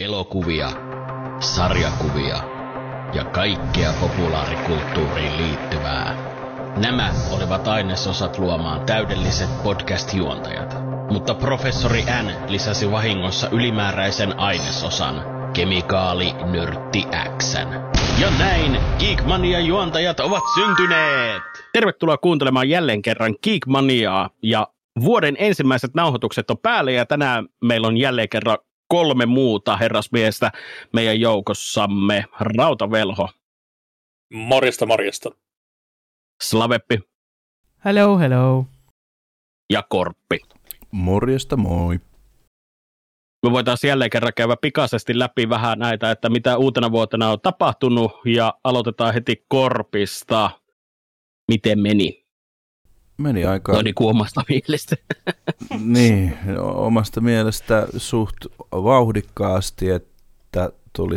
elokuvia, sarjakuvia ja kaikkea populaarikulttuuriin liittyvää. Nämä olivat ainesosat luomaan täydelliset podcast-juontajat, mutta professori N lisäsi vahingossa ylimääräisen ainesosan, kemikaalinörtti X:n. Ja näin Geekmania-juontajat ovat syntyneet! Tervetuloa kuuntelemaan jälleen kerran Geekmaniaa, ja vuoden ensimmäiset nauhoitukset on päällä, ja tänään meillä on jälleen kerran 3 muuta herrasmiestä meidän joukossamme. Rautavelho. Morjesta, morjesta. Slaveppi. Hello, hello. Ja Korppi. Morjesta, moi. Me voitaisiin jälleen kerran käydä pikaisesti läpi vähän näitä, että mitä uutena vuotena on tapahtunut, ja aloitetaan heti Korpista. Miten meni? Meni aika... No niin kuin omasta mielestä. Niin, omasta mielestä suht vauhdikkaasti, että tuli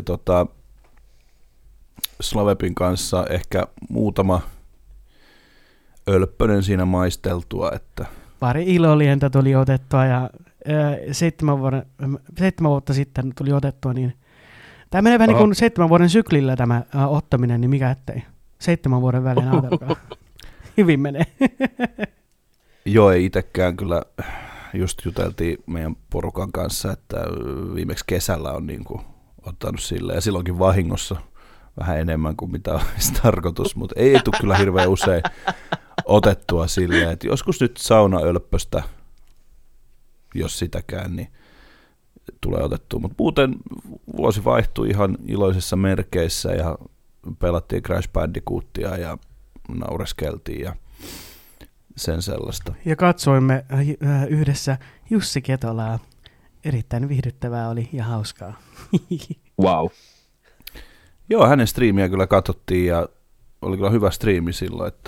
Slavepin kanssa ehkä muutama ölppönen siinä maisteltua. Että... Pari ilolientä tuli otettua ja 7 vuotta sitten tuli otettua, niin tämä menee vähän niin kuin 7 vuoden syklillä tämä ottaminen, niin mikä ettei. 7 vuoden välein ajatelkaa. Hyvin menee. Joo, ei itsekään kyllä, just juteltiin meidän porukan kanssa, että viimeksi kesällä on niin kuin ottanut silleen, ja silloinkin vahingossa vähän enemmän kuin mitä olisi tarkoitus, mutta ei tule kyllä hirveän usein otettua silleen, että joskus nyt saunaölppöstä, jos sitäkään, niin tulee otettua, mutta muuten vuosi vaihtui ihan iloisissa merkeissä ja pelattiin Crash Bandicootia ja naureskeltiin ja sen sellaista. Ja katsoimme yhdessä Jussi Ketolaa. Erittäin viihdyttävää oli ja hauskaa. Wow. Joo, hänen striimiä kyllä katsottiin ja oli kyllä hyvä striimi silloin, että...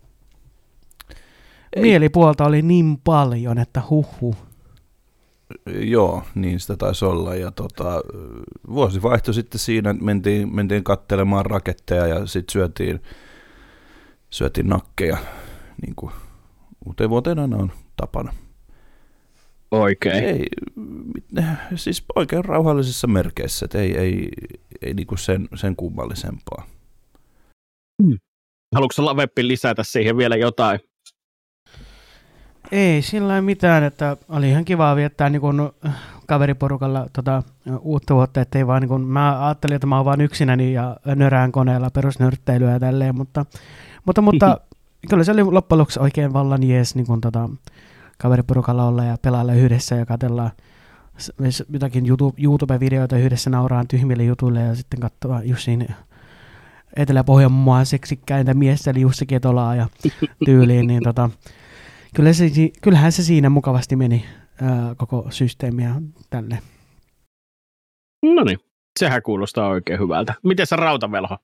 Mielipuolta oli niin paljon, että huhhuh. Joo, niin sitä taisi olla. Ja vuosi vaihtui sitten siinä, mentiin katselemaan raketteja ja sitten syötiin nakkeja, niin kuin uuteen vuoteen aina on tapana. Oikein. Ei, siis oikein rauhallisissa merkeissä, että ei niin kuin sen kummallisempaa. Haluatko Slaveppi lisätä siihen vielä jotain? Ei sillä mitään, että oli ihan kivaa viettää niin kuin kaveriporukalla uutta vuotta, ettei vaan niin kuin, mä ajattelin, että mä oon vaan yksinäni ja nörään koneella perusnörtteilyä ja tälleen, mutta kyllä se oli loppujen lopuksi oikein vallan jees niin kuin kaveriporukalla olla ja pelailla yhdessä ja katsellaan jotakin YouTube-videoita yhdessä, nauraan tyhmille jutuille ja sitten katsoa Jussin Etelä-Pohjanmaan seksikkäintä miestä, eli Jussi Ketolaa ja tyyliin, niin kyllähän se siinä mukavasti meni koko systeemiä tälle. No niin, sehän kuulostaa oikein hyvältä. Miten se Rautavelho?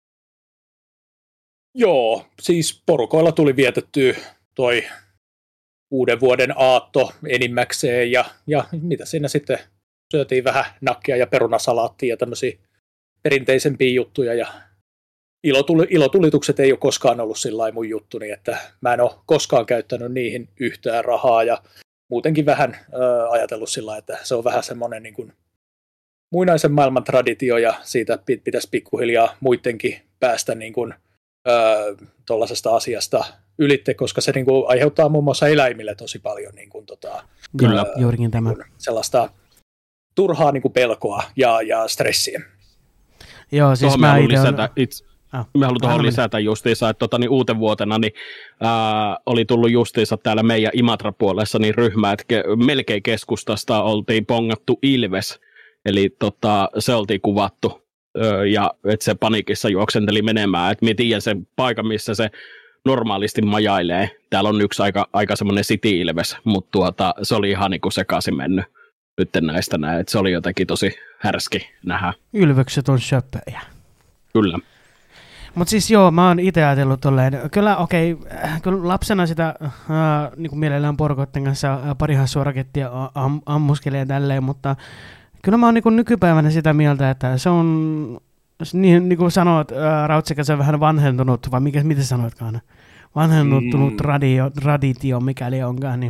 Joo, siis porukoilla tuli vietettyä toi uuden vuoden aatto enimmäkseen ja mitä siinä sitten syötiin vähän nakkia ja perunasalaattia ja tämmöisiä perinteisempiä juttuja ja ilotulitukset ei ole koskaan ollut sillä mun juttuni, että mä en ole koskaan käyttänyt niihin yhtään rahaa ja muutenkin vähän ajatellut sillä, että se on vähän semmoinen niin kuin muinaisen maailman traditio ja siitä pitäisi pikkuhiljaa muidenkin päästä niin kuin tuollaisesta asiasta ylitte, koska se niin kuin aiheuttaa muun muassa eläimille tosi paljon niin kuin, Kyllä, juurikin tämä. Sellaista turhaa niin kuin pelkoa ja stressiä. Joo, siis mä haluan tuohon lisätä justiinsa, että uuten vuotena niin, oli tullut justiinsa täällä meidän Imatra-puolessa niin ryhmä, että melkein keskustasta oltiin pongattu Ilves, eli se oltiin kuvattu, ja että se paniikissa juoksenteli menemään, että minä tiedän sen paikan, missä se normaalisti majailee. Täällä on yksi aika semmoinen City-Ilves, mutta se oli ihan niin kuin sekaisin mennyt nyt näistä näin, että se oli jotenkin tosi härski nähdä. Ylvykset on söpöjä. Kyllä. Mutta siis joo, mä oon itse ajatellut tolleen, kyllä kyllä lapsena sitä niin kuin mielellään porukoitten kanssa pari hassua rakettia ammuskelee tälleen, mutta kyllä mä oon niin kuin nykypäivänä sitä mieltä, että se on, niin kuin sanoit, Rautsikä, se on vähän vanhentunut, vai miten sanoitkaan, vanhentunut traditio, mikäli onkaan, niin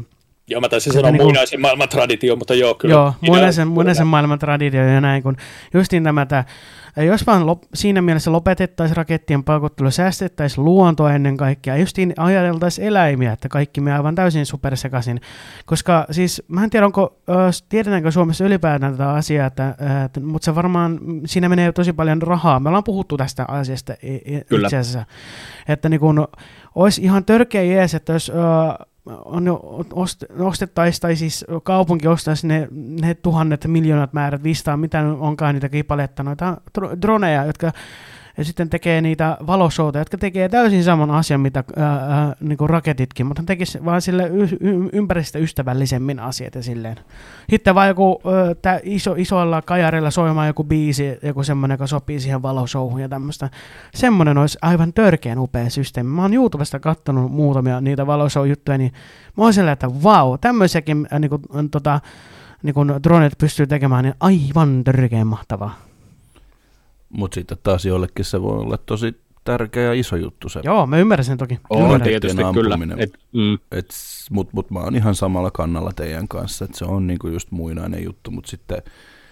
Joo, mä taisin sanoa muinaisen maailman traditio, mutta joo, kyllä. Joo, muinaisen maailman traditio ja näin, kun justiin tämä, jos vaan siinä mielessä lopetettaisiin rakettien paukuttelu, säästettäisiin luontoa ennen kaikkea, justiin ajateltaisiin eläimiä, että kaikki me aivan täysin supersekaisin, koska siis, mä en tiedä, tiedetäänkö Suomessa ylipäätään tätä asiaa, mutta se varmaan, siinä menee tosi paljon rahaa, me ollaan puhuttu tästä asiasta itse asiassa, että niin kun, olisi ihan törkeä jees, että jos ostettaisiin, tai siis kaupunki ostaisi ne tuhannet, miljoonat määrät vistaa, mitä onkaan niitä kipaletta, noita droneja, jotka sitten tekee niitä valoshowta, jotka tekee täysin saman asian, mitä niin kuin raketitkin, mutta tekisi vaan sille ympäristöystävällisemmin asiat ja silleen. Sitten vaan joku isoilla kajarilla soimaan joku biisi, joku semmoinen, joka sopii siihen valoshowhun ja tämmöistä. Semmoinen olisi aivan törkeän upea systeemi. Mä oon YouTubesta katsonut muutamia niitä valoshow-juttuja, niin mä oon sillä, että vau, tämmöisiäkin niin kuin dronet pystyy tekemään, niin aivan törkeän mahtavaa. Mutta sitten taas jollekin se voi olla tosi tärkeä ja iso juttu se. Joo, mä ymmärrän sen toki. On tietysti kyllä. Mutta mä oon ihan samalla kannalla teidän kanssa, että se on niinku just muinainen juttu, mutta sitten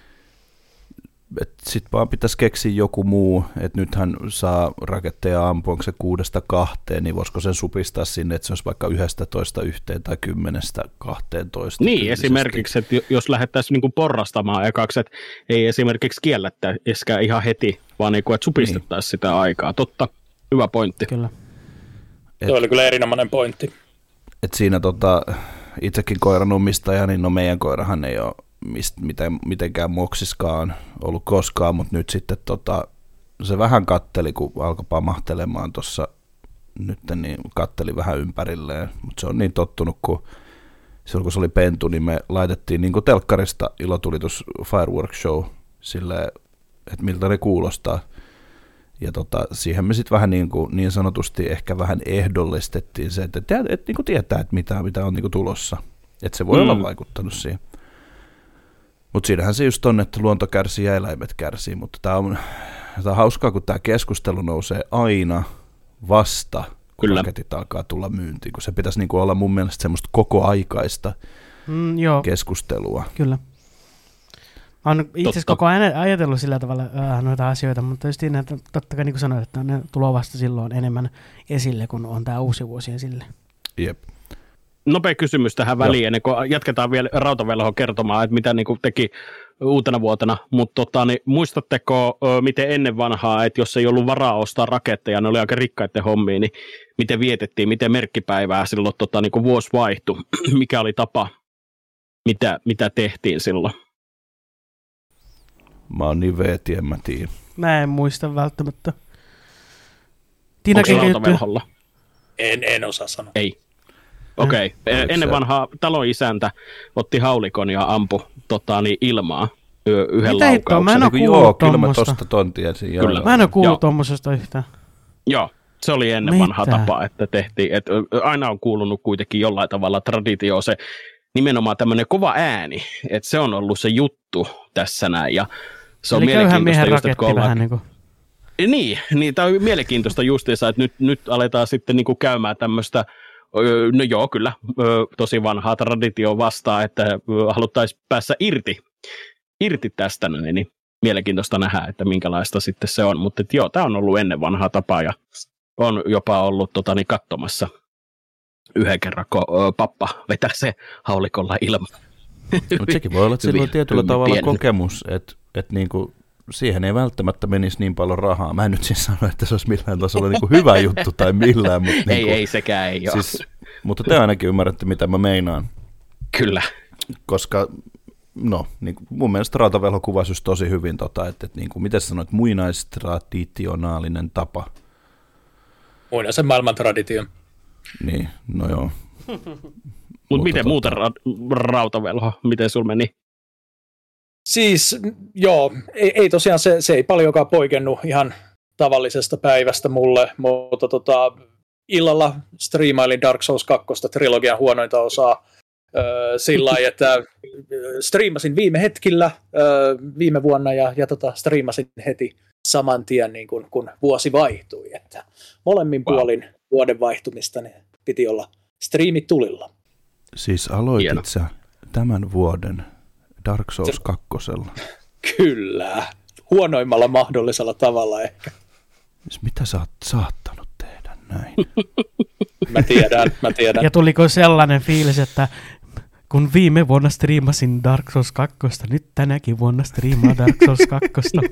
vaan pitäisi keksiä joku muu, että nythän saa raketteja ampua, onko se 6-2, niin voisiko sen supistaa sinne, että se olisi vaikka 11-1 tai 10-12. Niin, esimerkiksi, että jos lähdettäisiin niinku porrastamaan ekaksi, että ei esimerkiksi kiellettäisikään ihan heti, vaan niinku, että supistettaisiin sitä aikaa. Totta, hyvä pointti. Kyllä. Se oli kyllä erinomainen pointti. Että siinä itsekin koiran omistaja, niin no meidän koirahan ei ole mitenkään moksiskaan ollut koskaan, mutta nyt sitten se vähän katteli, kun alkoi pamahtelemaan tuossa nyt, niin katteli vähän ympärilleen, mutta se on niin tottunut, kun silloin kun se oli pentu, niin me laitettiin niin kuin telkkarista ilotulitus fireworks show silleen, että miltä ne kuulostaa. Ja siihen me sitten vähän niin sanotusti ehkä vähän ehdollistettiin se, että niin kuin tietää, että mitä on niin kuin tulossa. Että se voi olla vaikuttanut siihen. Mutta siinähän se just on, että luonto kärsii ja eläimet kärsii, mutta tämä on hauskaa, kun tämä keskustelu nousee aina vasta, kun raketit alkaa tulla myyntiin, kun se pitäisi niinku olla mun mielestä semmoista kokoaikaista keskustelua. Kyllä. Mä oon itse asiassa koko ajan ajatellut sillä tavalla noita asioita, mutta just niin, että totta kai niin kuin sanoit, että ne tulee vasta silloin enemmän esille, kun on tämä uusi vuosi esille. Jep. Nopea kysymys tähän väliin, ennen kuin jatketaan vielä Rautavelho kertomaan, että mitä niin kuin teki uutena vuotena, mutta niin, muistatteko, miten ennen vanhaa, että jos ei ollut varaa ostaa raketteja, ne oli aika rikkaiden hommia, niin miten vietettiin, miten merkkipäivää silloin niin kuin vuosi vaihtui, mikä oli tapa, mitä tehtiin silloin? Mä oon niin veeti, en mä tiedä. Mä en muista välttämättä. Onko se Rautavelholla? En osaa sanoa. Ei. Okei. Ennen vanhaa talon isäntä otti haulikon ja ampui ilmaa yhden laukauksen. Mä en ole kuullut kyllä mä tosta ton tiesin. Mä en ole kuullut tommosesta yhtään. Joo, se oli ennen vanhaa tapa, että tehtiin. Että aina on kuulunut kuitenkin jollain tavalla traditioon se nimenomaan tämmöinen kova ääni, että se on ollut se juttu tässä näin. Ja se on mielenkiintoista just, että kun ollaan... Niin, tämä on mielenkiintoista justiinsa, että nyt aletaan sitten niin kuin käymään tämmöistä. No joo, kyllä, tosi vanhaa traditioa vastaan, että haluttaisiin päästä irti tästä, niin mielenkiintoista nähdä, että minkälaista sitten se on. Mutta joo, tämä on ollut ennen vanhaa tapa ja on jopa ollut katsomassa yhden kerran, kun pappa vetää se haulikolla ilman. Mutta sekin voi olla, että sillä on tietyllä tavalla kokemus, että niinku siihen ei välttämättä menisi niin paljon rahaa. Mä en nyt siis sano, että se olisi millään tasolla niinku hyvä juttu tai millään. Mutta ei sekään ei ole. Siis, mutta te ainakin ymmärrätte, mitä mä meinaan. Kyllä. Koska niin mun mielestä Rautavelho kuvasi just tosi hyvin, että niin kuin, miten sanoit, muinaistraditionaalinen tapa. Muinaisen maailman traditio. Niin, no joo. Mutta miten muuten Rautavelho, miten sul meni? Siis joo, ei tosiaan se ei paljonkaan poikennut ihan tavallisesta päivästä mulle, mutta illalla striimailin Dark Souls 2 trilogian huonointa osaa sillä lailla, että striimasin viime hetkillä viime vuonna ja striimasin heti saman tien niin kun vuosi vaihtui, että molemmin puolin vuoden vaihtumista niin piti olla striimit tulilla. Siis aloitit sä tämän vuoden Dark Souls 2. Kyllä. Huonoimmalla mahdollisella tavalla ehkä. Mitä sä oot saattanut tehdä näin? Mä tiedän. Ja tuliko sellainen fiilis, että kun viime vuonna striimasin Dark Souls 2, nyt tänäkin vuonna striimaa Dark Souls 2.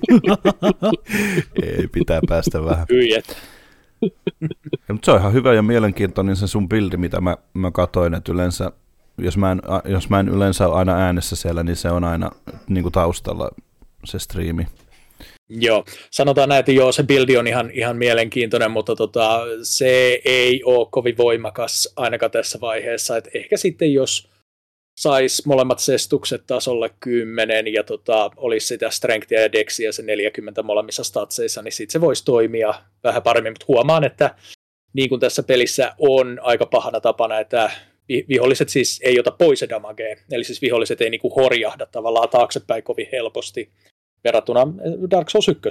Ei, pitää päästä vähän. Mutta se on ihan hyvä ja mielenkiintoinen se sun bildi, mitä mä katoin, että yleensä, jos mä en yleensä ole aina äänessä siellä, niin se on aina niin kuin taustalla se striimi. Joo, sanotaan näin, että se buildi on ihan mielenkiintoinen, mutta se ei ole kovin voimakas ainakaan tässä vaiheessa, että ehkä sitten jos sais molemmat sestukset tasolle 10 ja olisi sitä strengthia ja dexia se 40 molemmissa statseissa, niin sitten se voisi toimia vähän paremmin, mutta huomaan, että niin kuin tässä pelissä on aika pahana tapana, että viholliset siis ei ota pois se damagea, eli siis viholliset ei niinku horjahda tavallaan taaksepäin kovin helposti verrattuna Dark Souls 1.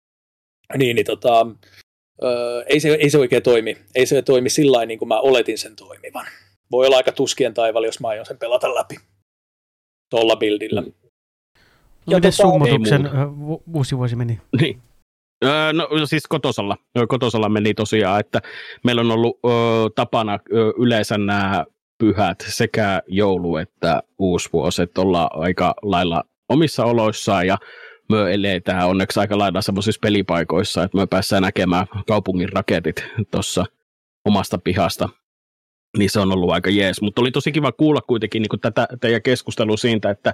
Ei se oikein toimi. Ei se toimi sillain niin kuin mä oletin sen toimivan. Voi olla aika tuskien taivaalla, jos mä aion sen pelata läpi tuolla buildillä. Miten summutuksen uusi vuosi meni? Niin. No siis Kotosalla meni tosiaan, että meillä on ollut tapana yleensä nämä pyhät sekä joulu että uusi vuosi, että ollaan aika lailla omissa oloissaan ja me eletään onneksi aika lailla semmoisissa pelipaikoissa, että me päästään näkemään kaupungin raketit tuossa omasta pihasta. Niin se on ollut aika jees, mutta oli tosi kiva kuulla kuitenkin niin tätä teidän keskustelua siitä, että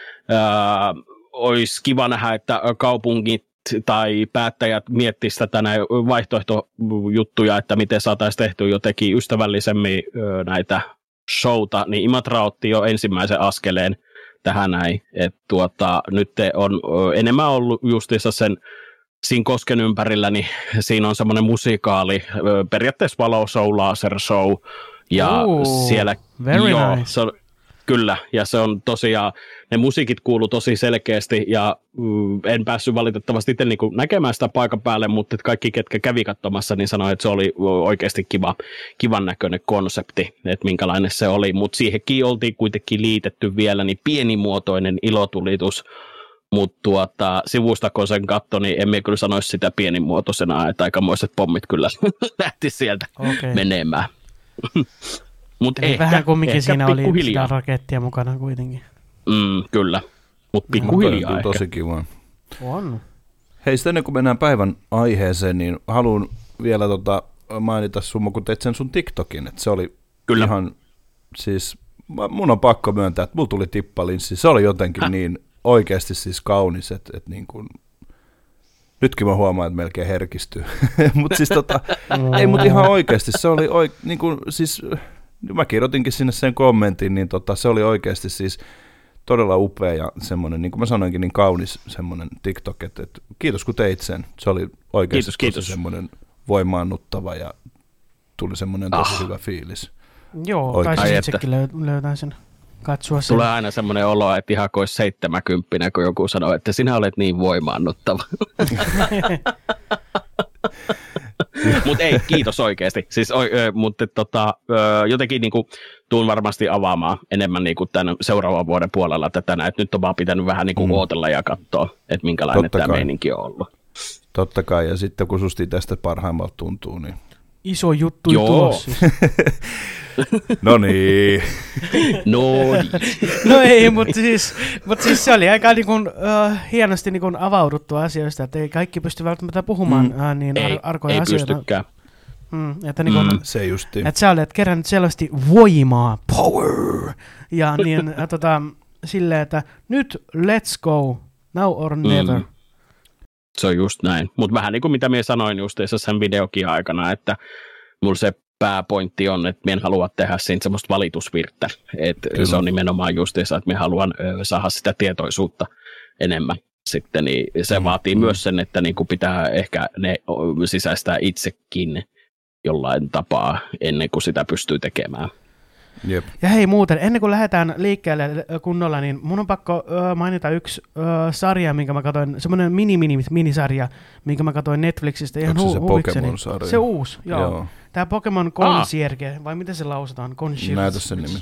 olisi kiva nähdä, että kaupungit tai päättäjät miettisivät tätä vaihtoehtojuttuja, että miten saataisiin tehtyä jotenkin ystävällisemmin näitä showta, niin Imatra otti jo ensimmäisen askeleen tähän näin, että nyt on enemmän ollut justiinsa sen siinä kosken ympärillä, niin siinä on semmoinen musikaali, periaatteessa valoshow, laser show, ja siellä very nice. Se on, kyllä, ja se on tosiaan, ne musiikit kuuluu tosi selkeästi, ja en päässyt valitettavasti itse niin näkemään sitä paikan päälle, mutta kaikki, ketkä kävi katsomassa, niin sanoi, että se oli oikeasti kivan näköinen konsepti, että minkälainen se oli, mutta siihenkin oltiin kuitenkin liitetty vielä niin pienimuotoinen ilotulitus, mutta sivusta kun sen katso, niin emme kyllä sanoisi sitä pienimuotoisena, että aikamoiset pommit kyllä lähti sieltä menemään. Mut vähän kumminkin siinä oli sitä rakettia mukana kuitenkin. Kyllä, mutta pikkuhiljaa ehkä. Tosi kiva. On. Hei, sitten ennen kuin mennään päivän aiheeseen, niin haluan vielä mainita sun, kun teit sen sun TikTokin, että se oli kyllä ihan, siis mun on pakko myöntää, että mulla tuli tippalinssi, se oli jotenkin niin oikeasti siis kaunis, että niin kuin, nytkin mä huomaan, että melkein herkistyy, mutta siis ei, mutta ihan oikeasti, se oli niin kuin, siis mä kirjoitinkin sinne sen kommentin, niin se oli oikeasti siis todella upea ja semmoinen, niin kuin mä sanoinkin, niin kaunis semmoinen TikTok, että kiitos kun teit sen, se oli oikeasti tosi semmoinen voimaannuttava ja tuli semmoinen tosi hyvä fiilis. Joo, taisin itsekin löytää sen. Tulee aina semmoinen olo, että ihan kuin olisi 70, kun joku sanoo, että sinä olet niin voimaannuttava. Mutta ei, kiitos oikeasti. Siis, mutta jotenkin niinku, tuun varmasti avaamaan enemmän niinku, tämän seuraavan vuoden puolella tätä, että nyt on vaan pitänyt vähän niinku, ootella ja katsoa, että minkälainen tämä meininki on ollut. Totta kai, ja sitten kun susti tästä parhaimmalta tuntuu, niin iso juttu tulossa. No niin. No ei, mutta siis se oli aika hienosti avauduttu asioista, että ei kaikki pysty välttämättä puhumaan niin arkoja asioita. Ei pystykään. Että se justiin. Että sä olet kerännyt selvästi voimaa, power, ja niin, silleen, että nyt let's go, now or never. Se on just näin, mutta vähän niin kuin mitä minä sanoin justiinsa sen videokin aikana, että mulla se pääpointti on, että minä en halua tehdä siinä semmoista valitusvirttä, että se on nimenomaan justiinsa, että minä haluan saada sitä tietoisuutta enemmän sitten, niin se vaatii myös sen, että niin kuin pitää ehkä ne sisäistää itsekin jollain tapaa ennen kuin sitä pystyy tekemään. Jep. Ja hei muuten, ennen kuin lähdetään liikkeelle kunnolla, niin mun on pakko mainita yksi sarja, minkä mä katsoin, semmoinen minisarja, minkä mä katsoin Netflixistä ihan huvikseni. Pokemon-sarja. Se uusi, joo. Tämä Pokemon Concierge, vai miten se lausutaan? Concierge. Näytä sen nimi.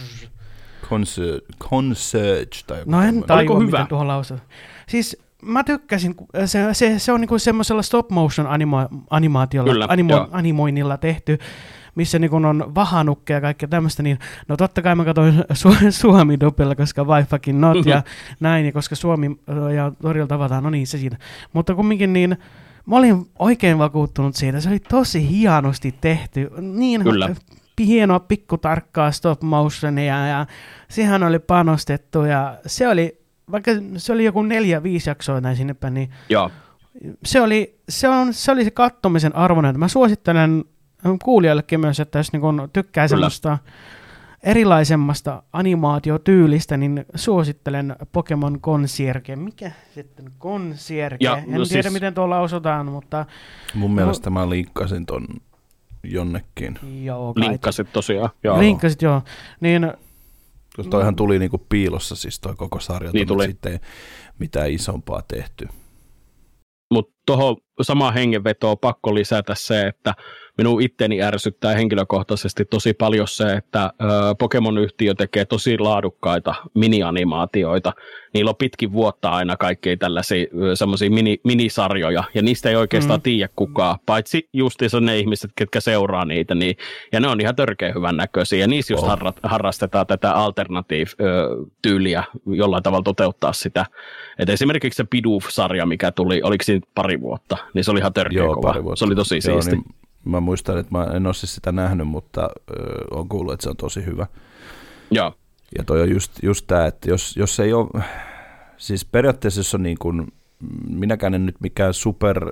Concierge tai joku. No en tajua, hyvä? miten tuohon lausutaan. Siis mä tykkäsin, se on niinku semmoisella stop motion animaatiolla, animoinnilla tehty, missä niinku on vahanukkeja ja kaikkea tämmöistä, niin no totta kai mä katsoin Suomi-dopilla, koska why fucking not, ja näin, ja koska Suomi ja Torilla tavataan, no niin, se siinä. Mutta kumminkin niin, mä olin oikein vakuuttunut siitä, se oli tosi hienosti tehty, niin hienoa pikkutarkkaa stop motionia, ja siihen oli panostettu, ja se oli, vaikka se oli joku 4-5 jaksoa näin sinne päin, niin se oli se kattomisen arvoinen. Mä suosittelen kuulijoillekin myös, että jos niin tykkää semmoista erilaisemmasta animaatiotyylistä, niin suosittelen Pokemon Concierge. Mikä sitten Concierge? En tiedä, miten tuolla lausutaan, mutta... Mun mielestä mä linkkasin ton jonnekin. Joo, linkkasit tosiaan. Joo. Linkkasit, joo. Niin... Koska toihan tuli niinku piilossa siis toi koko sarja, niin mutta sitten ei mitään isompaa tehty. Mutta tuohon samaan hengenvetoon on pakko lisätä se, että minun itteni ärsyttää henkilökohtaisesti tosi paljon se, että Pokemon-yhtiö tekee tosi laadukkaita mini-animaatioita. Niillä on pitkin vuotta aina kaikkia tällaisia semmoisia minisarjoja, ja niistä ei oikeastaan tiedä kukaan, paitsi justiinsa ne ihmiset, ketkä seuraa niitä, niin, ja ne on ihan törkeän hyvän näköisiä, ja niissä just harrastetaan tätä alternative-tyyliä jollain tavalla toteuttaa sitä. Et esimerkiksi se Bidoof-sarja, mikä tuli, oliko siinä pari vuotta, niin se oli ihan törkeä kova. Se oli tosi siisti. Niin mä muistan, että mä en ole siis sitä nähnyt, mutta olen kuullut, että se on tosi hyvä. Joo. Ja toi on just tämä, että jos ei ole, siis periaatteessa jos on niin kuin, minäkään en nyt mikään super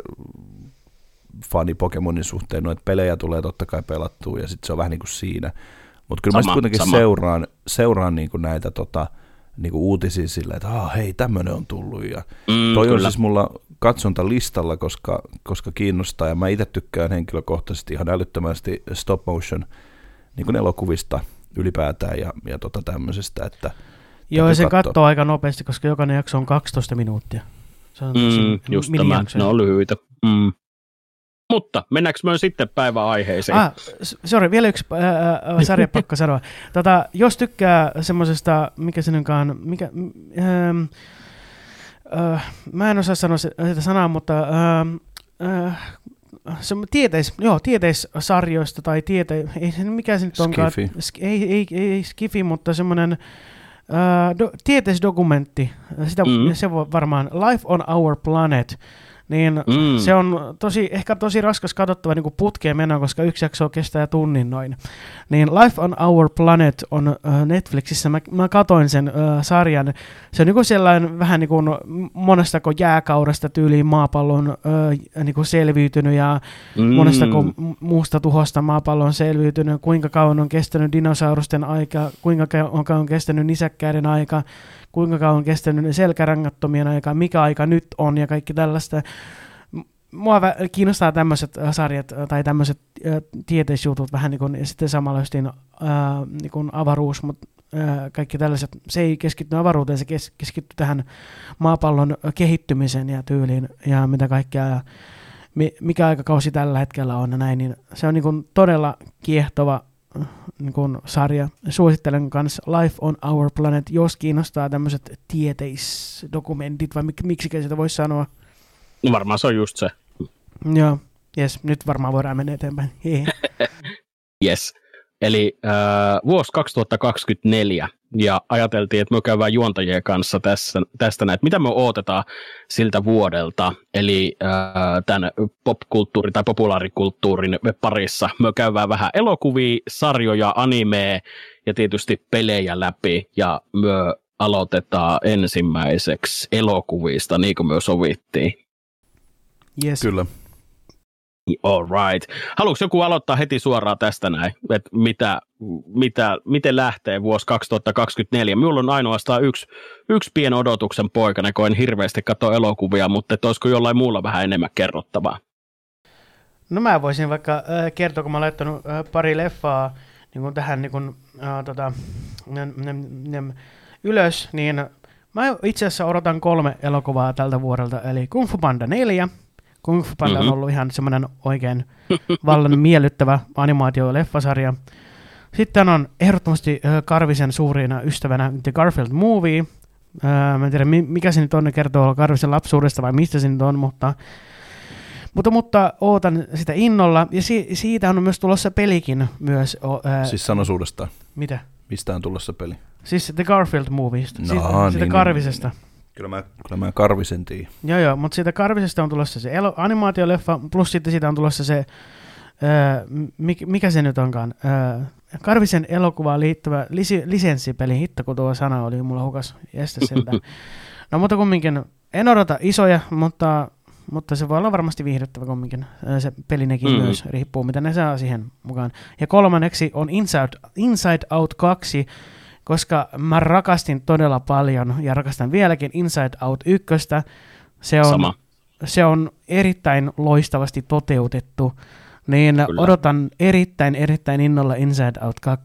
fani Pokemonin suhteen, noita pelejä tulee totta kai pelattua ja sitten se on vähän niin kuin siinä. Mutta kyllä mä kuitenkin seuraan niin kuin näitä niin kuin uutisia sillä, että hei, tämmöinen on tullut. Ja toi on siis mulla katsontalistalla, koska kiinnostaa, ja mä itse tykkään henkilökohtaisesti ihan älyttömästi stop motion niin kuin elokuvista ylipäätään ja tämmöisestä. Että joo, ja sen katsoo aika nopeasti, koska jokainen jakso on 12 minuuttia. Se on just tämä, ne on lyhyitä. Mutta mennäänkö myös sitten päivän aiheeseen? Sori, vielä yksi sarja pakko sanoa. Jos tykkää semmoisesta, mikä sen onkaan, mä en osaa sanoa sitä sanaa, mutta tieteissarjoista tai ei se mikä se nyt onkaan. Ei skifi, mutta semmoinen tieteisdokumentti. Se voi varmaan Life on Our Planet. Niin se on ehkä tosi raskas katsottava niin kuin putkeen mennä, koska yksi jakso kestää tunnin noin. Niin Life on Our Planet on Netflixissä. Mä katoin sen sarjan. Se on niin kuin sellainen vähän niin kuin monestako jääkaudesta tyyliin maapallon niin kuin selviytynyt ja monestako muusta tuhosta maapallo on selviytynyt. Kuinka kauan on kestänyt dinosaurusten aika, kuinka kauan on kestänyt nisäkkäiden aika, kuinka kauan on kestänyt selkärangattomien aika, mikä aika nyt on ja kaikki tällaista. Mua kiinnostaa tämmöiset sarjat tai tämmöiset tieteisjutut vähän niin kuin, ja sitten samalla justiin niin kuin avaruus, mutta kaikki tällaiset, se ei keskitty avaruuteen, se keskittyy tähän maapallon kehittymiseen ja tyyliin ja mitä kaikkea, ja mikä aikakausi tällä hetkellä on ja näin, niin se on niin kuin todella kiehtova niin kuin sarja. Suosittelen kanssa Life on Our Planet, jos kiinnostaa tämmöiset tieteisdokumentit, vai miksikä sitä voisi sanoa. No varmaan se on just se. Joo, jes, nyt varmaan voidaan mennä eteenpäin. Jes, eli vuosi 2024, ja ajateltiin, että me käydään juontajien kanssa tästä näin, että mitä me odotetaan siltä vuodelta, eli tämän popkulttuurin tai populaarikulttuurin parissa. Me käydään vähän elokuvia, sarjoja, animea ja tietysti pelejä läpi, ja me aloitetaan ensimmäiseksi elokuvista, niin kuin me sovittiin. Yes. Kyllä. All right. Haluatko joku aloittaa heti suoraan tästä näin, että miten lähtee vuosi 2024? Minulla on ainoastaan yksi pieni odotuksen poikana, kun en hirveästi katso elokuvia, mutta olisiko jollain muulla vähän enemmän kerrottavaa? No mä voisin vaikka kertoa, kun mä oon laittanut pari leffaa niin kuin tähän niin kuin, ylös, niin mä itse asiassa odotan 3 elokuvaa tältä vuodelta, eli Kung Fu Panda 4, Kung Fu Panda on ollut ihan semmoinen oikein vallan miellyttävä animaatio-leffasarja. Sitten on ehdottomasti Karvisen suurina ystävänä The Garfield Movie. Mä en tiedä, mikä se nyt on, ne kertoo Karvisen lapsuudesta vai mistä se nyt on, mutta ootan sitä innolla. Ja siitä on myös tulossa pelikin myös. Siis sano uudestaan. Mitä? Mistä on tulossa peli? Siis The Garfield Movieista, siitä Karvisesta. Kyllä mä Karvisen tiedän. Joo, mutta siitä Karvisesta on tulossa se animaatioleffa, plus sitten siitä on tulossa se, mikä se nyt onkaan, Karvisen elokuvaan liittyvä lisenssipeli, hitto kun tuo sana oli mulla hukas, estä sentään. No mutta kumminkin, en odota isoja, mutta se voi olla varmasti viihdyttävä kumminkin, se pelinekin myös, riippuu mitä ne saa siihen mukaan. Ja kolmanneksi on Inside Out 2, koska mä rakastin todella paljon ja rakastan vieläkin Inside Out 1. Se on erittäin loistavasti toteutettu, niin kyllä. Odotan erittäin innolla Inside Out 2.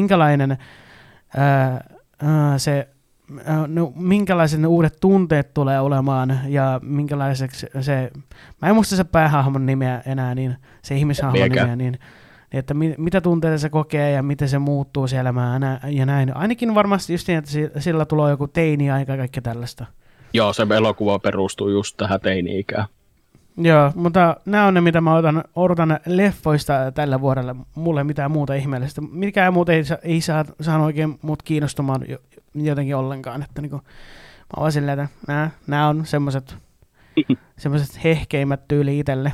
Minkälaiset ne uudet tunteet tulee olemaan ja minkälaiseksi se, mä en muista se päähahmon nimeä enää, niin se ihmishahmon nimeä, niin että mitä tunteita se kokee ja miten se muuttuu se elämään ja näin. Ainakin varmasti just niin, että sillä tulee joku teini-aika ja kaikkea tällaista. Joo, se elokuva perustuu just tähän teini-ikään. Joo, mutta nämä on ne, mitä mä odotan leffoista tällä vuodella. Mulle mitään muuta ihmeellistä. Mikään muuta ei saa oikein mut kiinnostumaan jotenkin ollenkaan. Että niinku, mä oon silleen, että nämä on semmoiset hehkeimmät tyyli itselle.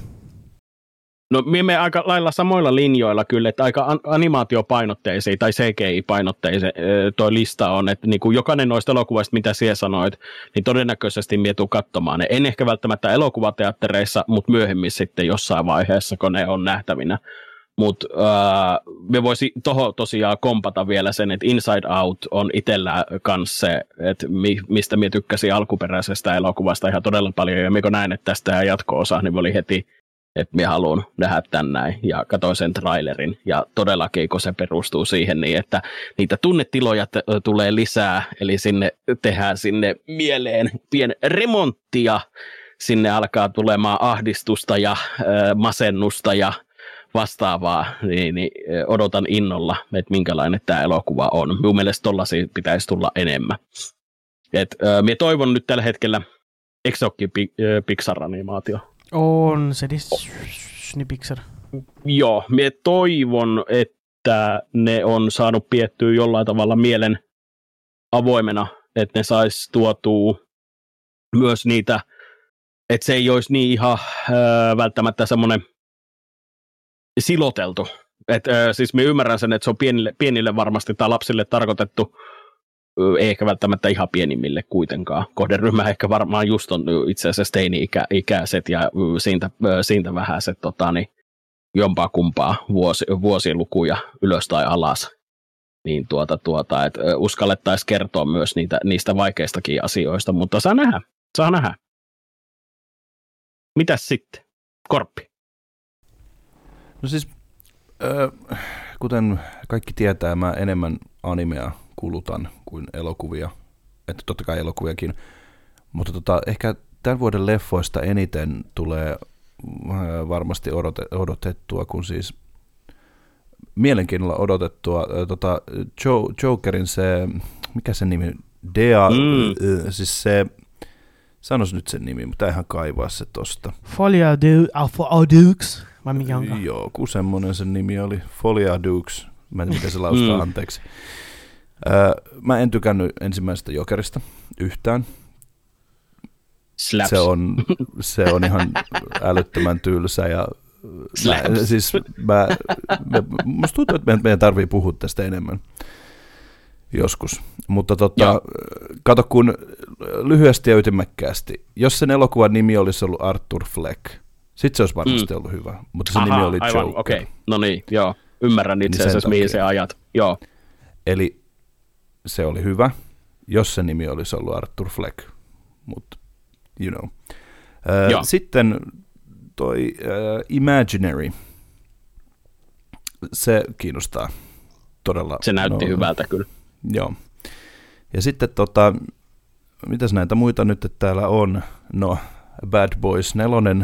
No me menen aika lailla samoilla linjoilla kyllä, että aika animaatiopainotteisia tai CGI-painotteisia toi lista on, että niin kuin jokainen noista elokuvista, mitä siellä sanoit, niin todennäköisesti mie tuun katsomaan ne. En ehkä välttämättä elokuvateattereissa, mutta myöhemmin sitten jossain vaiheessa, kun ne on nähtävinä. Mutta me voisi tuohon tosiaan kompata vielä sen, että Inside Out on itsellä kanssa se, että mistä mie tykkäsin alkuperäisestä elokuvasta ihan todella paljon, ja kun näin, että tästä jatko-osa, niin oli heti että minä haluan nähdä tän näin, ja katsoin sen trailerin, ja todellakin, kun se perustuu siihen, niin että niitä tunnetiloja tulee lisää, eli sinne tehdään sinne mieleen pieni remontti, ja sinne alkaa tulemaan ahdistusta ja masennusta ja vastaavaa, niin odotan innolla, että minkälainen tämä elokuva on. Minun mielestä tollaisia pitäisi tulla enemmän. Minä toivon nyt tällä hetkellä, eikö se olekin Pixar-animaatio? On se Disney Pixar. Joo, minä toivon, että ne on saanut piettyä jollain tavalla mielen avoimena, että ne sais tuotua myös niitä, että se ei olisi niin ihan välttämättä semmoinen siloteltu. Siis minä ymmärrän sen, että se on pienille varmasti tai lapsille tarkoitettu, ei ehkä välttämättä ihan pienimmille kuitenkaan. Kohderyhmä ehkä varmaan just on itse asiassa teini-ikäiset ja siitä vähäiset jompaa kumpaa vuosilukuja ylös tai alas. Niin että uskallettaisiin kertoa myös niistä vaikeistakin asioista, mutta saa nähdä. Mitäs sitten? Korppi? No siis, kuten kaikki tietää, mä enemmän animea kulutan kuin elokuvia, että totta kai elokuviakin, mutta ehkä tämän vuoden leffoista eniten tulee varmasti odotettua, kun siis mielenkiinnolla odotettua Jokerin se, mikä sen nimi, siis se, sanois nyt sen nimi, mutta ihan kaivaa se tosta. Folia Dukes, vai mikä onkaan? Joo, kun semmoinen sen nimi oli, Folia Dukes, mä en tiedä miten se laustaa, anteeksi. Mä en tykännyt ensimmäisestä Jokerista yhtään. Se on ihan älyttömän tylsä ja musta tuntuu, että meidän tarvii puhua tästä enemmän joskus. Mutta kato, kun lyhyesti ja ytimekkäästi, jos sen elokuvan nimi olisi ollut Arthur Fleck, sit se olisi varmasti ollut hyvä, mutta se nimi oli Joker. Okay. No niin, joo. Ymmärrän itse asiassa, mihin se ajat. Joo. Eli se oli hyvä, jos se nimi olisi ollut Arthur Fleck, mutta you know. Sitten toi Imaginary, se kiinnostaa todella. Se näytti hyvältä kyllä. Joo. Ja sitten mitäs näitä muita nyt täällä on? No, Bad Boys 4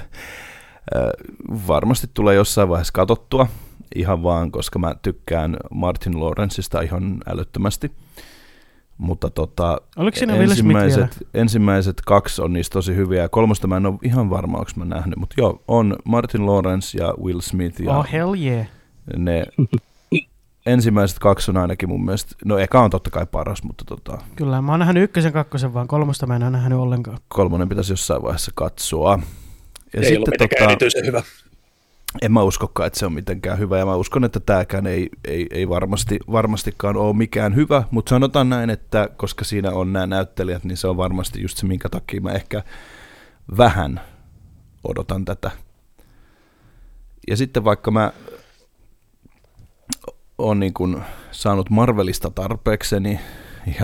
varmasti tulee jossain vaiheessa katsottua, ihan vaan, koska mä tykkään Martin Lawrenceista ihan älyttömästi. Mutta oliko siinä Will Smith vielä? Ensimmäiset 2 on niistä tosi hyviä, ja 3 mä en ole ihan varma, onko mä nähnyt, mutta joo, on Martin Lawrence ja Will Smith. Ja hell yeah. Ne ensimmäiset 2 on ainakin mun mielestä, no eka on totta kai paras, mutta Kyllä, mä oon nähnyt 1 ja 2 vaan, 3 mä en ole nähnyt ollenkaan. 3 pitäisi jossain vaiheessa katsoa. Ja ei ollut mitenkään erityisen hyvä. En mä uskokaan, että se on mitenkään hyvä, ja mä uskon, että tääkään ei varmastikaan ole mikään hyvä, mutta sanotaan näin, että koska siinä on nämä näyttelijät, niin se on varmasti just se, minkä takia mä ehkä vähän odotan tätä. Ja sitten vaikka mä oon niin kuin saanut Marvelista tarpeekseni, ja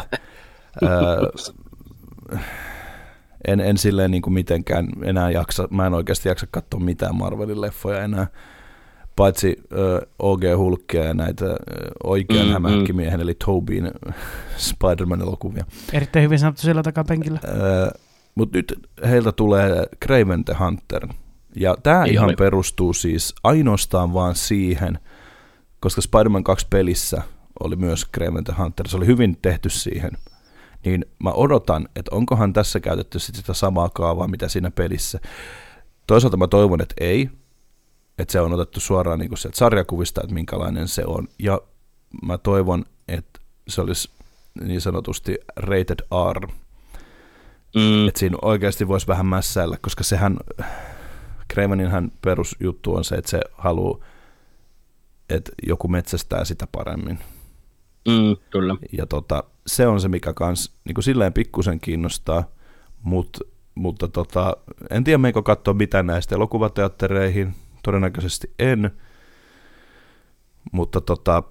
en silleen niin kuin mitenkään enää jaksa, mä en oikeasti jaksa katsoa mitään Marvelin leffoja enää, paitsi OG Hulkia ja näitä oikean hämähäkkimiehen, eli Tobin Spider-Man-elokuvia. Erittäin hyvin sanottu siellä takapenkillä. Mutta nyt heiltä tulee Kraven the Hunter, ja tämä ihan perustuu siis ainoastaan vaan siihen, koska Spider-Man 2 pelissä oli myös Kraven the Hunter, se oli hyvin tehty siihen, niin mä odotan, että onkohan tässä käytetty sitä samaa kaavaa, mitä siinä pelissä. Toisaalta mä toivon, että ei, että se on otettu suoraan niin kuin sieltä sarjakuvista, että minkälainen se on, ja mä toivon, että se olisi niin sanotusti rated R, että siinä oikeasti voisi vähän mässäillä, koska sehän, Kraveninhan perusjuttu on se, että se haluaa, että joku metsästää sitä paremmin. Kyllä. Ja se on se, mikä kans niin kuin silleen pikkusen kiinnostaa, mutta en tiedä, meikö katsoa mitään näistä elokuvateattereihin, todennäköisesti en, mutta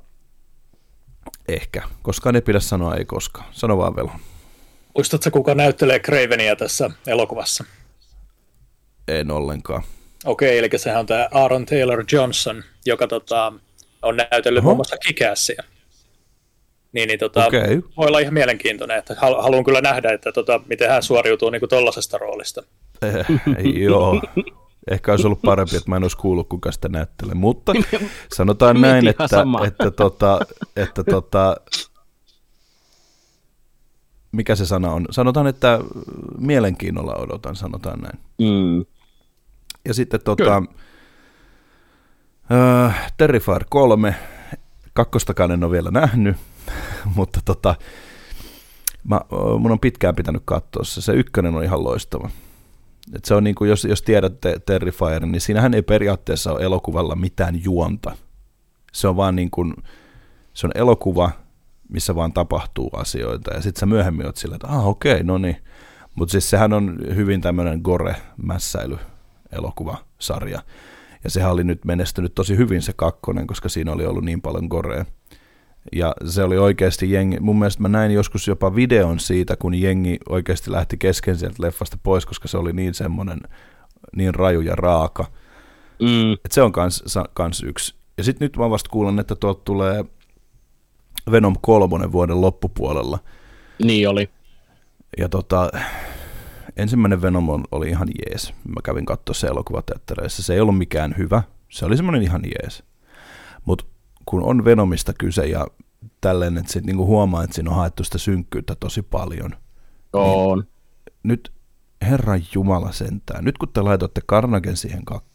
ehkä, koskaan ei pidä sanoa ei koskaan, sano vaan Velo. Muistatko, kuka näyttelee Cravenia tässä elokuvassa? En ollenkaan. Okei, eli sehän on tämä Aaron Taylor Johnson, joka on näytellyt muun muassa Kick-Assia. Okay. Voi olla ihan mielenkiintoinen, että haluan kyllä nähdä, että miten hän suoriutuu niin tuollaisesta roolista. Joo, ehkä olisi ollut parempi, että mä en olisi kuullut, kuka sitä näyttelee, mutta sanotaan näin, että mikä se sana on? Sanotaan, että mielenkiinnolla odotan, sanotaan näin. Ja sitten Terrifier 3, 2 en ole vielä nähnyt, mutta mun on pitkään pitänyt katsoa se. Se 1 on ihan loistava. Et se on niin kuin, jos tiedätte Terrifierin, niin siinähän ei periaatteessa ole elokuvalla mitään juonta. Se on vaan niin kuin, se on elokuva, missä vaan tapahtuu asioita, ja sitten sä myöhemmin oot sillä, että okei, no niin. Mutta siis sehän on hyvin tämmöinen gore-mässäily-elokuvasarja, ja sehän oli nyt menestynyt tosi hyvin se 2, koska siinä oli ollut niin paljon gorea. Ja se oli oikeasti jengi, mun mielestä mä näin joskus jopa videon siitä, kun jengi oikeasti lähti kesken sieltä leffasta pois, koska se oli niin semmoinen, niin raju ja raaka. Että se on kans yksi. Ja sitten nyt mä vasta kuulen, että tuolta tulee Venom 3 vuoden loppupuolella. Niin oli. Ja ensimmäinen Venom oli ihan jees. Mä kävin katsoa se elokuvateattereissa. Se ei ollut mikään hyvä. Se oli semmoinen ihan jees. Mutta kun on Venomista kyse ja tälleen, että sit niinku huomaa, että siinä on haettu sitä synkkyyttä tosi paljon. On. Niin nyt Herran Jumala sentään. Nyt kun te laitoitte Carnagen siihen 2,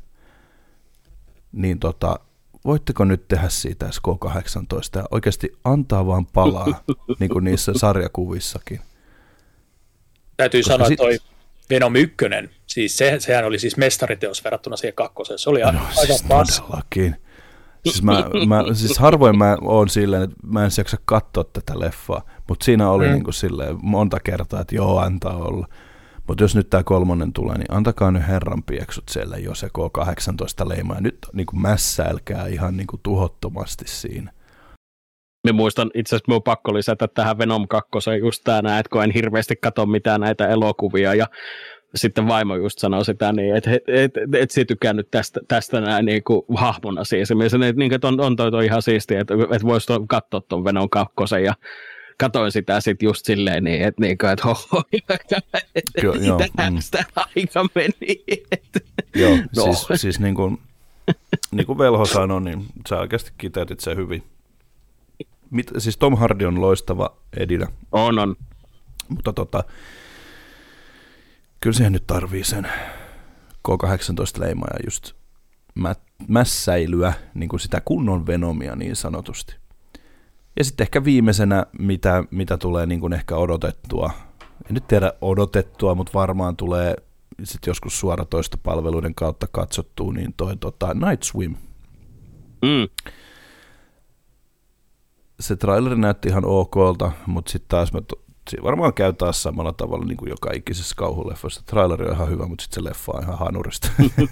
niin voitteko nyt tehdä siitä SK18 ja oikeasti antaa vaan palaa, niin kuin niissä sarjakuvissakin. Täytyy sanoa, että toi Venom 1, siis sehän oli siis mestariteos verrattuna siihen 2. Se oli aivan todellakin. Siis harvoin mä oon silleen, että mä en jaksa katsoa tätä leffaa, mutta siinä oli niin kuin silleen monta kertaa, että joo, antaa olla. Mutta jos nyt tämä 3 tulee, niin antakaa nyt herran pieksut siellä, jos se K18 leimaa. Nyt niin kuin mässäilkää ihan niin kuin tuhottomasti siinä. Mä muistan, itse asiassa minun pakko lisätä tähän Venom 2 just tämä, että kun en hirveästi katso mitään näitä elokuvia ja sitten vaimo just sanoi sitä niin, että et se tykännyt tästä näin niin kuin hahmona siis. Niin, että on toi ihan siistiä, että voisi katsoa tuon Venom 2 ja katoin sitä sitten just silleen, niin, että hoho, sitä aika meni. Joo, no. siis niin kuin Velho sanoi, niin sä oikeasti kiteytit sen hyvin. Siis Tom Hardy on loistava Edinä. On. Mutta kyllä siihen nyt tarvii sen K18-leimaa ja just mässäilyä, niin kuin sitä kunnon venomia niin sanotusti. Ja sitten ehkä viimeisenä, mitä tulee niin kuin ehkä odotettua, en nyt tiedä odotettua, mutta varmaan tulee sitten joskus suoratoistopalveluiden kautta katsottua, niin toi Night Swim. Se traileri näytti ihan okolta, mutta sitten taas varmaan käy taas samalla tavalla niin kuin joka ikisessä kauhuleffoissa. Traileri on ihan hyvä, mutta sitten se leffa on ihan hanurista.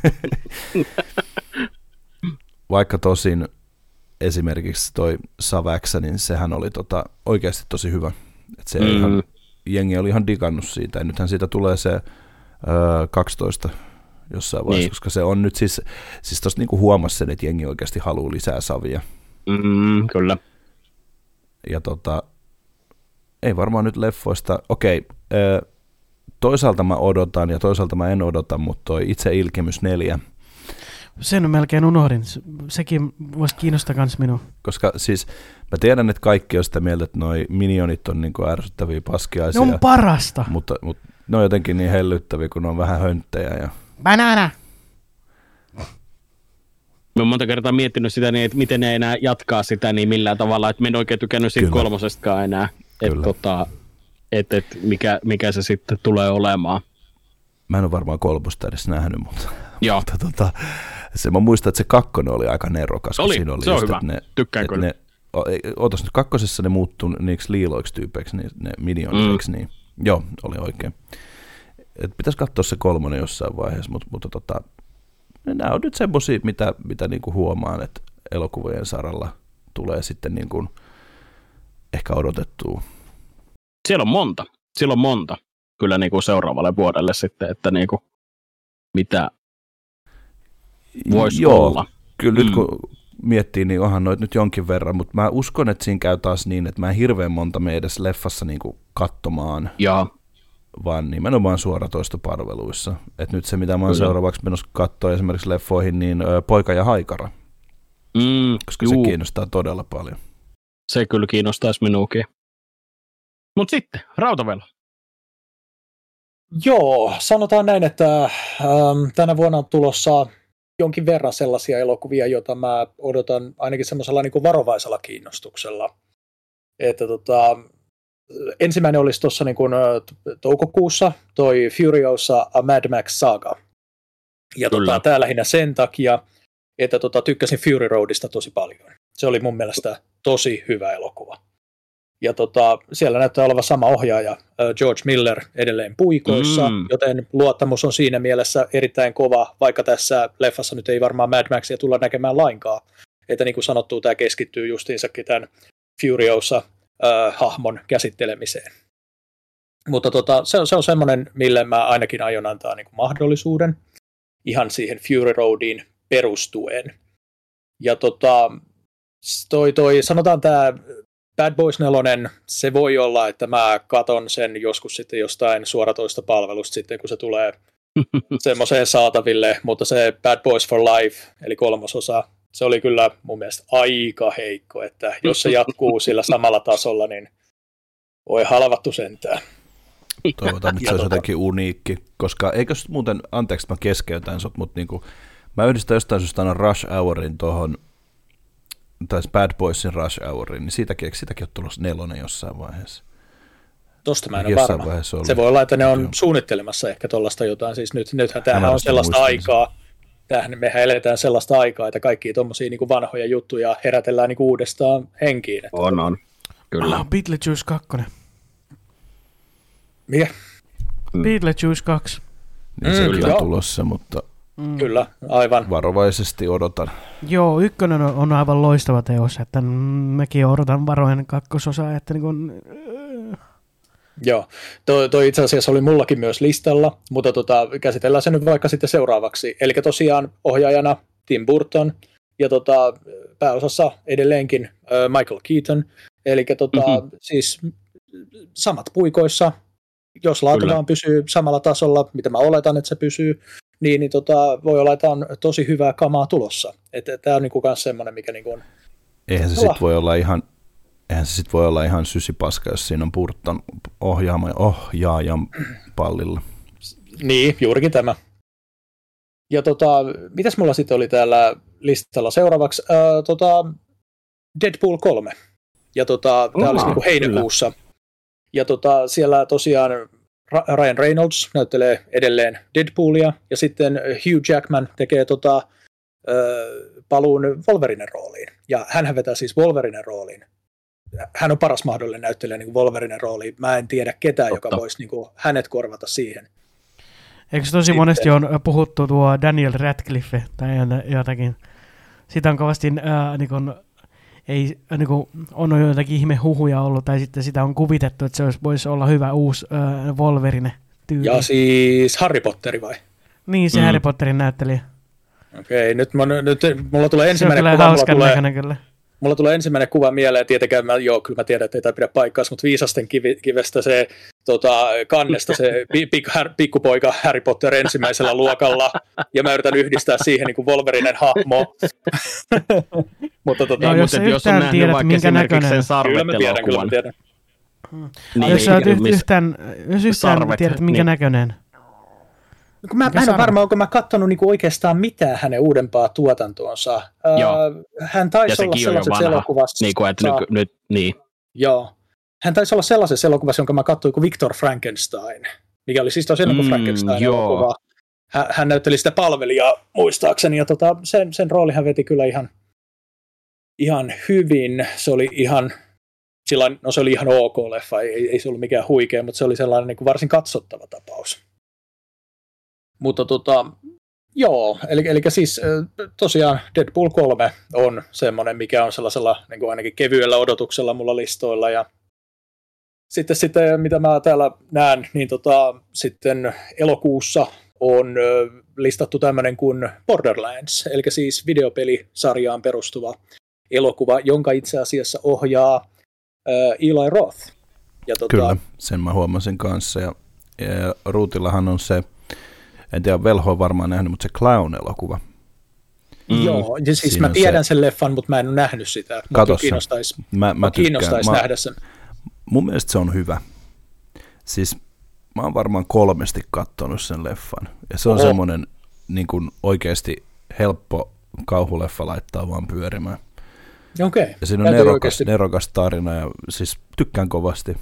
Vaikka tosin esimerkiksi toi Savaksa, niin sehän oli oikeasti tosi hyvä. Et se jengi oli ihan digannut siitä. Ja nythän siitä tulee se 12 jossain vaiheessa, koska se on nyt siis tosta niinku huomasi sen, että jengi oikeasti haluaa lisää savia. Kyllä. Ja ei varmaan nyt leffoista, toisaalta mä odotan ja toisaalta mä en odota, mutta toi Itse Ilkemys 4. Sen melkein unohdin, sekin voisi kiinnostaa kans minua. Koska siis mä tiedän, että kaikki on sitä mieltä, että noi minionit on niinku ärsyttäviä paskiaisia. Ne on parasta. Mutta ne on jotenkin niin hellyttäviä, kun ne on vähän hönttejä. Ja... Banana! Mä oon monta kertaa miettinyt sitä, niin, että miten ne enää jatkaa sitä niin millään tavalla, että mä en oikein tykännyt siitä kolmosestakaan enää, että mikä se sitten tulee olemaan. Mä en ole varmaan kolmosta edes nähnyt, mutta Joo. Mä muistan, että se kakkonen oli aika nerokas. Se on just, hyvä, tykkään kyllä. Ootas nyt, kakkosessa ne muuttui niiksi liiloiksi tyypeiksi, ne minioniksi, niin joo, oli oikein. Pitäisi katsoa se kolmonen jossain vaiheessa, mutta nämä on nyt semmosia, mitä niinku huomaan, että elokuvien saralla tulee sitten niinku ehkä odotettua. Siellä on monta kyllä niinku seuraavalle vuodelle sitten, että niinku mitä voisi olla. Kyllä nyt kun miettii, niin onhan noit nyt jonkin verran, mutta mä uskon, että siinä käy taas niin, että mä en hirveän monta me edes leffassa niinku katsomaan. Vaan nimenomaan suoratoistopalveluissa. Et nyt se, mitä mä oon seuraavaksi menossa katsoa esimerkiksi leffoihin, niin Poika ja haikara. Koska se kiinnostaa todella paljon. Se kyllä kiinnostaisi minuakin. Mut sitten, Rautavelo. Joo, sanotaan näin, että tänä vuonna on tulossa jonkin verran sellaisia elokuvia, joita mä odotan ainakin semmoisella niin kuin varovaisella kiinnostuksella. Että ensimmäinen olisi tuossa niin kuin toukokuussa, toi Furiosa A Mad Max Saga. Ja tää lähinnä sen takia, että tykkäsin Fury Roadista tosi paljon. Se oli mun mielestä tosi hyvä elokuva. Ja siellä näyttää olevan sama ohjaaja, George Miller, edelleen puikoissa, joten luottamus on siinä mielessä erittäin kova, vaikka tässä leffassa nyt ei varmaan Mad Maxia tulla näkemään lainkaan. Että niin kuin sanottu, tämä keskittyy justiinsakin tämän Furiosa hahmon käsittelemiseen. Mutta se on semmoinen, mille mä ainakin aion antaa niin kuin mahdollisuuden ihan siihen Fury Roadiin perustuen. Ja sanotaan tämä Bad Boys 4, se voi olla, että mä katon sen joskus sitten jostain suoratoista palvelusta sitten, kun se tulee semmoiseen saataville, mutta se Bad Boys for Life, eli 3. osa, se oli kyllä mun mielestä aika heikko, että jos se jatkuu sillä samalla tasolla, niin voi halvattu sentään. Toivotaan, että se olisi jotenkin uniikki, koska eikö muuten, anteeksi mä keskeytän sut, mutta niinku, mä yhdistän jostain syystä aina Rush Hourin tuohon, tai Bad Boysin Rush Hourin, niin siitäkin on tullut 4 jossain vaiheessa. Tosta mä en ole varma. Se voi olla, että ne on suunnittelemassa ehkä tuollaista jotain, siis nythän tämähän on sellaista aikaa, mehän eletään sellaista aikaa, että kaikkia tuommoisia niin kuin vanhoja juttuja herätellään niin kuin uudestaan henkiin. Että on. Kyllä. Beetlejuice 2. Mikä? Beetlejuice 2. Niin se on tulossa, mutta kyllä, aivan. Varovaisesti odotan. Joo, 1 on aivan loistava teos, että mäkin odotan varoen 2. osaa, että niin kuin... Joo, toi itse asiassa oli mullakin myös listalla, mutta käsitellään se nyt vaikka sitten seuraavaksi. Eli tosiaan ohjaajana Tim Burton ja pääosassa edelleenkin Michael Keaton. Eli siis samat puikoissa, jos laatu vaan pysyy samalla tasolla, mitä mä oletan, että se pysyy, niin voi olla, että on tosi hyvää kamaa tulossa. Tämä on myös semmoinen, mikä niin kuin... Eihän se sitten voi olla ihan sysipaska, jos siinä on Burton ohjaajan pallilla. Niin, juurikin tämä. Ja mitäs mulla sitten oli täällä listalla seuraavaksi? Deadpool 3. Ja tämä olisi niin kuin heinäkuussa. Kyllä. Ja siellä tosiaan Ryan Reynolds näyttelee edelleen Deadpoolia, ja sitten Hugh Jackman tekee paluun Wolverinen rooliin. Ja hänhän vetää siis Wolverinen rooliin. Hän on paras mahdollinen näyttelijä niin Wolverinen rooliin. Mä en tiedä ketään, joka voisi niin kuin hänet korvata siihen. Eikö tosi monesti on puhuttu tuo Daniel Radcliffe tai jotakin? Sitä on kovasti on joitakin ihme huhuja ollut, tai sitten sitä on kuvitettu, että se voisi olla hyvä uusi Wolverine tyyli. Ja siis Harry Potteri vai? Niin, se Harry Potterin näyttelijä. Okei, nyt mulla tulee ensimmäinen kuva. Mulla tulee ensimmäinen kuva mieleen, tietenkään kyllä mä tiedän, että ei tämä pidä paikkaansa, mutta Viisasten kivestä se kannesta se pikkupoika Harry Potter ensimmäisellä luokalla, ja mä yritän yhdistää siihen niin kuin Wolverinen hahmo. Mutta jos on nähnyt vaikka esimerkiksi sen Sarvet-elokuvan. Kyllä mä tiedän. Jos yhtään tiedät, minkä näköinen. Mä en ole varma, onko mä katsonut niinku oikeastaan mitään hänen uudempaa tuotantoonsa. Hän taisi olla sellaisessa elokuvassa. Niin. Joo. Hän taisi olla sellaisessa elokuvassa, jonka mä katsoin kuin Victor Frankenstein, mikä oli siis tosiaan kuin Frankenstein-elokuva. Hän näytteli sitä palvelijaa muistaakseni, ja sen rooli hän veti kyllä ihan hyvin. Se oli ihan ok leffa, ei se ollut mikään huikea, mutta se oli sellainen niin kuin varsin katsottava tapaus. Mutta joo, eli siis tosiaan Deadpool 3 on semmoinen, mikä on sellaisella niin kuin ainakin kevyellä odotuksella mulla listoilla, ja sitten mitä mä täällä näen, niin sitten elokuussa on listattu tämmöinen kuin Borderlands, eli siis videopelisarjaan perustuva elokuva, jonka itse asiassa ohjaa Eli Roth. Ja Kyllä, sen mä huomasin kanssa, ja Ruutillahan on se, en tiedä, Velho on varmaan nähnyt, mutta se Clown-elokuva. Joo, siis mä tiedän sen leffan, mutta mä en ole nähnyt sitä. Kato se. Mä kiinnostaisi nähdä sen. Mun mielestä se on hyvä. Siis mä oon varmaan 3 katsonut sen leffan. Ja se on semmoinen niin kuin oikeasti helppo kauhuleffa laittaa vaan pyörimään. Okei. Ja siinä on nerokas tarina, ja siis tykkään kovasti.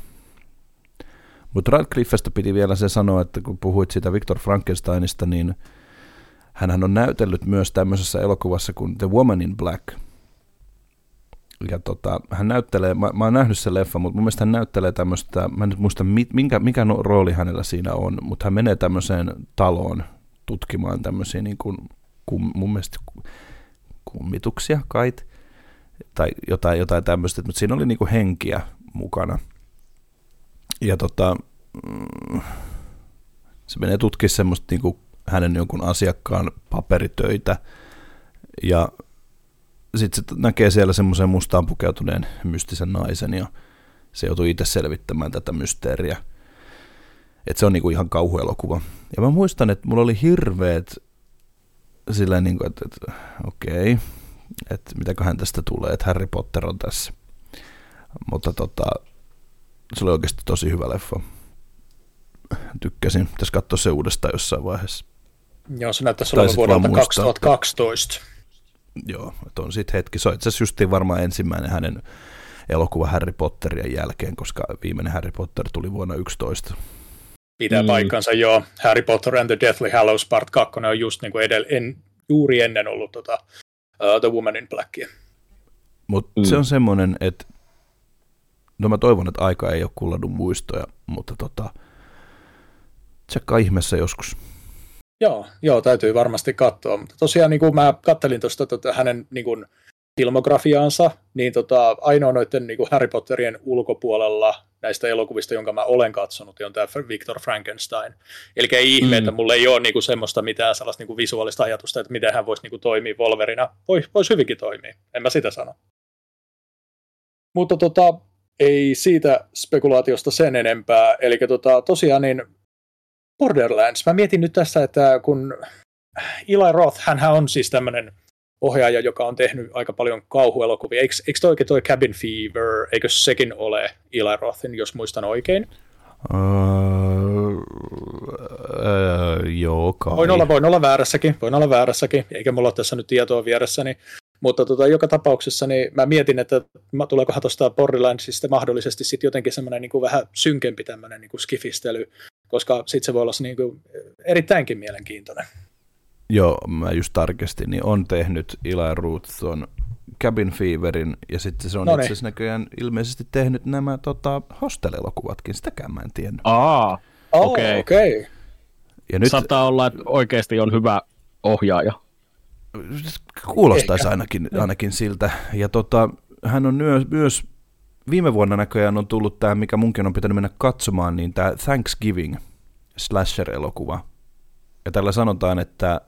Mutta Radcliffesta piti vielä se sanoa, että kun puhuit siitä Victor Frankensteinista, niin hänhän on näytellyt myös tämmöisessä elokuvassa kuin The Woman in Black. Ja hän näyttelee, mä oon nähnyt sen leffan, mutta mun mielestä hän näyttelee tämmöistä, mä en nyt muista mikä rooli hänellä siinä on, mutta hän menee tämmöiseen taloon tutkimaan tämmöisiä niin kuin, mun mielestä kummituksia kait, tai jotain tämmöistä, mutta siinä oli niin kuin henkiä mukana. Ja se menee tutkimaan semmoista niin kuin hänen jonkun asiakkaan paperitöitä, ja sitten se näkee siellä semmoisen mustaan pukeutuneen mystisen naisen, ja se joutuu itse selvittämään tätä mysteeriä. Että se on niinku ihan kauhuelokuva. Ja mä muistan, että mulla oli hirveet silleen, niinku, että okei, että mitäköhän tästä tulee, että Harry Potter on tässä. Mutta se oli oikeasti tosi hyvä leffa. Tykkäsin. Pitäisi katsoa se uudestaan jossain vaiheessa. Joo, se näyttäisi olevan vuodelta 2012. Joo, että on sitten hetki. Se on itse asiassa justiin varmaan ensimmäinen hänen elokuva Harry Potterien jälkeen, koska viimeinen Harry Potter tuli vuonna 2011. Pitää paikkansa, joo. Harry Potter and the Deathly Hallows Part 2 on just niin kuin juuri ennen ollut The Woman in Blackia. Mutta se on semmoinen, että no mä toivon, että aika ei ole kullannut muistoja, mutta tsekkaa ihmeessä joskus. Joo, täytyy varmasti katsoa, mutta tosiaan niin kuin mä kattelin tuosta hänen niin kuin filmografiaansa, niin ainoa noiden niin kuin Harry Potterien ulkopuolella näistä elokuvista, jonka mä olen katsonut, on tämä Victor Frankenstein. Eli ei ihme, että mulla ei ole niin kuin semmoista mitään sellaista niin kuin visuaalista ajatusta, että miten hän voisi niin kuin toimia Wolverina. Voisi hyvinkin toimia, en mä sitä sano. Mutta Ei siitä spekulaatiosta sen enempää. Eli tosiaan niin Borderlands. Mä mietin nyt tässä, että kun Eli Roth, hänhän on siis tämmöinen ohjaaja, joka on tehnyt aika paljon kauhuelokuvia. Eikö toi Cabin Fever, eikö sekin ole Eli Rothin, jos muistan oikein? Joo, kai. Voin olla väärässäkin, eikä mulla ole tässä nyt tietoa vieressäni. Mutta joka tapauksessa niin mä mietin, että tuleekohan tuosta Borderlandsista mahdollisesti sitten jotenkin semmoinen niin kuin vähän synkempi tämmöinen niin kuin skifistely, koska sitten se voi olla niin kuin erittäinkin mielenkiintoinen. Joo, mä just tarkistin, niin on tehnyt Eli Roth tuon Cabin Feverin, ja sitten se on itse asiassa näköjään ilmeisesti tehnyt nämä Hostel-elokuvatkin, sitäkään mä en tiennyt. Okei. Ja nyt saattaa olla, että oikeasti on hyvä ohjaaja. Kuulostaisi ainakin siltä. Ja hän on myös viime vuonna näköjään on tullut tämä, mikä munkin on pitänyt mennä katsomaan, niin tämä Thanksgiving slasher-elokuva. Ja tällä sanotaan, että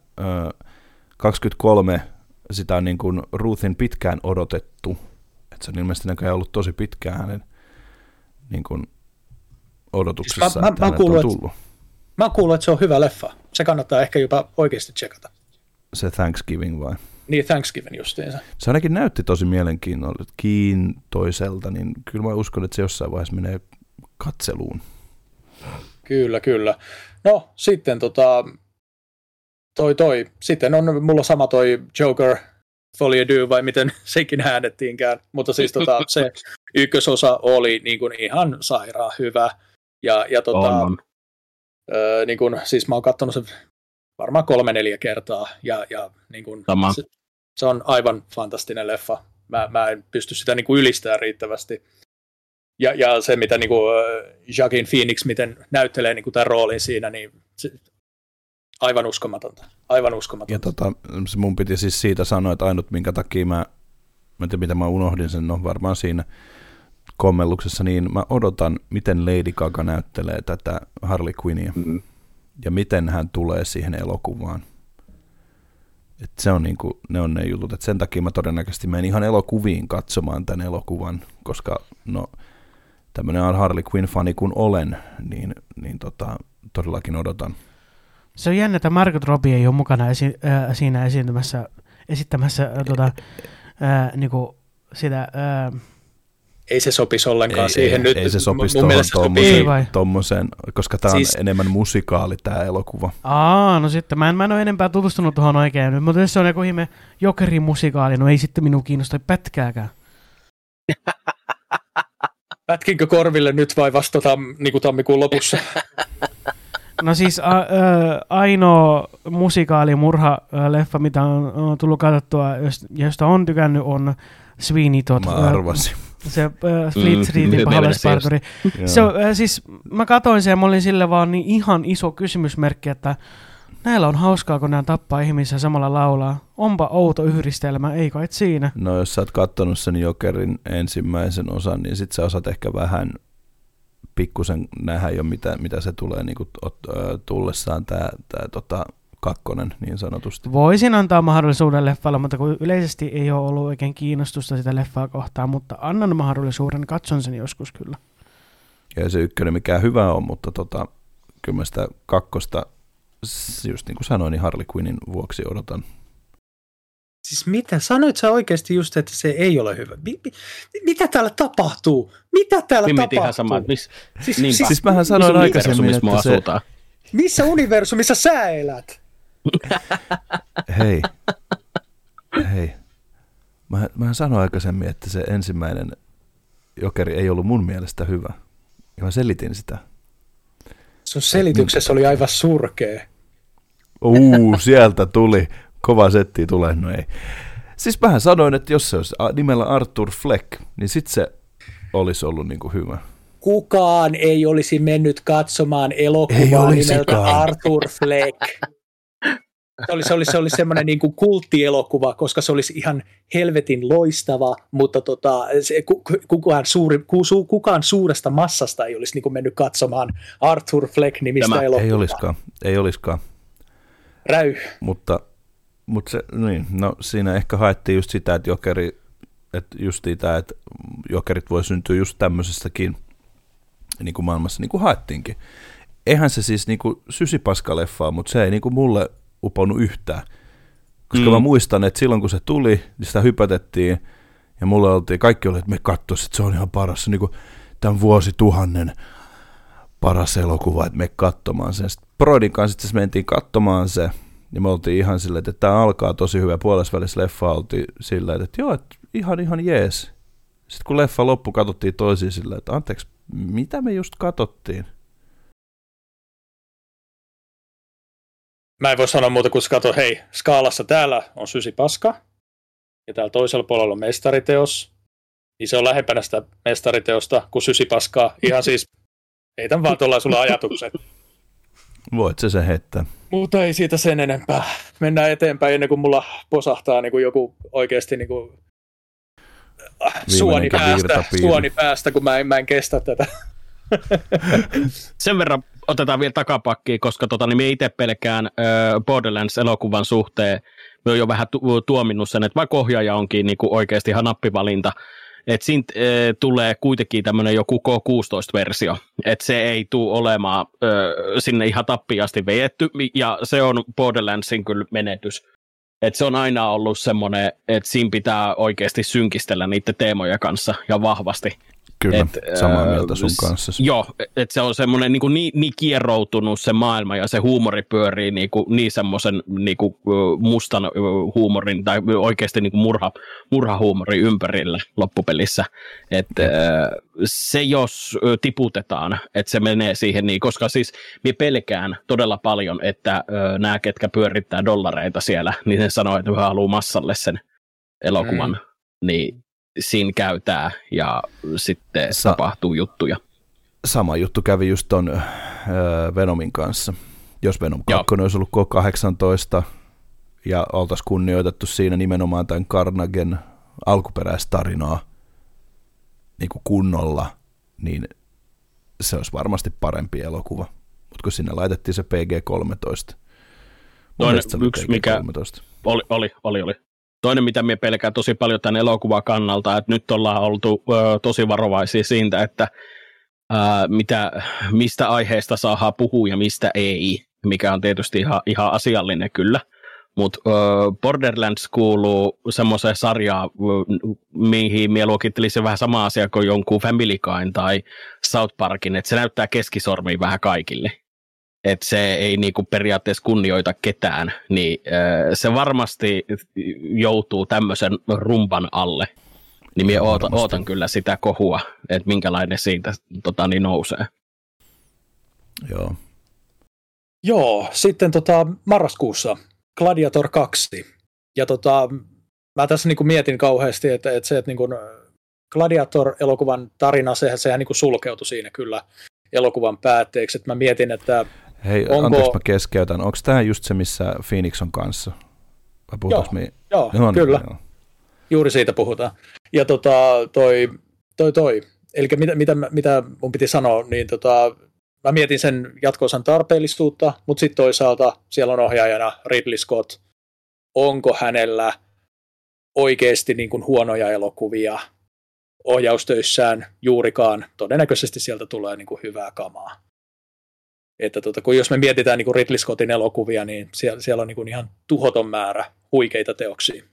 23 sitä on niin kuin Ruthin pitkään odotettu. Että se on ilmeisesti näköjään ollut tosi pitkään hänen niin kuin odotuksessa, että hänet on tullut. Mä oon kuullut, että se on hyvä leffa. Se kannattaa ehkä jopa oikeasti tsekata. Se Thanksgiving vai? Niin, Thanksgiving justiinsa. Se ainakin näytti tosi mielenkiintoiselta, niin kyllä mä uskon, että se jossain vaiheessa menee katseluun. Kyllä. No, sitten Sitten on mulla sama toi Joker Folie Deux, vai miten sekin äännettiinkään. Mutta siis se ykkösosa oli niin kuin ihan sairaan hyvä. Niin kuin, siis mä oon katsonut sen varmaan 3-4 kertaa. Ja niin kuin, se on aivan fantastinen leffa. Mä en pysty sitä niin kuin ylistämään riittävästi. Ja se, mitä niin kuin Joaquin Phoenix miten näyttelee niin kuin tämän roolin siinä, niin aivan uskomatonta. Ja mun piti siis siitä sanoa, että ainut minkä takia mä en tiedä mitä mä unohdin sen, no varmaan siinä kommelluksessa, niin mä odotan, miten Lady Gaga näyttelee tätä Harley Quinnia ja miten hän tulee siihen elokuvaan. Et se on niinku, ne on ne jutut, että sen takia mä todennäköisesti menen ihan elokuviin katsomaan tämän elokuvan, koska no tämmöinen Harley Quinn-fani kun olen, niin todellakin odotan. Se on jännä, että Margot Robbie ei ole mukana siinä esittämässä niinku sitä... Ei se sopisi ollenkaan siihen nyt. Ei se sopisi tommoseen, koska tämä on enemmän musikaali tämä elokuva. No sitten, mä en ole enempää tutustunut tuohon oikein. Mutta jos se on joku ihme Jokerin musikaali, no ei sitten minua kiinnosta pätkääkään. Pätkinkö korville nyt vai vasta niin kuin tammikuun lopussa? No siis ainoa musikaali-murha-leffa, mitä on tullut katsottua, josta on tykännyt, on Sweeney Todd. Mä arvasin. Se Fleet Streetin pahallisparturi. Siis mä katsoin sen ja mä olin sille vaan niin ihan iso kysymysmerkki, että näillä on hauskaa, kun nämä tappaa ihmisiä samalla laulaa. Onpa outo yhdistelmä, eikö et siinä? No jos sä oot kattonut sen Jokerin ensimmäisen osan, niin sit sä osaat ehkä vähän pikkusen nähdä jo, mitä se tulee niin kuin, tullessaan tämä kakkonen niin sanotusti. Voisin antaa mahdollisuuden leffalle, mutta kun yleisesti ei ole ollut oikein kiinnostusta sitä leffaa kohtaan, mutta annan mahdollisuuden, katson sen joskus kyllä. Ja se ykkönen mikään hyvä on, mutta kyllä mä sitä kakkosta, just niin kuin sanoin, niin Harley Quinnin vuoksi odotan. Siis mitä? Sanoit sä oikeasti just, että se ei ole hyvä? Mitä täällä tapahtuu? Mitä täällä tapahtuu? Ihan sama. Siis mähän sanoin aikaisemmin, että se... Missä universumissa sä elät? Hei. Mähän sanoin aikaisemmin, että se ensimmäinen Jokeri ei ollut mun mielestä hyvä. Ja mä selitin sitä. Sun selityksessä oli aivan surkea. Sieltä tuli. Kova setti tulee, no ei. Siis mähän sanoin, että jos se olisi nimellä Arthur Fleck, niin sit se olisi ollut niinku hyvä. Kukaan ei olisi mennyt katsomaan elokuvaa nimeltä Arthur Fleck. Se olisi semmoinen niin kuin kulttielokuva, koska se olisi ihan helvetin loistava, mutta kukaan suuresta massasta ei olisi niin kuin mennyt katsomaan Arthur Fleck-nimistä elokuvaa. Ei olisikaan. Räy. Mutta se, niin, no siinä ehkä haettiin just sitä, että Jokeri että justiin tämä, että jokerit voi syntyä just tämmöisestäkin niin kuin maailmassa, niin kuin haettiinkin. Eihän se siis niin kuin sysipaskaleffaa, mutta se ei niin kuin mulle uponnut yhtään. Koska mä muistan, että silloin kun se tuli, niin sitä hypätettiin, ja mulle kaikki oli, että me katsoisimme, että se on ihan paras, niin kuin tämän vuosituhannen paras elokuva, että me katsomaan sen. Sitten Broidin kanssa sitten mentiin katsomaan se, ja me oltiin ihan silleen, että tämä alkaa tosi hyvä. Puolesvälissä leffa oltiin silleen, että joo, että ihan jees. Sitten kun leffa loppu, katsottiin toisiin silleen, että anteeksi, mitä me just katsottiin? Mä en voi sanoa muuta kuin katso, hei, skaalassa täällä on sysipaska, ja täällä toisella puolella on mestariteos, niin se on lähempänä sitä mestariteosta kuin sysipaskaa. Ihan siis, heitän vaan tuolla sulla ajatukset. Voit se heittää. Mutta ei siitä sen enempää. Mennään eteenpäin ennen kuin mulla posahtaa niin kuin joku oikeasti niin kuin suoni päästä, kun mä en kestä tätä. Sen verran otetaan vielä takapakkiin, koska niin me itse pelkään Borderlands-elokuvan suhteen. Me oon jo vähän tuominnut sen, että vaikka ohjaaja onkin niin kuin oikeasti ihan nappivalinta, että siinä tulee kuitenkin tämmöinen joku K16-versio, että se ei tule olemaan sinne ihan tappiasti vejetty, ja se on Borderlandsin kyllä menetys. Että se on aina ollut semmoinen, että siinä pitää oikeasti synkistellä niiden teemojen kanssa ja vahvasti. Kyllä, samaa mieltä sun kanssa. Joo, että se on semmoinen niin kieroutunut se maailma ja se huumori pyörii niin semmoisen mustan huumorin tai oikeasti murhahuumorin ympärillä loppupelissä. Että se jos tiputetaan, että se menee siihen niin, koska siis minä pelkään todella paljon, että nämä ketkä pyörittää dollareita siellä, niin ne sanoo, että he haluaa massalle sen elokuvan, niin siinä käytää ja sitten tapahtuu juttuja. Sama juttu kävi just ton Venomin kanssa. Jos Venom 2 olisi ollut K18 ja oltaisiin kunnioitettu siinä nimenomaan tämän Carnagen alkuperäistarinaa niin kuin kunnolla, niin se olisi varmasti parempi elokuva. Mutta kun sinne laitettiin se PG-13. Toinen yksi, mikä oli. Toinen, mitä minä pelkään tosi paljon tämän elokuvan kannalta, että nyt ollaan oltu tosi varovaisia siitä, että mistä aiheesta saadaan puhua ja mistä ei, mikä on tietysti ihan asiallinen kyllä. Mutta Borderlands kuuluu semmoiseen sarjaan, mihin minä luokittelisin vähän sama asia kuin jonkun Family Guyn tai South Parkin, että se näyttää keskisormiin vähän kaikille. Että se ei niinku periaatteessa kunnioita ketään, niin se varmasti joutuu tämmöisen rumpan alle. Niin minä ootan kyllä sitä kohua, että minkälainen siitä nousee. Joo. Joo, sitten marraskuussa Gladiator 2. Ja mä tässä niinku mietin kauheasti, että se, että niinku Gladiator-elokuvan tarina, sehän niinku sulkeutui siinä kyllä elokuvan päätteeksi. Että mä mietin, että hei, anteeksi mä keskeytän. Onko tämä just se, missä Phoenix on kanssa? Joo, kyllä. Joo. Juuri siitä puhutaan. Ja eli mitä mun piti sanoa, niin mä mietin sen jatko-osan tarpeellisuutta, mutta sitten toisaalta siellä on ohjaajana Ridley Scott. Onko hänellä oikeasti niin kuin huonoja elokuvia ohjaustöissään juurikaan? Todennäköisesti sieltä tulee niin kuin hyvää kamaa. Että kun jos me mietitään niin kuin Ridley Scottin elokuvia, niin siellä on niin kuin ihan tuhoton määrä huikeita teoksia.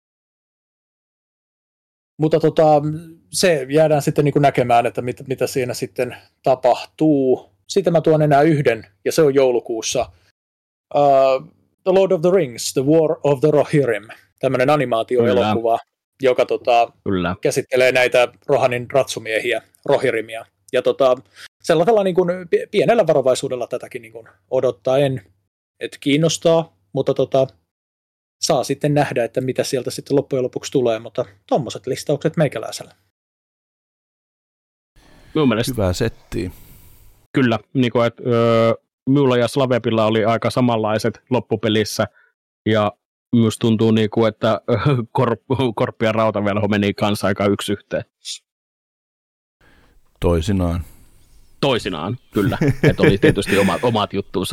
Mutta se jäädään sitten niin kuin näkemään, että mitä siinä sitten tapahtuu. Sitten mä tuon enää yhden, ja se on joulukuussa. The Lord of the Rings, The War of the Rohirrim. Tämmöinen animaatioelokuva, joka käsittelee näitä Rohanin ratsumiehiä, Rohirrimia. Ja sellaisella niin kuin pienellä varovaisuudella tätäkin niin kuin odottaen, että kiinnostaa, mutta saa sitten nähdä, että mitä sieltä sitten loppujen lopuksi tulee, mutta tommoset listaukset meikäläisellä. Hyvää settiä. Kyllä, niin kuin, että minulla ja Slavepilla oli aika samanlaiset loppupelissä, ja myös tuntuu, niin kuin, että Korppi ja Rautavelho meni kanssa aika yksi yhteen. Toisinaan, kyllä. Että oli tietysti omat juttuunsa.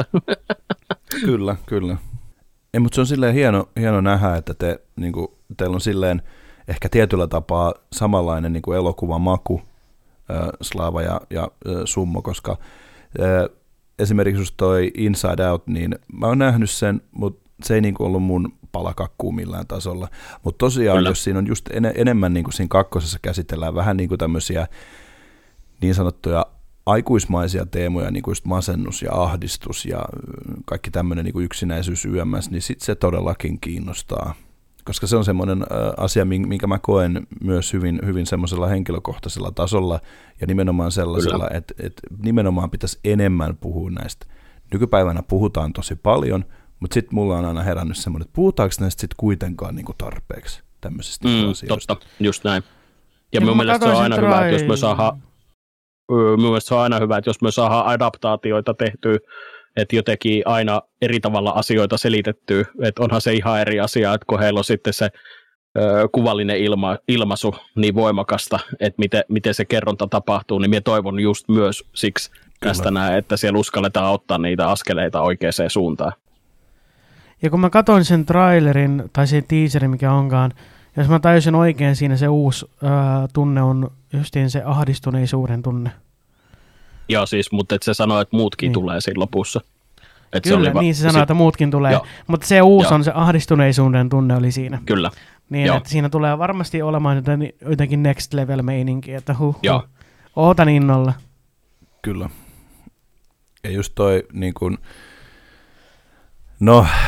Kyllä. Mutta se on silleen hieno nähdä, että teillä on silleen, ehkä tietyllä tapaa samanlainen niin kuin elokuvan maku, Slava ja Summo, koska esimerkiksi just toi Inside Out, niin mä oon nähnyt sen, mutta se ei niin kuin ollut mun palakakkuu millään tasolla. Mutta tosiaan, jos siinä on just enemmän niin kuin siinä kakkosessa käsitellään vähän niin kuin tämmöisiä niin sanottuja aikuismaisia teemoja, niin kuin just masennus ja ahdistus ja kaikki tämmöinen niin kuin yksinäisyys YMS, niin sitten se todellakin kiinnostaa. Koska se on semmoinen asia, minkä mä koen myös hyvin semmoisella henkilökohtaisella tasolla ja nimenomaan sellaisella, että nimenomaan pitäisi enemmän puhua näistä. Nykypäivänä puhutaan tosi paljon, mutta sitten mulla on aina herännyt semmoinen, että puhutaanko näistä sitten kuitenkaan niinku tarpeeksi tämmöisistä asioista. Totta, just näin. Ja mun mielestä se on aina hyvä, että jos me saadaan jos me saadaan adaptaatioita tehtyä, että jotenkin aina eri tavalla asioita selitettyä, että onhan se ihan eri asia, että kun heillä on sitten se kuvallinen ilmaisu niin voimakasta, että miten se kerronta tapahtuu, niin minä toivon just myös siksi tästä näin, että siellä uskalletaan ottaa niitä askeleita oikeaan suuntaan. Ja kun mä katsoin sen trailerin tai sen teaserin, mikä onkaan, jos mä tajusin oikein, siinä se uusi tunne on justiin se ahdistuneisuuden tunne. Joo siis, mutta et se sanoo, että muutkin tulee siinä lopussa. Et kyllä, se se sanoo, että muutkin tulee. Joo. Mutta se uusi on se ahdistuneisuuden tunne oli siinä. Kyllä. Niin, että siinä tulee varmasti olemaan jotenkin next level meininki, että ootan innolla. Kyllä. Ja just toi niin kun, no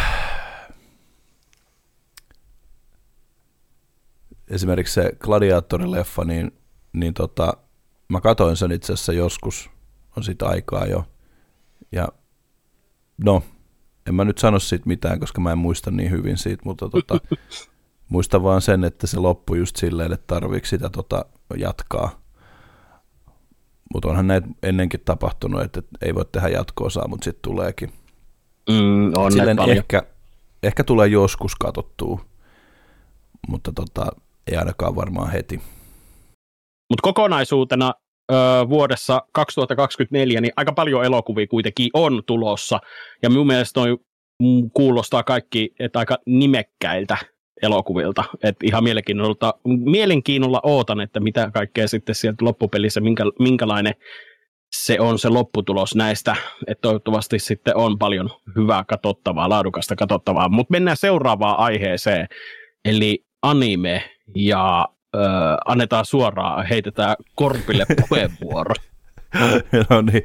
esimerkiksi se Gladiator-leffa, niin mä katoin sen itse asiassa joskus, on siitä aikaa jo, ja no, en mä nyt sano siitä mitään, koska mä en muista niin hyvin siitä, mutta muistan vaan sen, että se loppui just silleen, että tarviiko sitä jatkaa. Mutta onhan näitä ennenkin tapahtunut, että ei voi tehdä jatko-osaa, mutta sitten tuleekin. On silleen ehkä tulee joskus katsottua, mutta ei ainakaan varmaan heti. Mutta kokonaisuutena vuodessa 2024 niin aika paljon elokuvia kuitenkin on tulossa, ja minun mielestä noi kuulostaa kaikki että aika nimekkäiltä elokuvilta, että ihan mielenkiinnolla ootan, että mitä kaikkea sitten sieltä loppupelissä, minkälainen se on se lopputulos näistä, että toivottavasti sitten on paljon hyvää katsottavaa, laadukasta katsottavaa, mutta mennään seuraavaan aiheeseen, eli anime, ja annetaan suoraan, heitetään Korpille puheenvuoro. No niin,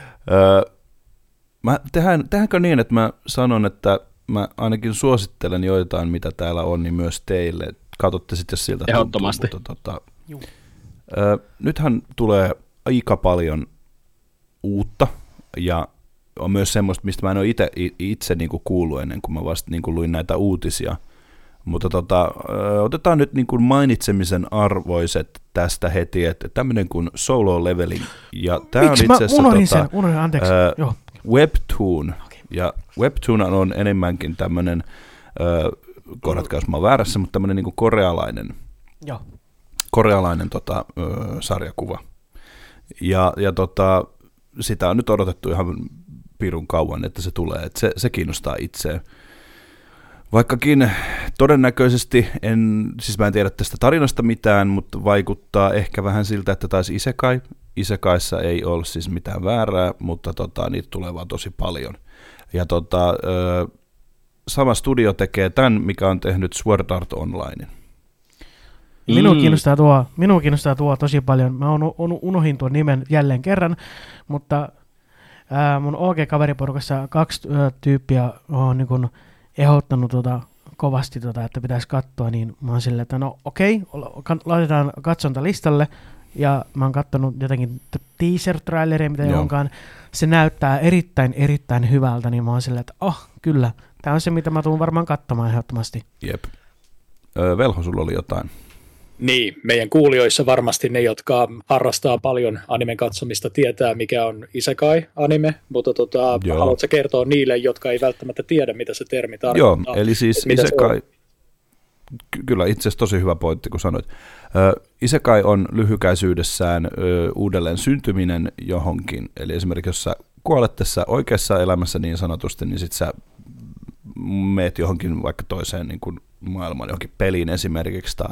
tehdäänkö niin, että mä sanon, että mä ainakin suosittelen joitain, mitä täällä on, niin myös teille. Katsotte sitten, jos siltä ehdottomasti tuntuu. Mutta, nythän tulee aika paljon uutta, ja on myös semmoista, mistä mä en ole itse niinku kuullut ennen kuin mä vasta niinku luin näitä uutisia. Mutta otetaan nyt niinku mainitsemisen arvoiset tästä heti, että tämmöinen kuin Solo Leveling. Ja tää on itse asiassa Webtoon. Okay. Ja Webtoon on enemmänkin tämmöinen, korjatkaa jos mä oon väärässä, mutta tämmöinen niinku korealainen sarjakuva. Ja sitä on nyt odotettu ihan pirun kauan, että se tulee. Että se kiinnostaa itseä. Vaikkakin todennäköisesti, mä en tiedä tästä tarinasta mitään, mutta vaikuttaa ehkä vähän siltä, että taisi Isekai. Isekaissa ei ole siis mitään väärää, mutta niitä tulee vaan tosi paljon. Ja sama studio tekee tämän, mikä on tehnyt Sword Art Onlinein. Minua kiinnostaa tuo tosi paljon. Mä unohdin tuon nimen jälleen kerran, mutta mun OG-kaveriporukassa 2 tyyppiä on niin kun ehdottanut kovasti, että pitäisi katsoa, niin mä oon silleen, että no okei, laitetaan katsonta-listalle, ja mä oon katsonut jotenkin teaser-traileria, mitä onkaan. Se näyttää erittäin hyvältä, niin mä oon silleen, että kyllä, tää on se, mitä mä tuun varmaan katsomaan ehdottomasti. Jep. Velho, sulla oli jotain. Niin, meidän kuulijoissa varmasti ne, jotka harrastaa paljon animen katsomista, tietää, mikä on Isekai-anime, mutta haluatko kertoa niille, jotka ei välttämättä tiedä, mitä se termi tarkoittaa? Joo, eli siis Isekai, kyllä itse asiassa tosi hyvä pointti, kun sanoit. Isekai on lyhykäisyydessään uudelleen syntyminen johonkin, eli esimerkiksi jos sä kuolet tässä oikeassa elämässä niin sanotusti, niin sit sä meet johonkin vaikka toiseen niin kuin maailmaan, johonkin peliin esimerkiksi tai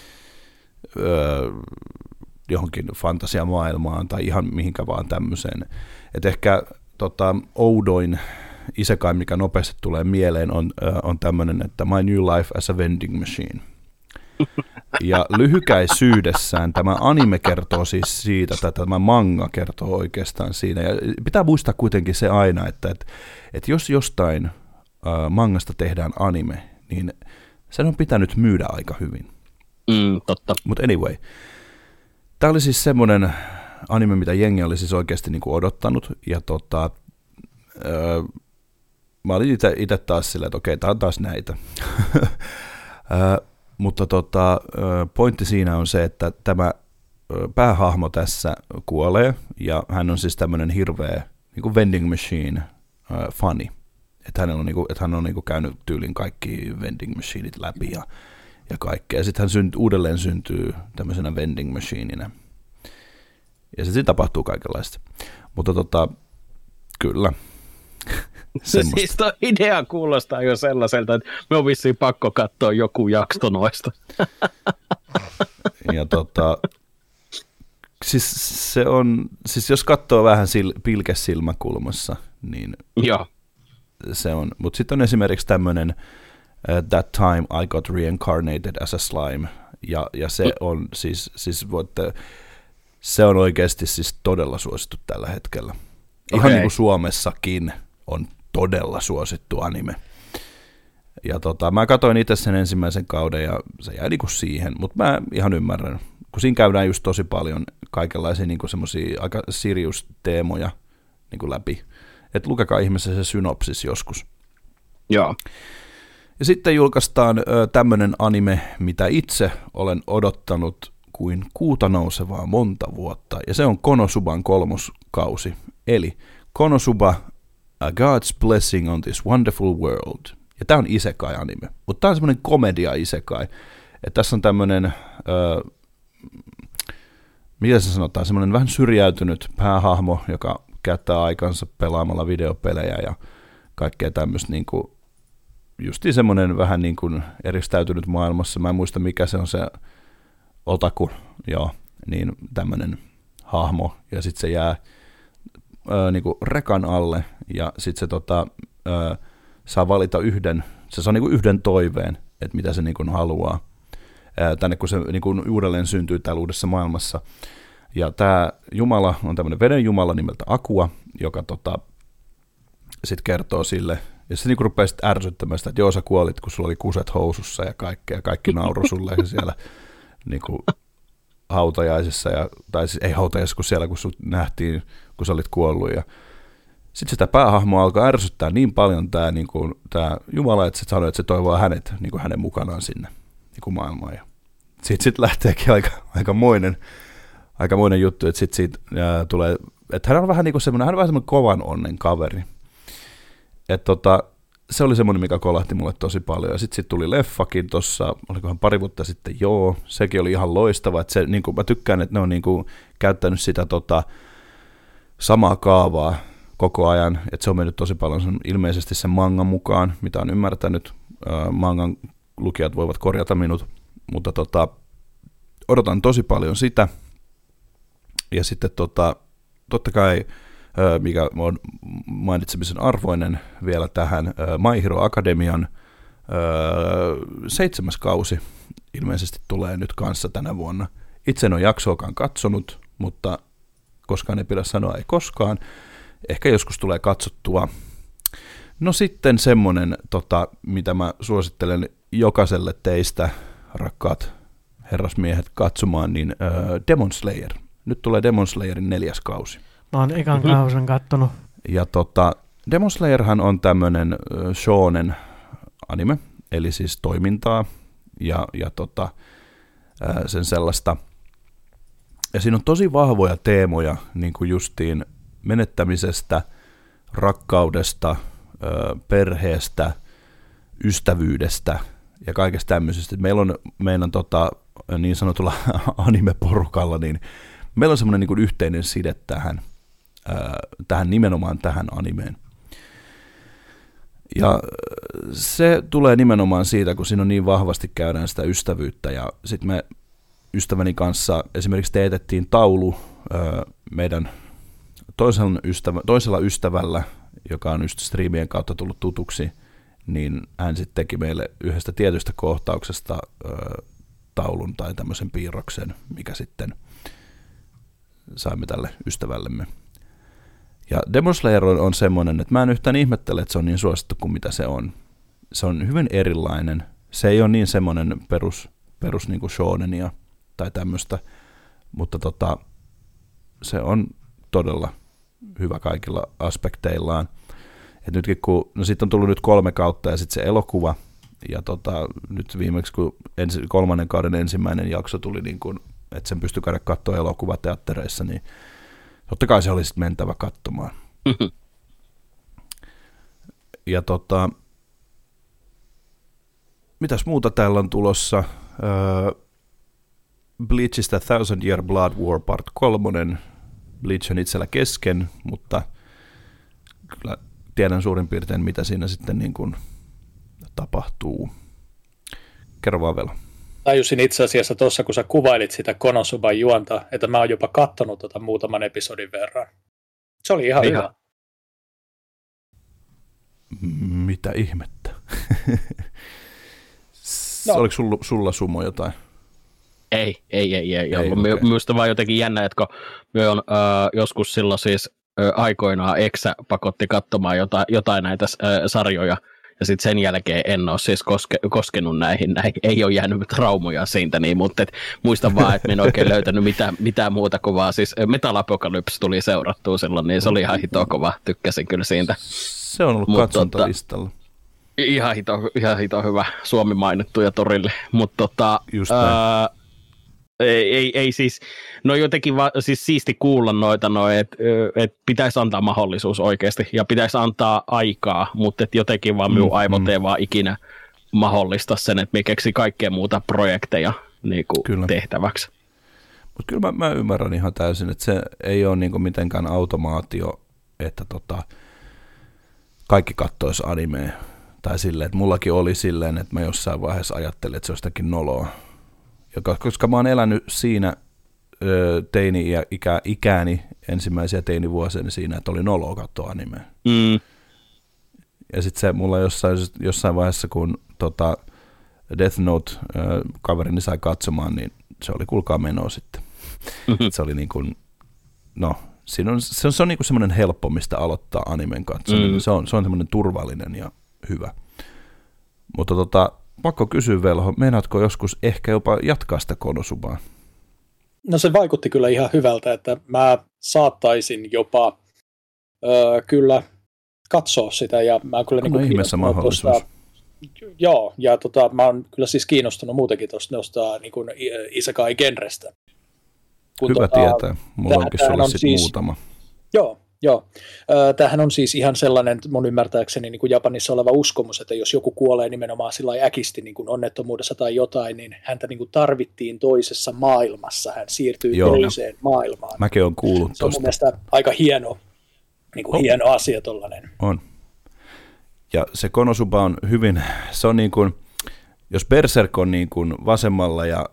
johonkin fantasiamaailmaan tai ihan mihinkä vaan tämmöiseen. Et ehkä oudoin isekai, mikä nopeasti tulee mieleen, on tämmöinen, että My New Life as a Vending Machine. Ja lyhykäisyydessään tämä anime kertoo siis siitä, tai tämä manga kertoo oikeastaan siinä. Ja pitää muistaa kuitenkin se aina, että jos jostain mangasta tehdään anime, niin sen on pitänyt myydä aika hyvin. Totta. Mutta anyway, tämä oli siis semmoinen anime, mitä jengi oli siis oikeasti niinku odottanut. Ja mä olin itse taas silleen, että okei, tää on taas näitä. Mutta pointti siinä on se, että tämä päähahmo tässä kuolee, ja hän on siis tämmöinen hirveä niinku vending machine fani. Että hän on niinku käynyt tyylin kaikki vending machineit läpi ja kaikkea. Ja sitten hän uudelleen syntyy tämmöisenä vending machineina. Ja sitten tapahtuu kaikenlaista. Mutta kyllä. Siis tuo idea kuulostaa jo sellaiselta, että me on vissiin pakko katsoa joku jakso noista. Ja siis jos katsoo vähän pilkesilmäkulmassa, niin joo. Se on. Mutta sitten on esimerkiksi tämmöinen That Time I Got Reincarnated as a Slime, ja se on siis voitte, se on oikeasti siis todella suosittu tällä hetkellä. Ihan niin kuin Suomessakin on todella suosittu anime. Ja mä katsoin itse sen ensimmäisen kauden ja se jäi niinku siihen, mutta mä ihan ymmärrän, kun siinä käydään just tosi paljon kaikenlaisia niinku semmosia aika serious-teemoja niinku läpi. Että lukekaa ihmeessä se synopsis joskus. Joo. Ja sitten julkaistaan tämmönen anime, mitä itse olen odottanut kuin kuuta nousevaa monta vuotta. Ja se on Konosuban 3. kausi. Eli Konosuba, A God's Blessing on This Wonderful World. Ja tää on isekai-anime. Mutta tää on semmonen komedia-isekai. Että tässä on tämmönen, mitä se sanotaan, semmonen vähän syrjäytynyt päähahmo, joka käyttää aikansa pelaamalla videopelejä ja kaikkea tämmöistä niinku, justiin semmoinen vähän niin kuin eristäytynyt maailmassa. Mä en muista mikä se on se otaku, joo, niin tämmöinen hahmo. Ja sitten se jää niinku rekan alle ja sitten se saa valita se saa niinku yhden toiveen, että mitä se niinku haluaa tänne, kun se niinku uudelleen syntyy täällä uudessa maailmassa. Ja tämä jumala on tämmöinen veden jumala nimeltä Aqua, joka sitten kertoo sille, ja se niinku rupeaa sitten ärsyttämään sitä, että joo, sä kuolit, kun sulla oli kuset housussa ja kaikki nauru sulle siellä niinku hautajaisissa, tai siis ei hautajaisissa, kun siellä, kun sut nähtiin, kun sä olit kuollut. Ja sitten sitä päähahmoa alkaa ärsyttää niin paljon tämä jumala, että se sanoo, että se toivoo hänet niinku hänen mukanaan sinne niinku maailmaan. Ja sitten lähteekin aikamoinen juttu, että sitten siitä tulee, että hän on vähän niin kuin semmoinen kovan onnen kaveri. Että se oli semmoinen, mikä kolahti mulle tosi paljon. Ja sitten tuli leffakin tuossa, olikohan pari vuotta sitten, joo, sekin oli ihan loistava. Että se, niin kuin, mä tykkään, että ne on niin kuin käyttänyt sitä samaa kaavaa koko ajan. Että se on mennyt tosi paljon ilmeisesti sen mangan mukaan, mitä on ymmärtänyt. Mangan lukijat voivat korjata minut, mutta odotan tosi paljon sitä. Ja sitten totta kai, mikä on mainitsemisen arvoinen vielä tähän, My Hero Academian 7. kausi ilmeisesti tulee nyt kanssa tänä vuonna. Itse en ole jaksoakaan katsonut, mutta koskaan ei pidä sanoa ei koskaan. Ehkä joskus tulee katsottua. No sitten semmonen, mitä mä suosittelen jokaiselle teistä, rakkaat herrasmiehet, katsomaan, niin Demon Slayer. Nyt tulee Demon Slayerin 4. kausi. Mä oon ekan kausen kattonut. Ja Demon Slayerhan on tämmönen shonen anime, eli siis toimintaa ja sen sellaista. Ja siinä on tosi vahvoja teemoja, niin kuin justiin menettämisestä, rakkaudesta, perheestä, ystävyydestä ja kaikesta tämmöisestä. Meillä on meidän niin sanotulla anime-porukalla, niin meillä on semmoinen niin kuin yhteinen side tähän nimenomaan tähän animeen. Ja se tulee nimenomaan siitä, kun siinä on niin vahvasti käydään sitä ystävyyttä, ja sitten me ystäväni kanssa esimerkiksi teetettiin taulu meidän toisella ystävällä, joka on just striimien kautta tullut tutuksi, niin hän sitten teki meille yhdestä tietystä kohtauksesta taulun tai tämmöisen piirroksen, mikä sitten saimme tälle ystävällemme. Ja Demon Slayer on semmoinen, että mä en yhtään ihmettele, että se on niin suosittu kuin mitä se on. Se on hyvin erilainen. Se ei ole niin semmoinen perus niin kuin shonenia tai tämmöistä, mutta se on todella hyvä kaikilla aspekteillaan. Et nytkin sitten on tullut nyt 3 kautta ja sitten se elokuva, ja nyt viimeksi kun 3. kauden ensimmäinen jakso tuli, niin kun, että sen pystyi käydä katsoa elokuvateattereissa, niin totta kai se oli sitten mentävä katsomaan. Ja mitäs muuta täällä on tulossa? Bleachista Thousand Year Blood War Part 3. Bleach on itsellä kesken, mutta kyllä tiedän suurin piirtein, mitä siinä sitten niin kuin tapahtuu. Kerro vaan vielä. Tajusin itse asiassa tuossa, kun sä kuvailit sitä Konosuban juonta, että mä oon jopa kattonut muutaman episodin verran. Se oli ihan hyvä. Mitä ihmettä? Oliko sulla Sumo jotain? Ei ollut. Minusta vaan jotenkin jännä, että kun me on joskus silloin siis aikoinaan Eksä pakotti katsomaan jotain näitä sarjoja, ja sitten sen jälkeen en ole siis koskenut näihin, ei ole jäänyt traumoja siitä, niin, mutta muistan vaan, että en oikein löytänyt mitään muuta kuin vaan, siis Metalopocalypse tuli seurattua silloin, niin se oli ihan hito kova, tykkäsin kyllä siitä. Se on ollut katsontalistalla. Ihan hito hyvä, Suomi mainittu ja torille, mutta ei siis, no jotenkin siis siisti kuulla noita, että pitäisi antaa mahdollisuus oikeasti ja pitäisi antaa aikaa, mutta et jotenkin vaan minun aivot ei vaan ikinä mahdollista sen, että me keksi kaikkea muuta projekteja niin kuin tehtäväksi. Mutta kyllä mä ymmärrän ihan täysin, että se ei ole niin kuin mitenkään automaatio, että kaikki kattoisi animea. Tai silleen, että mullakin oli silleen, että mä jossain vaiheessa ajattelin, että se olisi jotakin noloa. Koska mä oon elänyt siinä teini-ikääni, ensimmäisiä teinivuosia, niin siinä, että oli noloa katsoa animea. Ja sitten se mulla jossain vaiheessa, kun Death Note kaverini sai katsomaan, niin se oli kuulkaa menoa sitten. Se oli niin kuin, no, se on niin kuin semmoinen helppo, mistä aloittaa animen katsominen. Se on semmoinen turvallinen ja hyvä. Mutta pakko kysyä, Velho, meinaatko joskus ehkä jopa jatkaa sitä Konosubaa? No se vaikutti kyllä ihan hyvältä, että mä saattaisin jopa kyllä katsoa sitä, ja mä kyllä niin ihmeessä mahdollisuus. Joo, ja mä oon kyllä siis kiinnostunut muutenkin tuosta niin kuin isekai-genrestä. Hyvä tietää, mulla onkin sulle sitten siis muutama. Joo. Tämähän on siis ihan sellainen, mun ymmärtääkseni niin kuin Japanissa oleva uskomus, että jos joku kuolee nimenomaan sillä lailla äkisti niin kuin onnettomuudessa tai jotain, niin häntä niin kuin tarvittiin toisessa maailmassa. Hän siirtyi toiseen maailmaan. Mäkin olen kuullut tuosta. Se on mun mielestä aika hieno, niin kuin hieno asia tollainen. On. Ja se Konosuba on hyvin, se on niin kuin, jos Berserk on niin kuin vasemmalla ja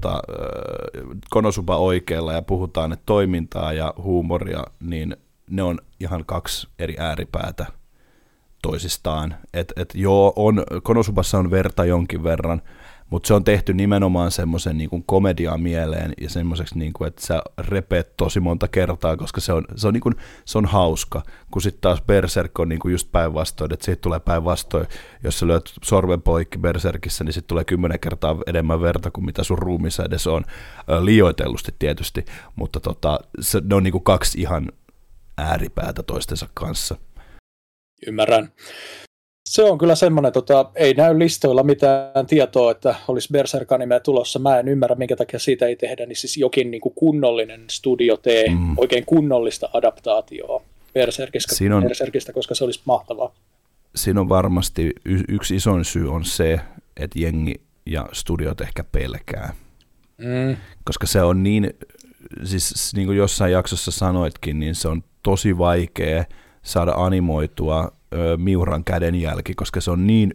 Konosuba oikealla ja puhutaan, että toimintaa ja huumoria, niin ne on ihan 2 eri ääripäätä toisistaan. Joo, Konosubassa on verta jonkin verran, mutta se on tehty nimenomaan semmoisen niin kuin komedian mieleen ja semmoiseksi, niin kuin, että sä repeät tosi monta kertaa, koska se on hauska, kun sitten taas Berserk on niin kuin just päinvastoin, että siitä tulee päinvastoin, jos sä lyöt sorven poikki Berserkissä, niin sitten tulee 10 kertaa enemmän verta kuin mitä sun ruumissa edes on, liioitellusti tietysti, mutta ne on niin kuin 2 ihan ääripäätä toistensa kanssa. Ymmärrän. Se on kyllä semmoinen, ei näy listoilla mitään tietoa, että olisi Berserk-animea tulossa. Mä en ymmärrä, minkä takia siitä ei tehdä, niin siis jokin niin kuin kunnollinen studio tee oikein kunnollista adaptaatioa Berserkistä, koska se olisi mahtavaa. Siinä on varmasti yksi isoin syy on se, että jengi ja studiot ehkä pelkää. Koska se on niin, siis niin kuin jossain jaksossa sanoitkin, niin se on tosi vaikea saada animoitua Miuran kädenjälki, koska se on niin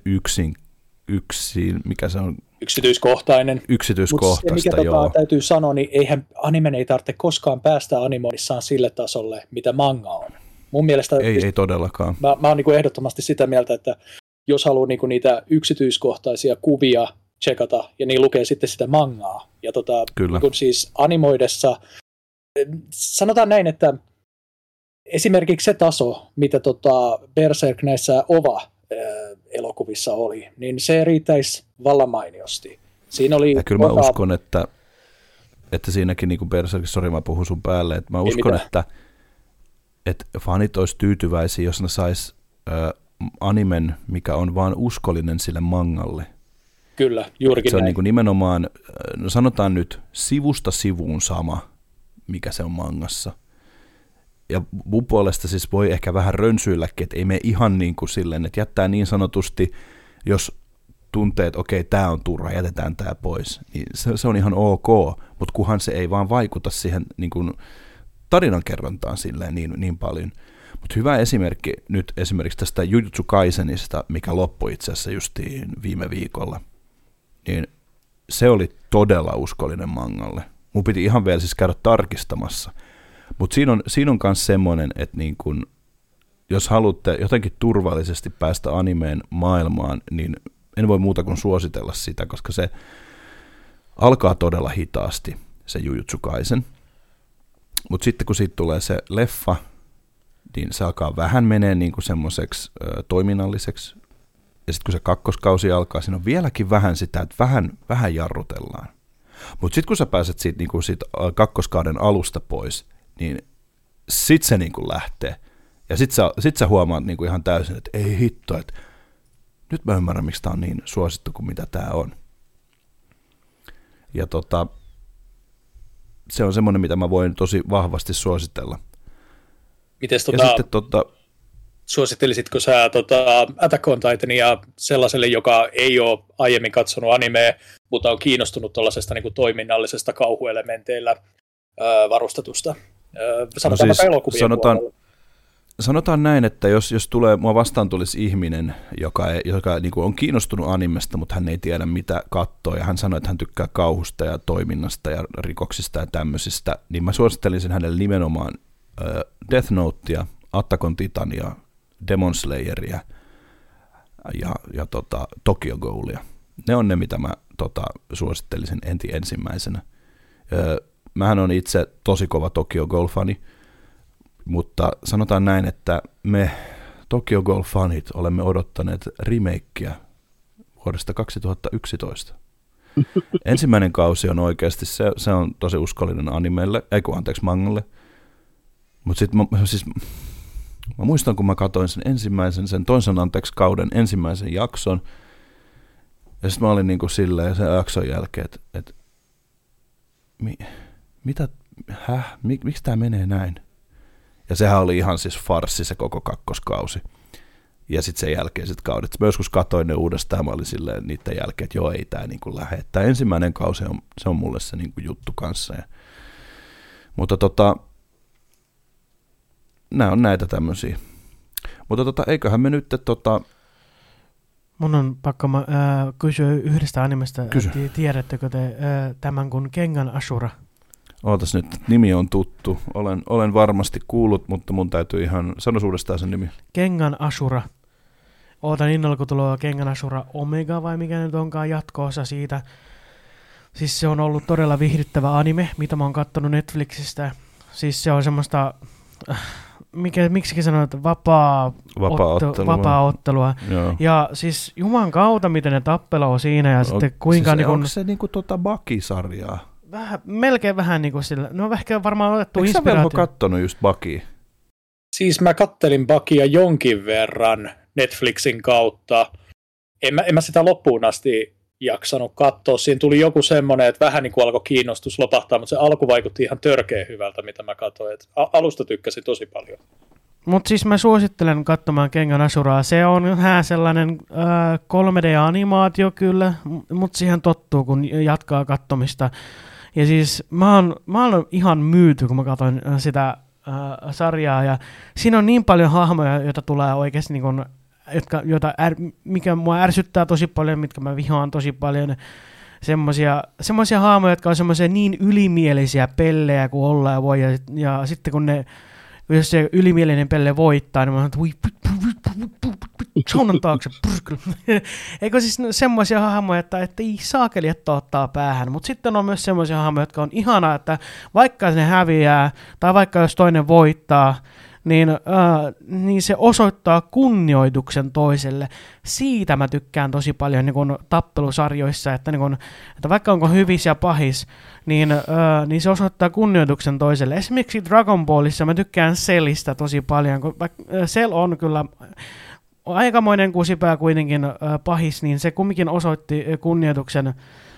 mikä se on? Yksityiskohtaista, mikä joo. Täytyy sanoa, niin eihän animen ei tarvitse koskaan päästä animoinnissaan sille tasolle, mitä manga on. Mun mielestä ei todellakaan. Mä oon niin kuin ehdottomasti sitä mieltä, että jos haluaa niin kuin niitä yksityiskohtaisia kuvia tsekata, ja niin lukee sitten sitä mangaa. Ja niin kuin siis animoidessa, sanotaan näin, että esimerkiksi se taso, mitä Berserk näissä OVA-elokuvissa oli, niin se riittäisi vallan mainiosti. Siinä oli ja kyllä mä uskon, että siinäkin niin kuin Berserk, sori mä puhun sun päälle, että mä uskon, että fanit olisi tyytyväisiä, jos ne sais animen, mikä on vaan uskollinen sille mangalle. Kyllä, juurikin se on näin. niin kuin nimenomaan, no sanotaan nyt, sivusta sivuun sama, mikä se on mangassa. Ja mun puolesta siis voi ehkä vähän rönsyilläkin, että ei mene ihan niin kuin silleen, että jättää niin sanotusti, jos tuntee, että okei, tämä on turha, jätetään tämä pois, niin se on ihan ok, mutta kunhan se ei vaan vaikuta siihen niin kuin tarinankerrontaan silleen niin paljon. Mutta hyvä esimerkki nyt esimerkiksi tästä Jujutsu Kaisenista, mikä loppui itse asiassa justiin viime viikolla, niin se oli todella uskollinen mangalle. Mun piti ihan vielä siis käydä tarkistamassa. Mutta siinä on myös semmoinen, että niin kun, jos haluatte jotenkin turvallisesti päästä animeen maailmaan, niin en voi muuta kuin suositella sitä, koska se alkaa todella hitaasti, se Jujutsu Kaisen. Mutta sitten kun siitä tulee se leffa, niin se alkaa vähän menee niin kuin semmoiseksi toiminnalliseksi. Ja sitten kun se kakkoskausi alkaa, siinä on vieläkin vähän sitä, että vähän jarrutellaan. Mutta sitten kun sä pääset siitä, niin kuin siitä kakkoskauden alusta pois, niin sitten se niin kuin lähtee. Ja sitten sä huomaat niin kuin ihan täysin, että ei hitto, että nyt mä ymmärrän, miksi tää on niin suosittu kuin mitä tää on. Ja se on semmoinen, mitä mä voin tosi vahvasti suositella. Mites suosittelisitko sä Attack on Titania sellaiselle, joka ei ole aiemmin katsonut animea, mutta on kiinnostunut tuollaisesta niin kuin toiminnallisesta kauhuelementeillä varustetusta? Sanotaan näin, että jos tulee, mua vastaan tulisi ihminen, joka niin kuin on kiinnostunut animesta, mutta hän ei tiedä mitä katsoo, ja hän sanoo, että hän tykkää kauhusta ja toiminnasta ja rikoksista ja tämmöisistä, niin mä suosittelisin hänelle nimenomaan Death Notea, Attack on Titania, Demon Slayeria ja Tokyo Ghoulia. Ne on ne, mitä mä suosittelisin ensimmäisenä. Mähän on itse tosi kova Tokyo Ghoul-fani, mutta sanotaan näin, että me Tokyo Ghoul-fanit olemme odottaneet remakeä vuodesta 2011. Ensimmäinen kausi on oikeasti, se on tosi uskollinen animelle, mangalle. Mutta sitten mä muistan, kun mä katsoin sen toisen kauden ensimmäisen jakson, ja sitten mä olin niin kuin silleen sen jakson jälkeen, että miksi tää menee näin? Ja sehän oli ihan siis farssi se koko kakkoskausi. Ja sitten sen jälkeen sit kaudet. Mä joskus katsoin ne uudestaan, mä olin silleen niiden jälkeen, että joo, ei tää niin kuin lähde. Tää ensimmäinen kausi se on mulle se niin kuin juttu kanssa. Mutta nämä on näitä tämmöisiä. Mutta eiköhän me nyt Mun on pakko kysyä yhdestä animesta. Tiedättekö te tämän kuin Kengan Ashura? Ootas nyt, nimi on tuttu. Olen varmasti kuullut, mutta mun täytyy ihan sanoa uudestaan sen nimi. Kengan Ashura. Ootan innolla, kun tulee Kengan Ashura Omega vai mikä nyt onkaan jatko-osa siitä. Siis se on ollut todella viihdyttävä anime, mitä mä oon kattonut Netflixistä. Siis se on semmoista, miksikin sanoa, että vapaa-ottelua. Ja siis juman kautta, miten ne tappeloo siinä ja sitten kuinka... Siis onko se niinku Baki-sarjaa? Melkein vähän niin kuin sillä. No ehkä varmaan otettu inspiraatio. Eikö sä vielä kattonut just Bakia? Siis mä kattelin Bakia jonkin verran Netflixin kautta. En mä sitä loppuun asti jaksanut katsoa. Siinä tuli joku semmoinen, että vähän niin kuin alkoi kiinnostus lopahtaa, mutta se alku vaikutti ihan törkeä hyvältä, mitä mä katsoin. Alusta tykkäsin tosi paljon. Mutta siis mä suosittelen katsomaan Kengan Ashuraa. Se on vähän sellainen 3D-animaatio kyllä, mutta siihen tottuu, kun jatkaa katsomista. Ja siis mä oon ihan myyty, kun mä katsoin sitä sarjaa, ja siinä on niin paljon hahmoja, joita tulee oikeasti, niin kuin, mikä mua ärsyttää tosi paljon, mitkä mä vihaan tosi paljon, semmoisia hahmoja, jotka on semmoisia niin ylimielisiä pellejä kuin ollaan ja voi, ja sitten kun jos se ylimielinen pelle voittaa, niin mä sanon, että saunan taakse, eikö siis semmoisia hahmoja, että ei saakeli, että ottaa päähän, mutta sitten on myös semmoisia hahmoja, jotka on ihanaa, että vaikka ne häviää, tai vaikka jos toinen voittaa, niin se osoittaa kunnioituksen toiselle. Siitä mä tykkään tosi paljon niin kun tappelusarjoissa, että vaikka onko hyvis ja pahis, niin se osoittaa kunnioituksen toiselle. Esimerkiksi Dragon Ballissa mä tykkään Cellistä tosi paljon, kun Cell on kyllä aikamoinen kusipää kuitenkin pahis, niin se kumminkin osoitti kunnioituksen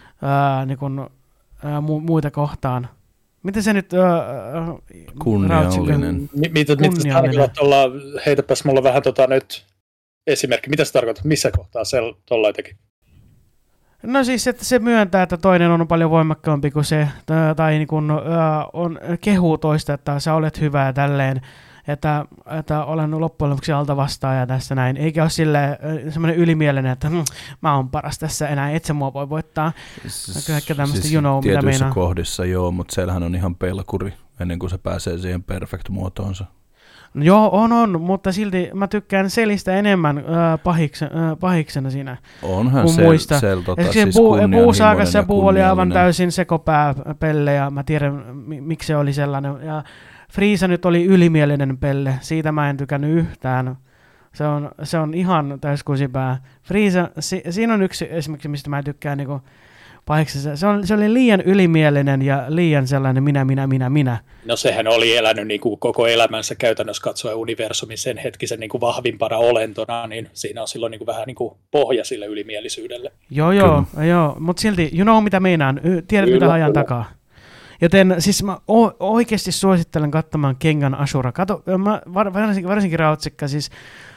muita kohtaan. Miten se nyt... kunniallinen. Mitä sä tarkoitat olla, heitäpäs mulla vähän nyt esimerkki. Mitä sä tarkoitat? Missä kohtaa se tollain teki? No siis, että se myöntää, että toinen on paljon voimakkaampi kuin se, tai niin kun, on kehuu toista, että sä olet hyvä ja tälleen, että olen loppujen lopuksi alta vastaaja tässä näin. Eikä ole semmoinen ylimielinen, että mä oon paras tässä enää, et sä mua voi voittaa. Kaikkea tämmöistä, siis mitä tietyissä meinaa. kohdissa joo, mutta siellähän on ihan pelkuri ennen kuin se pääsee siihen perfect-muotoonsa. No joo, on, mutta silti mä tykkään Selistä enemmän pahiksena siinä. Onhan Sel siis Puusaakassa kunnianhimoinen. Puu oli aivan täysin sekopääpelle, ja mä tiedän, miksi se oli sellainen. Ja Friisa nyt oli ylimielinen pelle, siitä mä en tykännyt yhtään. Se on ihan täyskusipää. Friisa, siinä on yksi esimerkiksi, mistä mä tykkään niin pahiksessa. Se oli liian ylimielinen ja liian sellainen minä. No sehän oli elänyt niin kuin koko elämänsä käytännössä katsoen universumin sen hetkisen niin kuin vahvimpana olentona, niin siinä on silloin niin kuin vähän niin kuin pohja sille ylimielisyydelle. Joo, mutta silti, mitä meinaan, tiedät mitä ajan takaa. Joten siis mä oikeasti suosittelen katsomaan Kengan Ashura. Kato, varsinkin Rautsikka, siis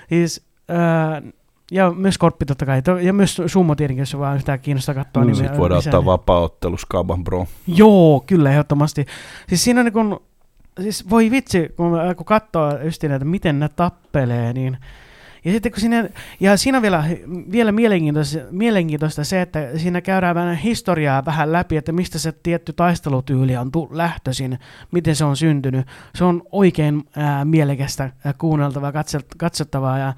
ja myös Korppi totta kai, ja myös Sumo tietenkin, jos vaan yhtään kiinnostaa katsoa. Niin sitten voidaan ottaa vapaa-ottelu Skaban Bro. Joo, kyllä, ehdottomasti. Siis siinä niin kun, siis voi vitsi, kun katsoo just näitä, miten ne tappelee, niin ja sitten kun siinä on vielä mielenkiintoista se, että siinä käydään vähän historiaa vähän läpi, että mistä se tietty taistelutyyli on lähtöisin, miten se on syntynyt. Se on oikein mielekästä kuunneltavaa, katsottavaa, ja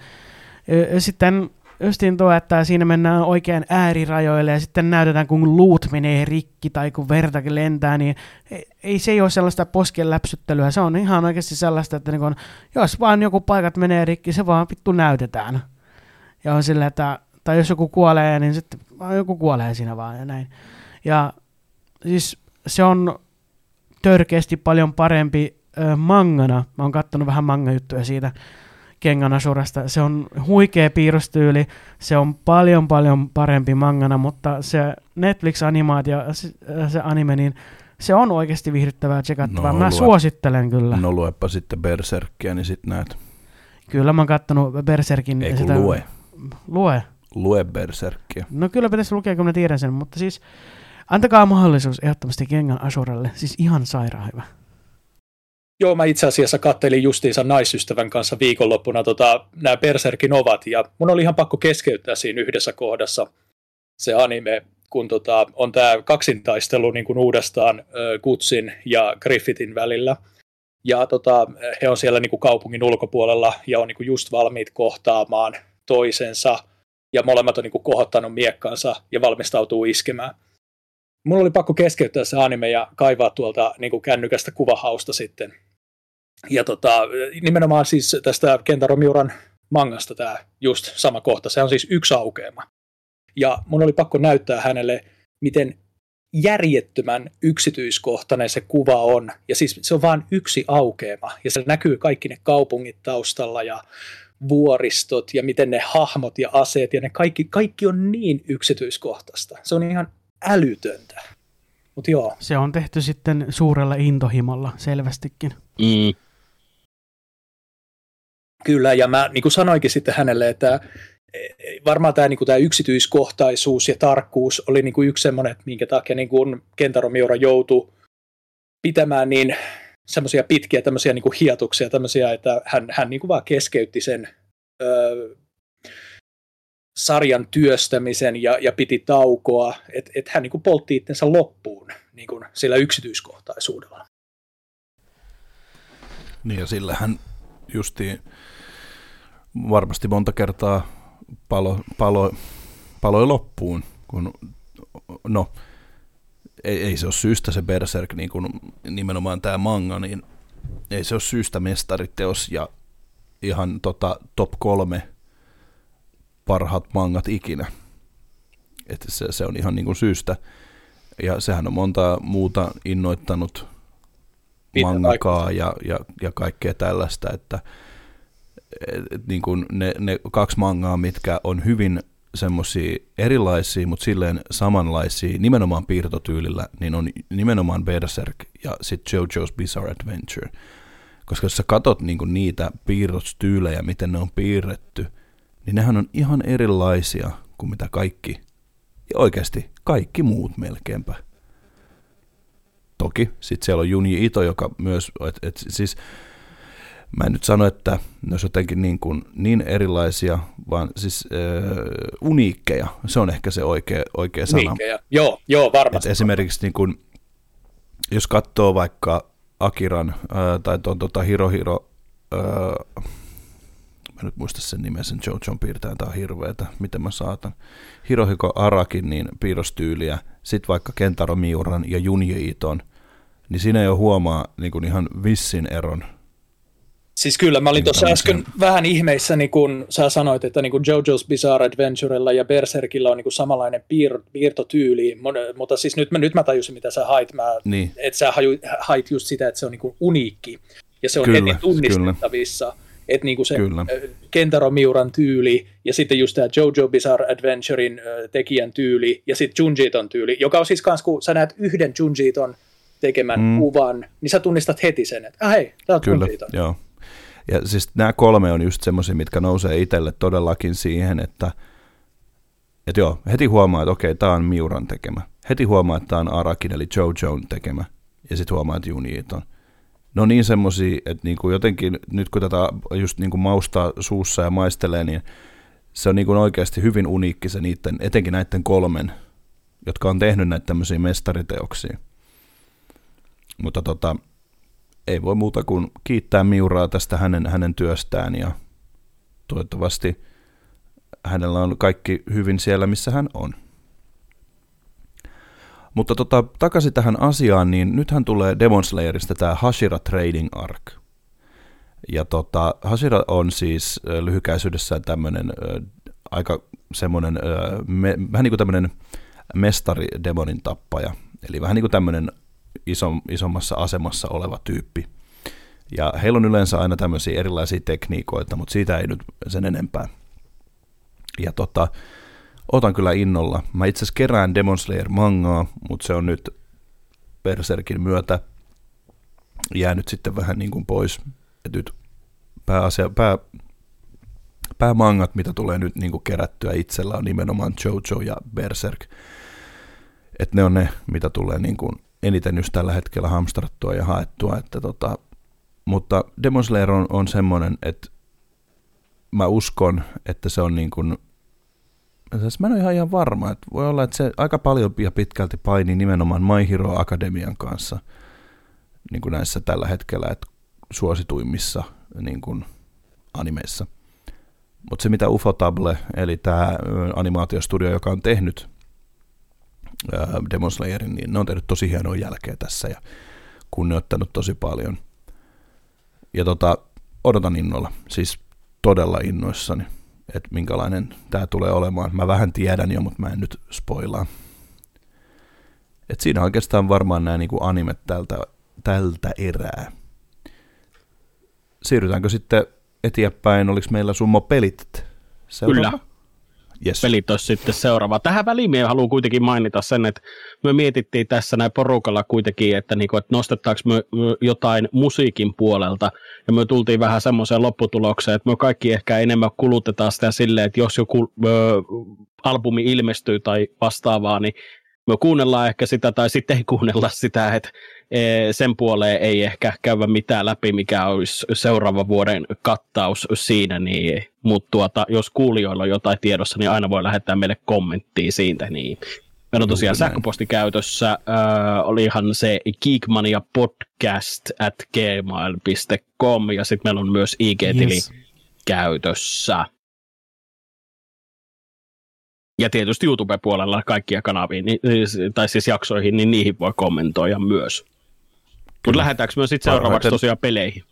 sitten justiin tuo, että siinä mennään oikein äärirajoille ja sitten näytetään, kun luut menee rikki tai kun vertakin lentää, niin se ei ole sellaista posken läpsyttelyä. Se on ihan oikeasti sellaista, että niin jos vaan joku paikat menee rikki, se vaan vittu näytetään. Ja on sillä, että tai jos joku kuolee, niin sitten joku kuolee siinä vaan ja näin. Ja siis se on törkeästi paljon parempi mangana. Mä oon kattonut vähän manga-juttuja siitä Kengan Ashurasta. Se on huikea piirrostyyli, se on paljon parempi mangana, mutta se Netflix-animaatio, se anime, niin se on oikeasti viihdyttävää tsekattavaa. Mä suosittelen kyllä. No luepa sitten Berserkkiä, niin sit näet. Kyllä mä oon kattonut Berserkin. Ei kun lue. Lue? Lue Berserkkiä. No kyllä pitäisi lukea, kun mä tiedän sen, mutta siis antakaa mahdollisuus ehdottomasti Kengan Ashuralle, siis ihan sairaan hyvä. Joo, mä itse asiassa kattelin justiinsa naisystävän kanssa viikonloppuna nämä Berserkin ovat, ja mun oli ihan pakko keskeyttää siinä yhdessä kohdassa se anime, kun on tämä kaksintaistelu niin kuin uudestaan Gutsin ja Griffithin välillä. Ja he on siellä niin kuin kaupungin ulkopuolella ja on niin kuin just valmiit kohtaamaan toisensa, ja molemmat on niin kuin kohottanut miekkansa ja valmistautuu iskemään. Mulla oli pakko keskeyttää se anime ja kaivaa tuolta niin kuin kännykästä kuvahausta sitten. Ja nimenomaan siis tästä Kentaro Miuran mangasta tämä just sama kohta. Se on siis yksi aukeama. Ja mun oli pakko näyttää hänelle, miten järjettömän yksityiskohtainen se kuva on. Ja siis se on vain yksi aukeama. Ja se näkyy kaikki ne kaupungit taustalla ja vuoristot ja miten ne hahmot ja aseet ja ne kaikki on niin yksityiskohtaista. Se on ihan älytöntä. Mut joo. Se on tehty sitten suurella intohimolla selvästikin. Kyllä, ja mä niin kuin sanoinkin sitten hänelle, että varmaan tämä yksityiskohtaisuus ja tarkkuus oli niin kuin yksi semmoinen, minkä takia niin kuin Kentaro Miura joutui pitämään niin semmoisia pitkiä tämmöisiä niin kuin hietuksia, tämmöisiä, että hän niin kuin vaan keskeytti sen sarjan työstämisen ja piti taukoa, että hän niin kuin poltti itsensä loppuun niin kuin sillä yksityiskohtaisuudella. Niin ja sillä hän justiin varmasti monta kertaa paloi loppuun, kun no ei se ole syystä se Berserk, niin kuin nimenomaan tämä manga, niin ei se ole syystä mestariteos ja ihan top 3 parhaat mangat ikinä. Että se on ihan niin kuin syystä. Ja sehän on monta muuta innoittanut mangakaa ja kaikkea tällaista, että niin kuin ne 2 mangaa, mitkä on hyvin semmoisia erilaisia, mutta silleen samanlaisia nimenomaan piirtotyylillä, niin on nimenomaan Berserk ja sitten JoJo's Bizarre Adventure. Koska jos sä katot niinku niitä piirrostyylejä, miten ne on piirretty, niin nehän on ihan erilaisia kuin mitä kaikki, ja oikeasti kaikki muut melkeinpä. Toki sitten siellä on Junji Ito, joka myös, siis mä en nyt sano, että ne olisi jotenkin niin erilaisia, vaan siis uniikkeja. Se on ehkä se oikea sana. Uniikkeja, joo, varmasti. Et esimerkiksi niin kun, jos katsoo vaikka Akiran tai Hirohiro, mä nyt muista sen nimen, sen JoJon piirtäjän, tää on hirveetä, miten mä saatan. Hirohiko Arakin niin piirrostyyliä, sit vaikka Kentaro Miuran ja Junji Iton, niin siinä jo huomaa niin kun ihan vissin eron. Siis kyllä, mä olin tuossa äsken vähän ihmeissäni, kun sä sanoit, että niin kuin JoJo's Bizarre Adventurella ja Berserkillä on niin kuin samanlainen piirtotyyli, mutta siis nyt mä tajusin, mitä sä hait. Niin. Että sä hait just sitä, että se on niin kuin uniikki, ja se on heti tunnistettavissa. Että niin kuin se Kentaro Miuran tyyli, ja sitten just tämä JoJo Bizarre Adventurein tekijän tyyli, ja sitten Junji Iton tyyli, joka on siis kans, kun sä näet yhden Junji Iton tekemän kuvan, niin sä tunnistat heti sen, että hei, tää on Junji Iton. Joo. Ja siis nämä 3 on just semmoisia, mitkä nousee itselle todellakin siihen, että joo, heti huomaa, että okei, tämä on Miuran tekemä. Heti huomaa, että tämä on Arakin eli JoJon tekemä. Ja sitten huomaa, että Junji Iton. No niin semmoisia, että niinku jotenkin nyt kun tätä just niinku maustaa suussa ja maistelee, niin se on niinku oikeasti hyvin uniikki se niiden, etenkin näiden 3, jotka on tehnyt näitä tämmöisiä mestariteoksia. Mutta ei voi muuta kuin kiittää Miuraa tästä hänen työstään ja toivottavasti hänellä on kaikki hyvin siellä, missä hän on. Mutta takaisin tähän asiaan, niin nythän tulee Demon Slayerista tämä Hashira Trading Arc. Ja Hashira on siis lyhykäisyydessään tämmöinen aika semmoinen, vähän niin kuin tämmöinen mestaridemonin tappaja. Eli vähän niin kuin tämmöinen isommassa asemassa oleva tyyppi. Ja heillä on yleensä aina tämmöisiä erilaisia tekniikoita, mutta siitä ei nyt sen enempää. Ja otan kyllä innolla. Mä itse asiassa kerään Demon Slayer-mangaa, mutta se on nyt Berserkin myötä jäänyt sitten vähän niin kuin pois. Et nyt päämangat, mitä tulee nyt niin kuin kerättyä itsellä, on nimenomaan JoJo ja Berserk. Että ne on ne, mitä tulee niin kuin eniten just tällä hetkellä hamstrattua ja haettua. Mutta Demon Slayer on semmoinen, että mä uskon, että se on niin kuin, mä en ole ihan varma, että voi olla, että se aika paljon ja pitkälti painii nimenomaan My Hero Academian kanssa niin kuin näissä tällä hetkellä, että suosituimmissa niin kuin animeissa. Mutta se mitä Ufotable, eli tämä animaatiostudio, joka on tehnyt Demon Slayerin, niin ne on tehnyt tosi hienoa jälkeä tässä ja kunnioittanut tosi paljon. Ja odotan innolla, siis todella innoissani, että minkälainen tämä tulee olemaan. Mä vähän tiedän jo, mutta mä en nyt spoilaa. Et siinä oikeastaan varmaan nämä niinku animet tältä erää. Siirrytäänkö sitten eteenpäin? Oliko meillä Summo pelit seuraava? Kyllä. Yes. Pelit olisi sitten seuraava. Tähän väliin minä haluan kuitenkin mainita sen, että me mietittiin tässä näin porukalla kuitenkin, että nostetaanko me jotain musiikin puolelta, ja me tultiin vähän semmoiseen lopputulokseen, että me kaikki ehkä enemmän kulutetaan sitä silleen, että jos joku albumi ilmestyy tai vastaavaa, niin me kuunnellaan ehkä sitä, tai sitten ei kuunnella sitä, että sen puoleen ei ehkä käydä mitään läpi, mikä olisi seuraavan vuoden kattaus siinä, niin, mutta jos kuulijoilla on jotain tiedossa, niin aina voi lähettää meille kommenttia siitä. Niin. Meillä on tosiaan sähköpostikäytössä, olihan se geekmaniapodcast@gmail.com ja sitten meillä on myös IG-tili käytössä. Ja tietysti YouTube-puolella kaikkia kanaviin, tai siis jaksoihin, niin niihin voi kommentoida myös. Mutta lähdetäänkö myös sitten seuraavaksi tosiaan peleihin?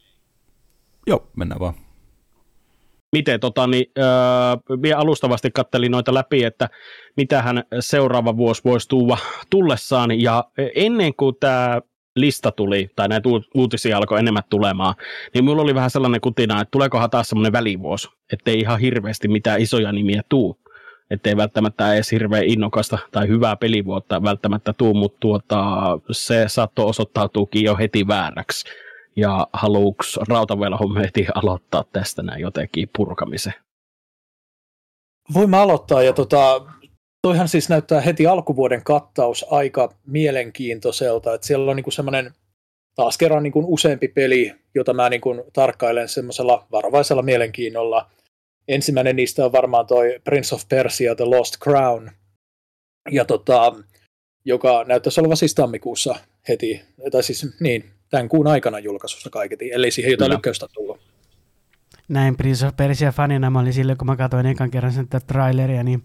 Joo, mennään vaan. Miten vielä alustavasti kattelin noita läpi, että mitähän seuraava vuosi voisi tullessaan, ja ennen kuin tämä lista tuli, tai näitä uutisia alkoi enemmän tulemaan, niin mulla oli vähän sellainen kutina, että tuleekohan taas semmoinen välivuosi, ettei ihan hirveästi mitään isoja nimiä tuu, ettei välttämättä edes hirveän innokasta tai hyvää pelivuotta välttämättä tuu, mutta se saattoi osoittautuukin jo heti vääräksi. Ja haluuks Rautavelho heti aloittaa tästä näin jotenkin purkamisen? Voimme aloittaa, ja toihan siis näyttää heti alkuvuoden kattaus aika mielenkiintoiselta, että siellä on niinku semmoinen taas kerran niinku useampi peli, jota mä niinku tarkkailen semmoisella varovaisella mielenkiinnolla. Ensimmäinen niistä on varmaan toi Prince of Persia, The Lost Crown, ja joka näyttäisi olevan siis tammikuussa heti, tai siis niin, tämän kuun aikana julkaisussa kaiketi, ellei siihen jotain lykkäystä tullut. Näin Prince of Persia-fanina mä olin silleen, kun mä katsoin ekan kerran sen traileria, niin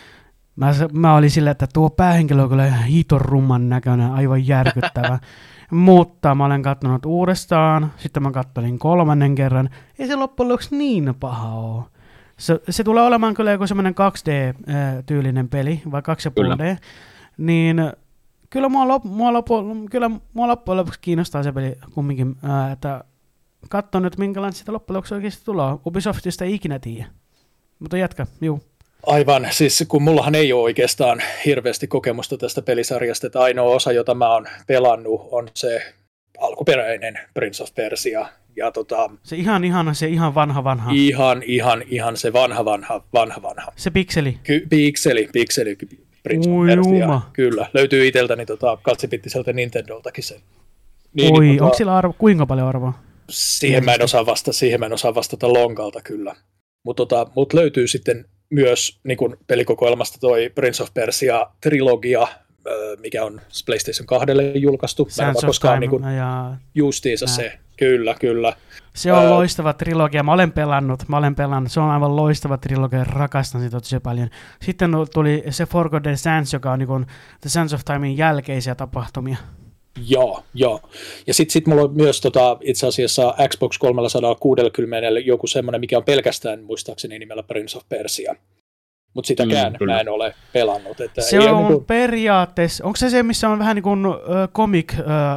mä olin silleen, että tuo päähenkilö on kyllä hiton rumman näköinen, aivan järkyttävä. Mutta mä olen katsonut uudestaan, sitten mä kattelin 3. kerran, ei se loppujen lopuksi niin paha ole. Se tulee olemaan kyllä joku semmoinen 2D-tyylinen peli, vai 2,5D, niin kyllä mua loppujen lopuksi kiinnostaa se peli kumminkin, että katson nyt minkälainen sitä loppujen lopuksi oikeasti tulee. Ubisoftista ei ikinä tiedä, mutta jatka, juu. Aivan, siis kun mullahan ei ole oikeastaan hirveästi kokemusta tästä pelisarjasta, että ainoa osa, jota mä oon pelannut, on se alkuperäinen Prince of Persia. Ja se ihan vanha. Ihan se vanha. Se pikseli. Pikseli Prince of Persia. Kyllä, löytyy itseltäni 2-bittiseltä Nintendoltakin se. Niin, onko sillä kuinka paljon arvoa? Siihen mä en osaa vastata lonkalta kyllä. Mutta löytyy sitten myös niin kuin pelikokoelmasta toi Prince of Persia trilogia, mikä on PlayStation 2 julkaistu. Mä en ole koskaan niin justiinsa se. Kyllä. Se on loistava trilogia. Mä olen pelannut. Se on aivan loistava trilogia. Rakastan sitä tosi paljon. Sitten tuli se Forgotten Sands, joka on niin kuin The Sands of Timein jälkeisiä tapahtumia. Joo. Ja sitten mulla on myös itse asiassa Xbox 360 joku semmoinen, mikä on pelkästään muistaakseni nimellä Prince of Persia. Mutta sitäkään mä en ole pelannut. Että se on niin periaatteessa, onko se missä on vähän niin kuin comic?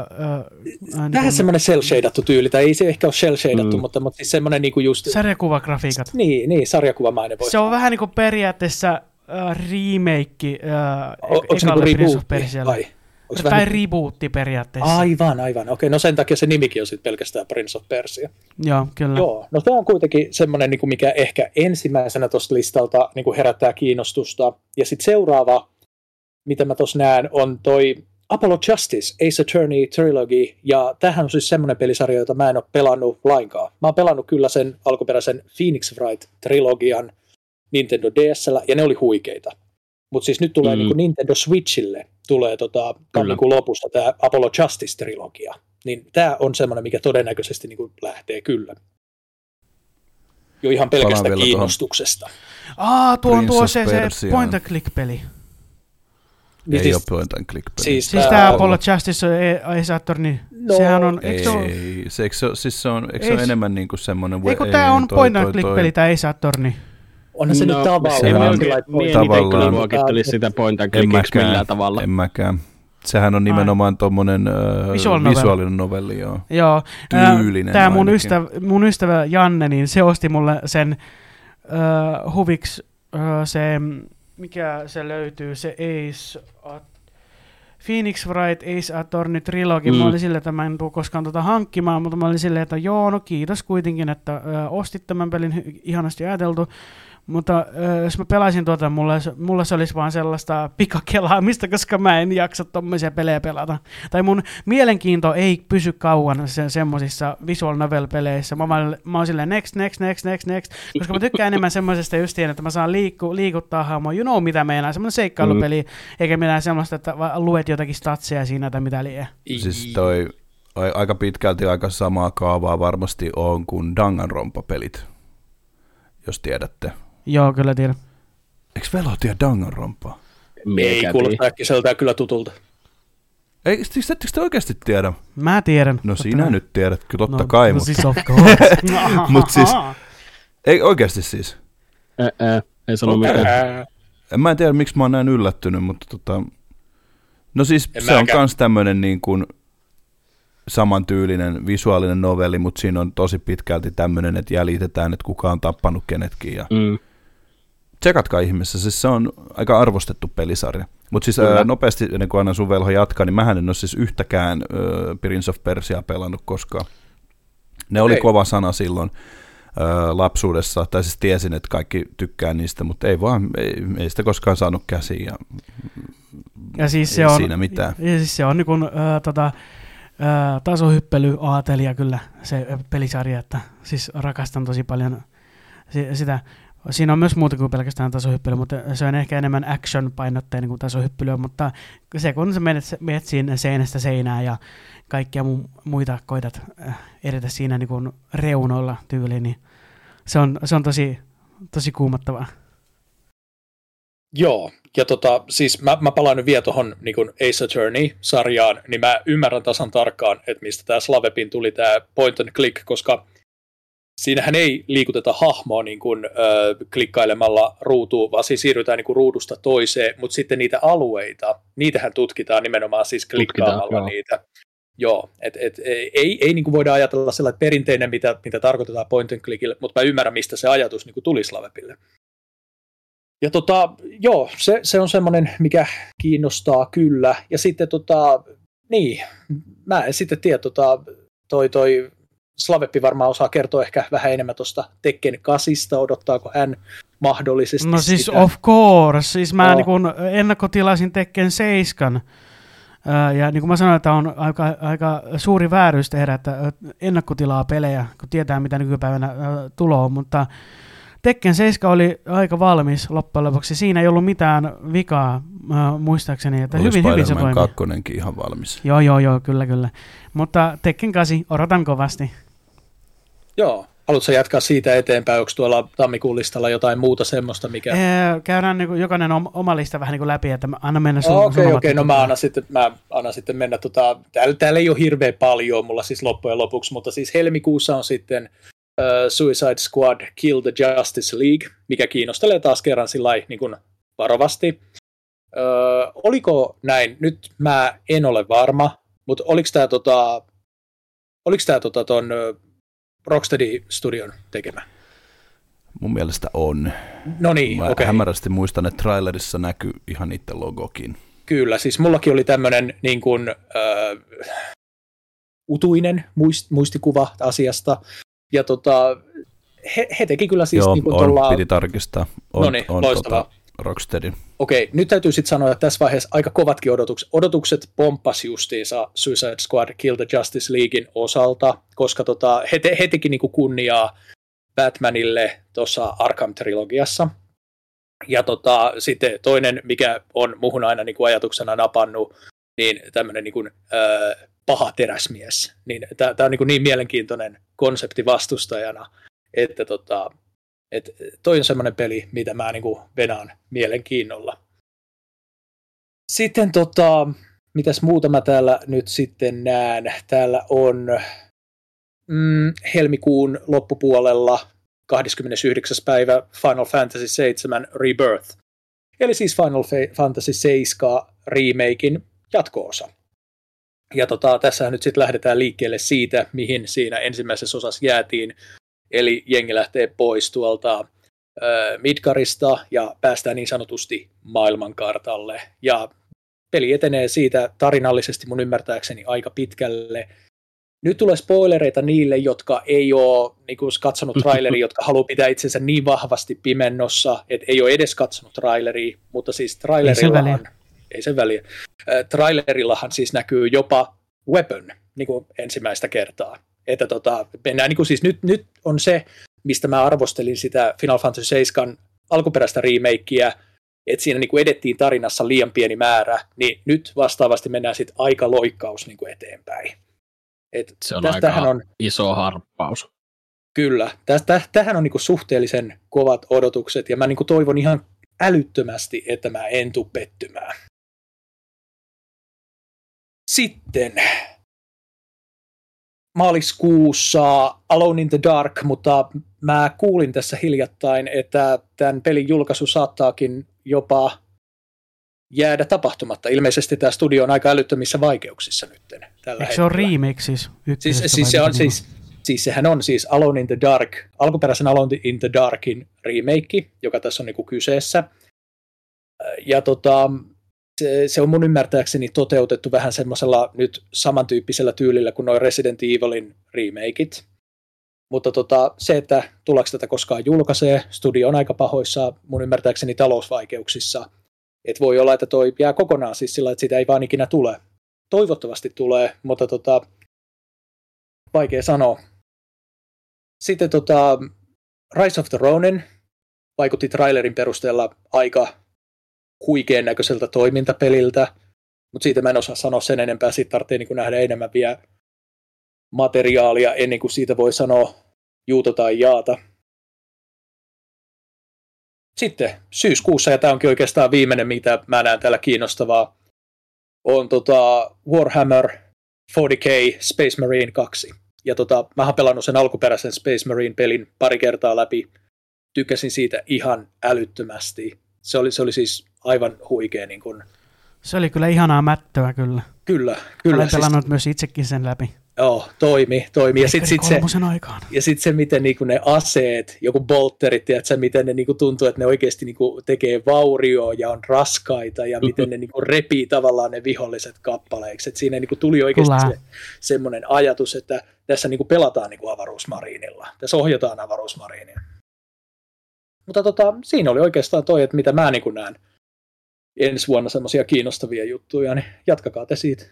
Vähän semmoinen cel-shadattu tyyli, tai ei se ehkä ole cel-shadattu, mutta siis semmoinen niin kuin just... Sarjakuvagrafiikat. Niin, sarjakuvamainen voisi. Se on vähän niin kuin periaatteessa remake ekalla Prince of Persialla. Tai rebootti periaatteessa. Aivan. Okei, no sen takia se nimikin on sitten pelkästään Prince of Persia. Joo, kyllä. Joo, no tämä on kuitenkin semmoinen, mikä ehkä ensimmäisenä tuosta listalta herättää kiinnostusta. Ja sitten seuraava, mitä mä tuossa näen, on toi Apollo Justice, Ace Attorney Trilogy. Ja tämähän on siis semmoinen pelisarja, jota mä en ole pelannut lainkaan. Mä oon pelannut kyllä sen alkuperäisen Phoenix Wright-trilogian Nintendo DS:llä, ja ne oli huikeita. Mutta siis nyt tulee Nintendo Switchille tulee tammikuun lopussa tämä Apollo Justice-trilogia. Niin tämä on semmoinen, mikä todennäköisesti lähtee kyllä. Jo ihan pelkästä kiinnostuksesta. Tuo se point and click-peli. Ei ole point and click-peli. Siis tämä Apollo Justice Ace Attorney, sehän on... Eikö se ole enemmän niin kuin semmoinen... Eikö tämä on point and click-peli, tämä Ace Attorney? Onhan se nyt tavallaan. Luokittelisi sitä point and clickiksi millään tavalla. En mäkään. Sehän on nimenomaan tuommoinen visuaalinen novelli. Joo. Tyylinen. Tämä mun ystävä Janne, niin se osti mulle sen huviksi se, mikä se löytyy, se Phoenix Wright Ace Attorney Trilogy. Mä olin silleen, että mä en tule koskaan hankkimaan, mutta mä olin silleen, että joo, no kiitos kuitenkin, että ostit tämän pelin, ihanasti ajateltu. Mutta jos mä pelaisin mulla se olisi vaan sellaista pikakelaamista, koska mä en jaksa tommoisia pelejä pelata. Tai mun mielenkiinto ei pysy kauan semmosissa visual novel-peleissä. Mä oon silleen next, koska mä tykkään enemmän semmoisesta justiin, että mä saan liikuttaa hahmoa. You know mitä meinaa, semmoinen seikkailupeli, eikä mitään semmoista, että luet jotakin statseja siinä tai mitä liian. Siis toi aika pitkälti aika samaa kaavaa varmasti on kuin Danganronpa-pelit, jos tiedätte. Joo, kyllä tiedän. Eikö Velo tiedä Danganronpaa? Ei kuulostaa äkkiseltään kyllä tutulta. Ei, siis ettekö te oikeasti tiedä? Mä tiedän. No sinä nyt tiedät, kyllä totta kai. No siis of course. Mutta siis, ei oikeasti siis. Ei sano mitään. Mä en tiedä, miksi mä oon näin yllättynyt, mutta no siis se on kans tämmönen niin kuin samantyylinen visuaalinen novelli, mutta siinä on tosi pitkälti tämmöinen, että jäljitetään, että kuka on tappanut kenetkin. Ja tsekatkaa ihmeessä, siis se on aika arvostettu pelisarja. Mutta siis nopeasti, ennen kuin annan sun Velho jatkaa, niin mähän en ole siis yhtäkään Prince of Persiaa pelannut koskaan. Ne oli kova sana silloin lapsuudessa, tai siis tiesin, että kaikki tykkää niistä, mutta ei sitä koskaan saanut käsiin. Ja siis se on, siinä mitään. Ja siis se on niin kuin, tasohyppelyaatelija kyllä se pelisarja, että siis rakastan tosi paljon sitä. Siinä on myös muuta kuin pelkästään tasohyppely, mutta se on ehkä enemmän action-painotteinen kuin tasohyppelyä, mutta se kun sä menet siinä seinästä seinään ja kaikkia muita koitat edetä siinä niin kuin reunoilla tyyliin, niin se on tosi kuumottavaa. Joo, ja siis mä palaan nyt vielä tuohon niin Ace Attorney-sarjaan, niin mä ymmärrän tasan tarkkaan, että mistä tämä Slavepin tuli tämä point and click, koska siinähän ei liikuteta hahmoa niin kuin, klikkailemalla ruutuun, vaan siis siirrytään niin kuin ruudusta toiseen, mutta sitten niitä alueita, niitähän tutkitaan nimenomaan siis klikkaamalla niitä. Joo, ei niin kuin voida ajatella sellainen perinteinen, mitä tarkoitetaan point and clickille, mutta mä ymmärrän, mistä se ajatus niin kuin tuli Slavepille. Ja joo, se on semmoinen, mikä kiinnostaa kyllä. Ja sitten niin, mä en sitten tiedä, toi Slaveppi varmaan osaa kertoa ehkä vähän enemmän tuosta Tekken 8, odottaako hän mahdollisesti No siis sitä? Of course, siis mä niin kun ennakkotilasin Tekken 7, ja niin kuin mä sanoin, että on aika suuri vääryys tehdä, että ennakkotilaa pelejä, kun tietää mitä nykypäivänä tuloa, mutta Tekken 7 oli aika valmis loppujen lopuksi. Siinä ei ollut mitään vikaa, muistaakseni. Että hyvin se toimi. 2 ihan valmis. Joo, kyllä. Mutta Tekken 8, odotan kovasti. Joo. Haluatko jatkaa siitä eteenpäin? Onko tuolla tammikuun listalla jotain muuta semmoista, mikä... Käydään niin kuin jokainen oma lista vähän niin kuin läpi, että anna mennä sun Okei, no mä annan sitten mennä. Täällä ei ole hirveän paljon mulla siis loppujen lopuksi, mutta siis helmikuussa on sitten Suicide Squad Kill the Justice League, mikä kiinnostelee taas kerran sillai niin kuin varovasti. Oliko näin? Nyt mä en ole varma, mutta oliko tämä ton Rocksteady Studion tekemä? Mun mielestä on. No niin, mä hämärästi muistan, että trailerissa näkyy ihan niiden logokin. Kyllä, siis mullakin oli tämmöinen niin kuin, utuinen muistikuva asiasta. Ja he teki kyllä siis... Joo, niin kuin piti tarkistaa. On loistavaa. Rocksteadin. Okei, nyt täytyy sitten sanoa, että tässä vaiheessa aika kovatkin odotukset. Odotukset pomppas justiinsa Suicide Squad Kill the Justice Leaguein osalta, koska he teki niin kuin kunniaa Batmanille tuossa Arkham-trilogiassa. Ja sitten toinen, mikä on muhun aina niin kuin ajatuksena napannut, niin tämmöinen niin kuin, paha teräsmies. Niin, tämä on niin mielenkiintoinen konsepti vastustajana, että toi on semmoinen peli, mitä mä niin kuin venaan mielenkiinnolla. Sitten mitäs muuta mä täällä nyt sitten näen? Täällä on helmikuun loppupuolella 29. päivä Final Fantasy 7 Rebirth. Eli siis Final Fantasy 7 remakein jatko-osa. Ja tässähän nyt sitten lähdetään liikkeelle siitä, mihin siinä ensimmäisessä osassa jäätiin. Eli jengi lähtee pois tuolta Midgarista ja päästään niin sanotusti maailmankartalle. Ja peli etenee siitä tarinallisesti mun ymmärtääkseni aika pitkälle. nyt tulee spoilereita niille, jotka ei ole niin kuin katsonut traileria, jotka haluaa pitää itsensä niin vahvasti pimennossa, että ei ole edes katsonut traileria, mutta siis trailerillahan, ei sen väliä. Trailerillahan siis näkyy jopa weapon niin kuin ensimmäistä kertaa. Että mennään, niin kuin siis nyt on se, mistä mä arvostelin sitä Final Fantasy 7 alkuperäistä remakeä, että siinä niin kuin edettiin tarinassa liian pieni määrä, niin nyt vastaavasti mennään sitten aika loikkaus niin kuin eteenpäin. Se on aika iso harppaus. Kyllä. Tähän on niin kuin suhteellisen kovat odotukset, ja mä niin kuin toivon ihan älyttömästi, että mä en tule pettymään. Sitten maaliskuussa Alone in the Dark, mutta mä kuulin tässä hiljattain, että tämän pelin julkaisu saattaakin jopa jäädä tapahtumatta. Ilmeisesti tämä studio on aika älyttömissä vaikeuksissa nyt. Eikö se ole remake siis? Siis sehän on siis Alone in the Dark, alkuperäisen Alone in the Darkin remake, joka tässä on niinku kyseessä. Ja se on mun ymmärtääkseni toteutettu vähän semmoisella nyt samantyyppisellä tyylillä kuin nuo Resident Evilin remakeit. Mutta se, että tullaanko tätä koskaan julkaisee, studio on aika pahoissa mun ymmärtääkseni talousvaikeuksissa. Et voi olla, että toi jää kokonaan siis sillä, että sitä ei vaan ikinä tule. Toivottavasti tulee, mutta vaikea sanoa. Sitten Rise of the Ronin vaikutti trailerin perusteella aika huikean näköiseltä toimintapeliltä, mutta siitä mä en osaa sanoa sen enempää, siitä tarvitsee niin nähdä enemmän vielä materiaalia ennen kuin siitä voi sanoa juuta tai jaata. Sitten syyskuussa, ja tämä onkin oikeastaan viimeinen, mitä mä näen täällä kiinnostavaa, on Warhammer 40K Space Marine 2. Ja mä oon pelannut sen alkuperäisen Space Marine-pelin pari kertaa läpi. Tykkäsin siitä ihan älyttömästi. Se oli siis aivan huikea. Niin kun... Se oli kyllä ihanaa mättöä kyllä. Kyllä. Olen pelannut myös itsekin sen läpi. Joo, toimi. Ja sitten se, miten niinku ne aseet, joku bolterit, tiedätkö, miten ne niinku tuntuu, että ne oikeasti niinku tekee vaurioa ja on raskaita, ja miten ne niinku repii tavallaan ne viholliset kappaleiksi. Et siinä niinku tuli oikeasti semmoinen ajatus, että tässä niinku pelataan niinku avaruusmariinilla. Tässä ohjataan avaruusmariinia. Mutta siinä oli oikeastaan toi, että mitä mä niinku näen ensi vuonna semmoisia kiinnostavia juttuja, niin jatkakaa te siitä.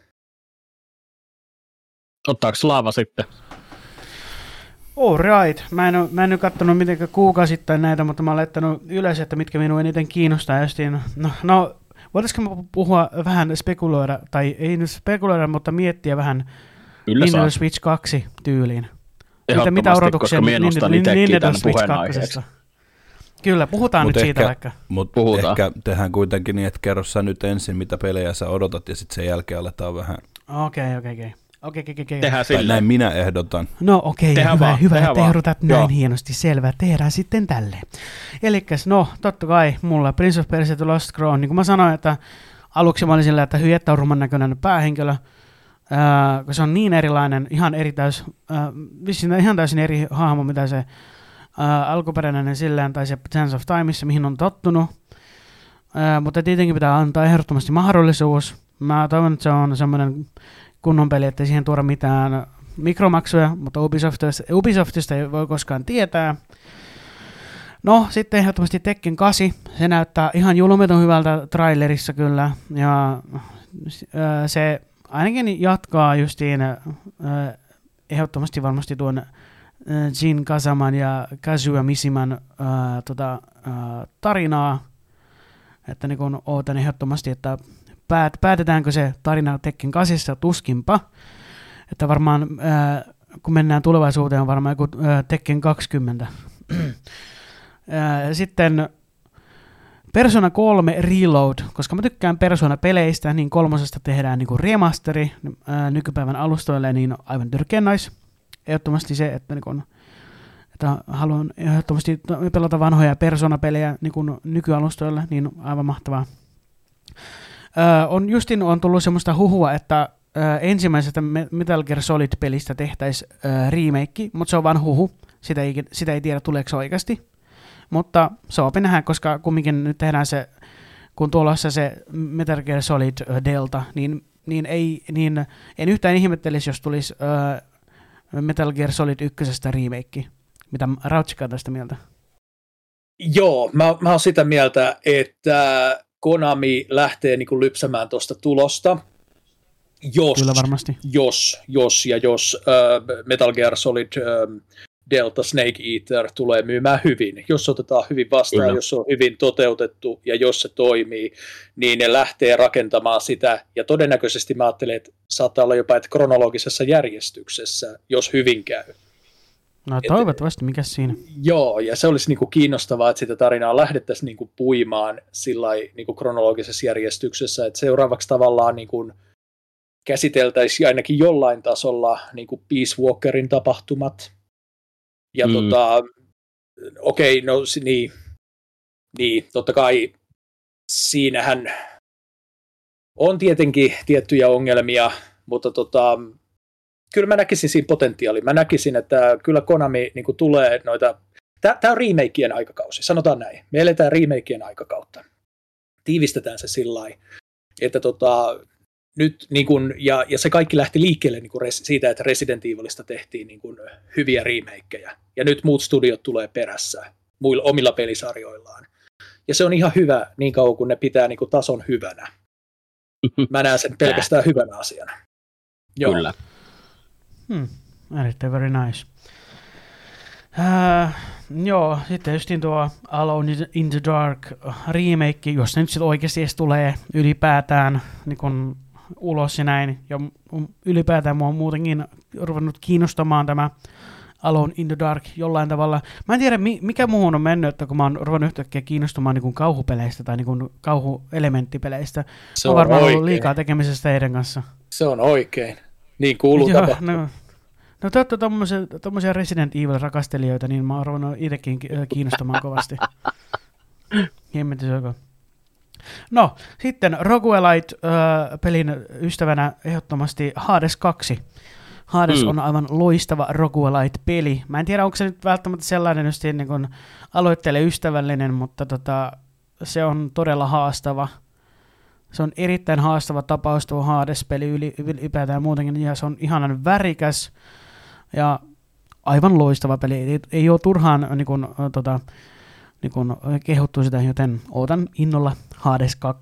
Ottaako Slaava sitten? All right. Mä en nyt katsonut mitenkään kuukausittain näitä, mutta mä olen laittanut ylös, että mitkä minua eniten kiinnostaa. No voitaisiko me puhua vähän spekuloida, tai ei nyt spekuloida, mutta miettiä vähän Nintendo Switch 2 tyyliin. Mitä odotuksia Nintendo Switch 2? Kyllä, puhutaan nyt siitä vaikka. Mutta ehkä tehdään kuitenkin niin, että kerro sä nyt ensin, mitä pelejä sä odotat, ja sitten sen jälkeen aletaan vähän... Okei. Tehdään sillä. Näin minä ehdotan. No okei, hyvä että ehdotat näin hienosti, selvä. Tehdään sitten tälleen. Elikkäs, totta kai mulla Prince of Persia The Lost Crown, niin kuin mä sanoin, että aluksi mä olin sillä, että hyettaurumman näköinen päähenkilö, kun se on niin erilainen, ihan täysin eri hahmo, mitä se alkuperäinen silleen, tai se Sands of Timeissa, mihin on tottunut. Mutta tietenkin pitää antaa ehdottomasti mahdollisuus. Mä toivon, että se on semmoinen kunnon peli, ettei siihen tuoda mitään mikromaksuja, mutta Ubisoftista ei voi koskaan tietää. No, sitten ehdottomasti Tekken 8. Se näyttää ihan julmeton hyvältä trailerissa kyllä, ja se ainakin jatkaa justiin ehdottomasti varmasti tuon Jin Kazaman ja Kazuya Mishiman tarinaa, että niin kun ootan ehdottomasti, että päätetäänkö se tarina Tekken 8, tuskinpa, että varmaan kun mennään tulevaisuuteen on varmaan joku Tekken 20. Sitten Persona 3 Reload, koska mä tykkään Persona-peleistä, niin 3 tehdään niin remasteri nykypäivän alustoille, niin aivan törkeän nice. Ehdottomasti se, että, että haluan ehdottomasti pelata vanhoja Persona-pelejä nykyalustoille, niin aivan mahtavaa. On tullut semmoista huhua, että ensimmäisestä Metal Gear Solid-pelistä tehtäisiin remake, mutta se on vain huhu. Sitä ei tiedä, tuleeko se oikeasti. Mutta soopi nähdä, koska kumminkin nyt tehdään se, kun tuollaisessa se Metal Gear Solid Delta, niin en yhtään ihmettelisi, jos tulisi Metal Gear Solid 1:stä remake. Mitä Rautsikka on tästä mieltä? Joo, mä oon sitä mieltä, että Konami lähtee niin kuin lypsämään tuosta tulosta, Kyllä varmasti. jos Metal Gear Solid Delta Snake Eater tulee myymään hyvin. Jos otetaan hyvin vastaan, Kyllä. Jos se on hyvin toteutettu ja jos se toimii, niin ne lähtee rakentamaan sitä. Ja todennäköisesti mä ajattelen, että saattaa olla jopa että kronologisessa järjestyksessä, jos hyvin käy. No toivottavasti, mikä siinä? Joo, ja se olisi niinku kiinnostavaa, että sitä tarinaa lähdettäisiin niinku puimaan sillai niinku kronologisessa järjestyksessä, että seuraavaksi tavallaan niinku käsiteltäisiin ainakin jollain tasolla niinku Peace Walkerin tapahtumat. Ja totta kai siinähän on tietenkin tiettyjä ongelmia, mutta kyllä mä näkisin siinä potentiaalia. Mä näkisin, että kyllä Konami niin kuin tulee noita. Tämä on remakeien aikakausi, sanotaan näin. Me eletään remakeien aikakautta. Tiivistetään se sillä lailla, että nyt, niin kuin, ja se kaikki lähti liikkeelle niin kuin siitä, että Resident Evilista tehtiin niin kuin hyviä remakeja. Ja nyt muut studiot tulee perässä omilla pelisarjoillaan. Ja se on ihan hyvä niin kauan, kun ne pitää niin kuin tason hyvänä. Mä näen sen pelkästään hyvänä asiana. Joo. Kyllä. Erittäin very nice. Joo, sitten justiin tuo Alone in the Dark remake, jos se nyt sitten oikeasti edes tulee ylipäätään niin kun ulos ja näin, ja ylipäätään mua on muutenkin ruvennut kiinnostamaan tämä Alone in the Dark jollain tavalla. Mä en tiedä, mikä muuhun on mennyt, että kun mä oon ruvennut yhtäkkiä kiinnostumaan niin kuin kauhupeleistä tai niin kuin kauhuelementtipeleistä. Se on varmaan ollut liikaa tekemisestä heidän kanssa. Se on oikein. Niin kuuluu tapahtua. No te olette tommosia Resident Evil-rakastelijoita, niin mä oon ruvennut itsekin kiinnostamaan kovasti. Hemmetisökö. No, sitten Roguelite-pelin ystävänä ehdottomasti Hades 2. Hades on aivan loistava Roguelite-peli. Mä en tiedä, onko se nyt välttämättä sellainen just niin kuin aloitteelle ystävällinen, mutta se on todella haastava. Se on erittäin haastava tapaus tuo Hades-peli ylipäätään muutenkin, ja se on ihanan värikäs ja aivan loistava peli. Ei ole turhaan niin kun kehuttu sitä, joten odotan innolla Hades 2.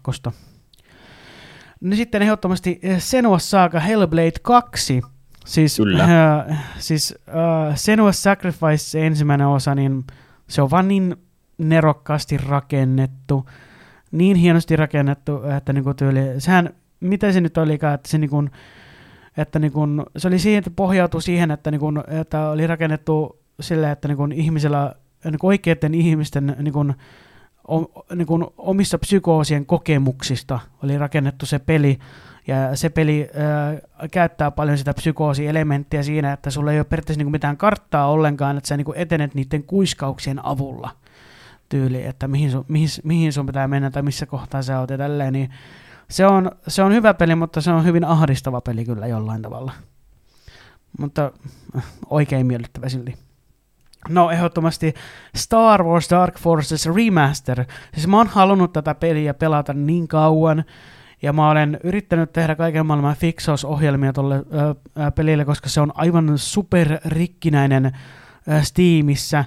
No sitten ehdottomasti Senua's Saga Hellblade 2. Siis Senua's Sacrifice, se ensimmäinen osa, niin se on vaan niin nerokkaasti rakennettu. Niin hienosti rakennettu, että niinku tyyli, sehän, mitä se nyt olikaan, että se niinku, se oli siihen, että pohjautui siihen, että niinku, että oli rakennettu silleen, että niinku ihmisellä, niinku oikeiden ihmisten niinku omissa psykoosien kokemuksista oli rakennettu se peli, ja se peli käyttää paljon sitä psykoosielementtiä siinä, että sulla ei ole periaatteessa niinku mitään karttaa ollenkaan, että sä niinku etenet niiden kuiskauksien avulla. Tyyli, että mihin sun pitää mennä tai missä kohtaa sä oot ja tälleen, niin se on hyvä peli, mutta se on hyvin ahdistava peli kyllä jollain tavalla. Mutta oikein miellyttävä silti. No ehdottomasti Star Wars Dark Forces Remaster. Siis mä oon halunnut tätä peliä pelata niin kauan, ja mä olen yrittänyt tehdä kaiken maailman fiksausohjelmia tolle pelille, koska se on aivan superrikkinäinen Steamissä.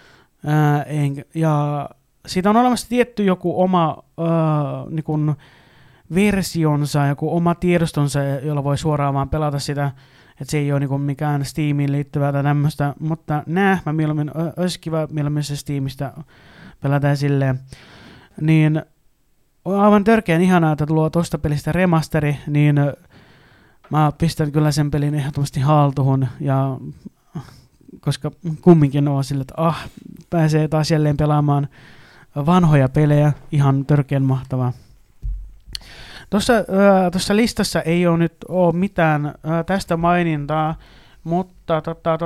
Ja siitä on olemassa tietty joku oma niin versionsa, joku oma tiedostonsa, jolla voi suoraan vaan pelata sitä, että se ei ole niin mikään Steamiin liittyvää tai tämmöistä, mutta mä mieluummin, olisi kiva mieluummin se Steamista pelata silleen, niin on aivan törkeän ihanaa, että tuo tuosta pelistä remasteri, niin mä pistän kyllä sen pelin ehdottomasti haltuun, ja koska kumminkin on sille, että pääsee taas jälleen pelaamaan vanhoja pelejä, ihan törkeän mahtavaa. Tuossa listassa ei ole nyt mitään tästä mainintaa, mutta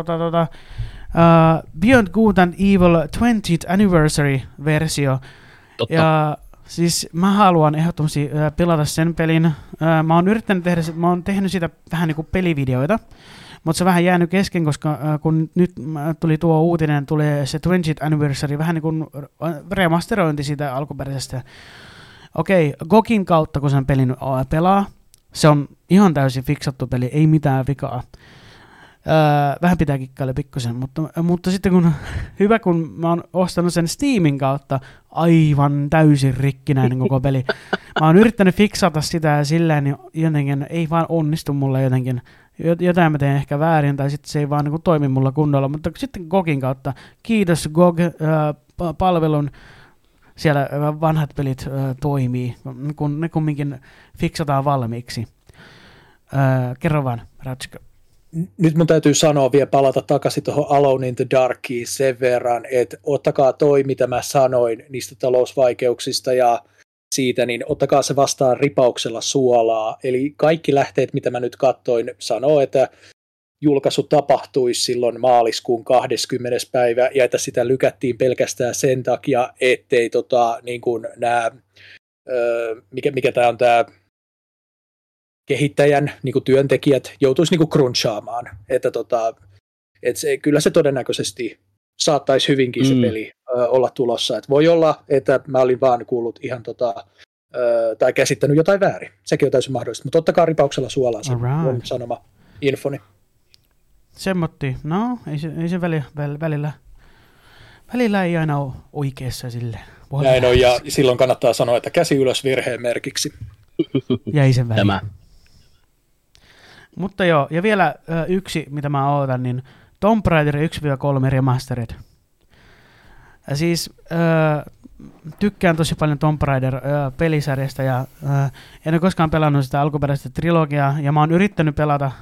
Beyond Good and Evil 20th Anniversary-versio. Totta. Ja siis mä haluan ehdottomasti pelata sen pelin. Mä oon tehnyt siitä vähän niin kuin pelivideoita, mutta se on vähän jäänyt kesken, koska kun nyt tuli tuo uutinen, tulee se 20th Anniversary, vähän niin kuin remasterointi siitä alkuperäisestä. Okei, GOGin kautta, kun sen pelin pelaa, se on ihan täysin fiksattu peli, ei mitään vikaa. Vähän pitää kikkailla pikkusen, mutta sitten kun mä oon ostanut sen Steamin kautta, aivan täysin rikkinäinen koko peli. Mä oon yrittänyt fiksata sitä ja silleen jotenkin ei vaan onnistu mulle jotenkin. Jotain mä teen ehkä väärin tai sitten se ei vaan niin toimi mulla kunnolla, mutta sitten GOGin kautta, kiitos GOG-palvelun, siellä vanhat pelit toimii, kun ne kumminkin fiksataan valmiiksi. Kerro vaan, Ratchko. Nyt mun täytyy sanoa vielä palata takaisin tuohon Alone in the Darkiin sen verran, että ottakaa toi, mitä mä sanoin niistä talousvaikeuksista ja siitä, niin ottakaa se vastaan ripauksella suolaa. Eli kaikki lähteet, mitä mä nyt katsoin, sanoo, että julkaisu tapahtuisi silloin maaliskuun 20. päivä ja että sitä lykättiin pelkästään sen takia, ettei niin kuin nämä, mikä tämä on tämä kehittäjän niin kuin työntekijät joutuisi niin kuin crunchaamaan. Että kyllä se todennäköisesti saattaisi hyvinkin se peli olla tulossa. Et voi olla, että mä olin vaan kuullut ihan tai käsittänyt jotain väärin. Sekin on täysin mahdollista, mutta ottakaa ripauksella suolaa se on sanoma infoni. Semmotti. No, ei se välillä ei aina ole oikeassa silleen. Näin on, ja silloin kannattaa sanoa, että käsi ylös virheen merkiksi. Jäi sen väliin. Tämä. Mutta joo, ja vielä yksi, mitä mä ootan, niin Tomb Raider 1-3 Remastered. Siis tykkään tosi paljon Tomb Raider-pelisarjasta, ja en ole koskaan pelannut sitä alkuperäistä trilogiaa, ja mä oon yrittänyt pelata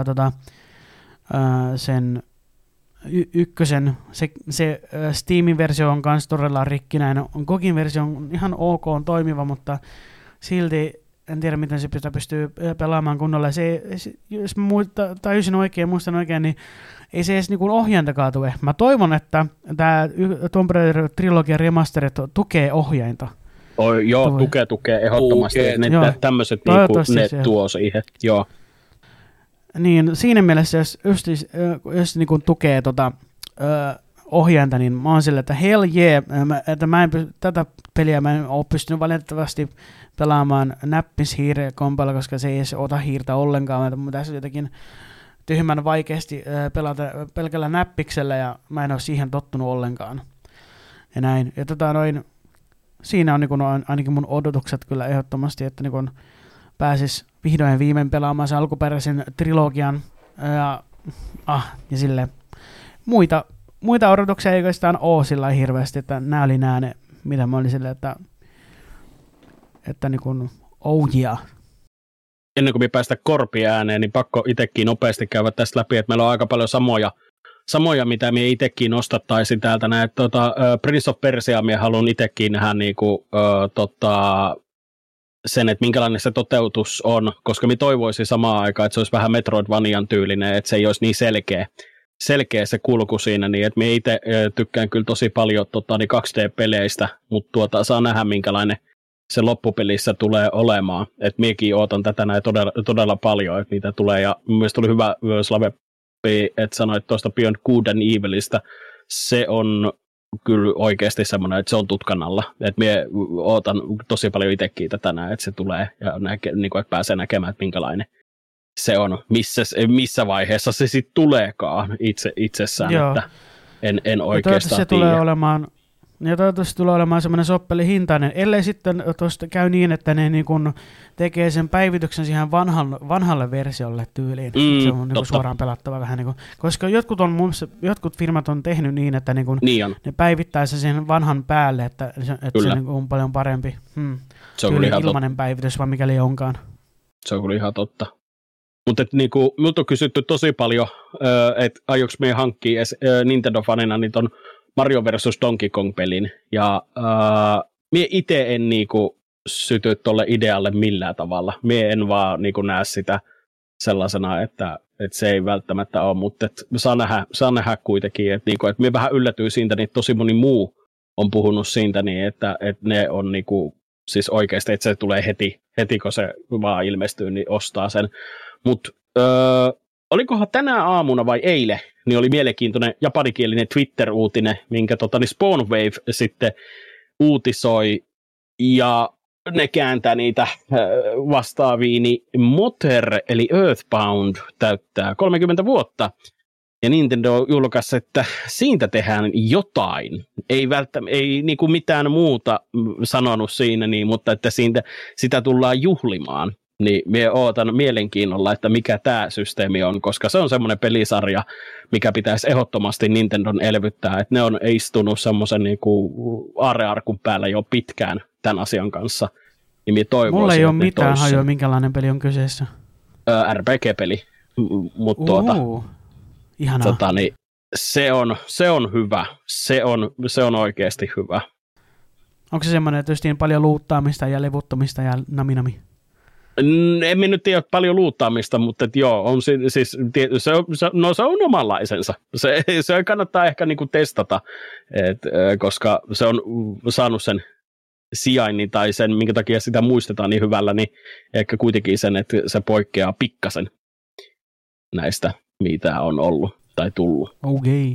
sen ykkösen. Se Steamin versio on kans todella rikkinäinen. GOGin versio on ihan ok, on toimiva, mutta silti en tiedä, miten se pystyy pelaamaan kunnolla. Jos mä tajusin oikein, muistan oikein, niin ei se edes niin ohjaintakaan tue. Mä toivon, että tämä Tomb Raider Trilogia Remastered tukee ohjainta. Joo, tukee ehdottomasti. Tämmöiset ne tuo siihen. Joo. Niin siinä mielessä, jos niin kuin tukee ohjainta, niin mä oon sillä, että hell yeah, että tätä peliä mä en ole pystynyt valitettavasti pelaamaan näppishiirikompalla, koska se ei edes ota hiirtä ollenkaan. Mä tässä jotenkin tyhmän vaikeasti pelata pelkällä näppiksellä, ja mä en ole siihen tottunut ollenkaan. Ja näin. Ja siinä on niin kun, ainakin mun odotukset kyllä ehdottomasti, että niin kun pääsis vihdoin viimein pelaamaan sen alkuperäisen trilogian. Ja silleen muita odotuksia ei oikeastaan ole sillä hirveästi, että nämä oli ne, mitä mä olin silleen, että niin kuin, oh yeah. Ennen kuin me päästä korpiääneen, niin pakko itsekin nopeasti käydä tästä läpi, että meillä on aika paljon samoja mitä me itsekin nostattaisin täältä. Prince of Persia me haluan itsekin nähdä niinku, sen, että minkälainen se toteutus on, koska me toivoisin samaan aikaan, että se olisi vähän Metroidvanian tyylinen, että se ei olisi niin selkeä se kulku siinä, niin että me itse tykkään kyllä tosi paljon 2D-peleistä, mutta saa nähdä minkälainen se loppupelissä tulee olemaan. Että minäkin ootan tätä näin todella paljon, että niitä tulee, ja mielestäni tuli hyvä Slave, että sanoit tuosta Beyond Good and Evilistä, se on kyllä oikeasti semmoinen, että se on tutkan alla. Että minä ootan tosi paljon itsekin tätä näin, että se tulee, ja niin kuin, että pääsee näkemään, että minkälainen se on, missä vaiheessa se sitten tuleekaan itsessään, joo. Että en oikeastaan se tiedä. Toivottavasti tulee olemaan semmoinen soppelihintainen, ellei sitten tuosta käy niin, että ne niin kun tekee sen päivityksen siihen vanhalle versiolle tyyliin. Se on niin suoraan pelattava vähän, niin kuin, koska jotkut firmat on tehnyt niin, että niin kun ne päivittää sen vanhan päälle, että se niin on paljon parempi. Se on ilmainen päivitys, vai mikäli onkaan. Se on kyllä ihan totta. Mutta niinku, minulta on kysytty tosi paljon, että aioks me hankkia Nintendo-fanina niin ton Mario vs. Donkey Kong-pelin, ja mie itse en niinku syty tolle idealle millään tavalla. Mie en vaan niinku näe sitä sellaisena, että se ei välttämättä ole, mutta saa nähdä kuitenkin, että niinku, mie vähän yllätyy siitä, niin tosi moni muu on puhunut siitä, niin että ne on niinku, siis oikeasti, että se tulee heti kun se vaan ilmestyy, niin ostaa sen. Mutta olikohan tänä aamuna vai eilen, niin oli mielenkiintoinen japanikielinen Twitter-uutinen, minkä Spawnwave sitten uutisoi, ja ne kääntää niitä vastaaviin, niin Motor eli Earthbound täyttää 30 vuotta. Ja Nintendo julkaisi, että siitä tehdään jotain. Ei niinku mitään muuta sanonut siinä, niin, mutta että sitä tullaan juhlimaan. Niin minä ootan mielenkiinnolla, että mikä tämä systeemi on, koska se on semmoinen pelisarja, mikä pitäisi ehdottomasti Nintendon elvyttää. Että ne on istunut semmoisen niinku aarrearkun päällä jo pitkään tämän asian kanssa. Niin minä toivoisin, mulla ei ole mitään hajua, minkälainen peli on kyseessä. RPG-peli. Mutta ihanaa. niin, se on hyvä. Se on oikeasti hyvä. Onko se semmoinen, että justiin paljon luuttaamista ja levuttomista ja naminami? En minä nyt tiedä paljon luuttaamista, mutta joo, on siis, se on omanlaisensa. Se kannattaa ehkä niinku testata, koska se on saanut sen sijainnin tai sen, minkä takia sitä muistetaan niin hyvällä, niin ehkä kuitenkin sen, että se poikkeaa pikkasen näistä, mitä on ollut tai tullut. Okei.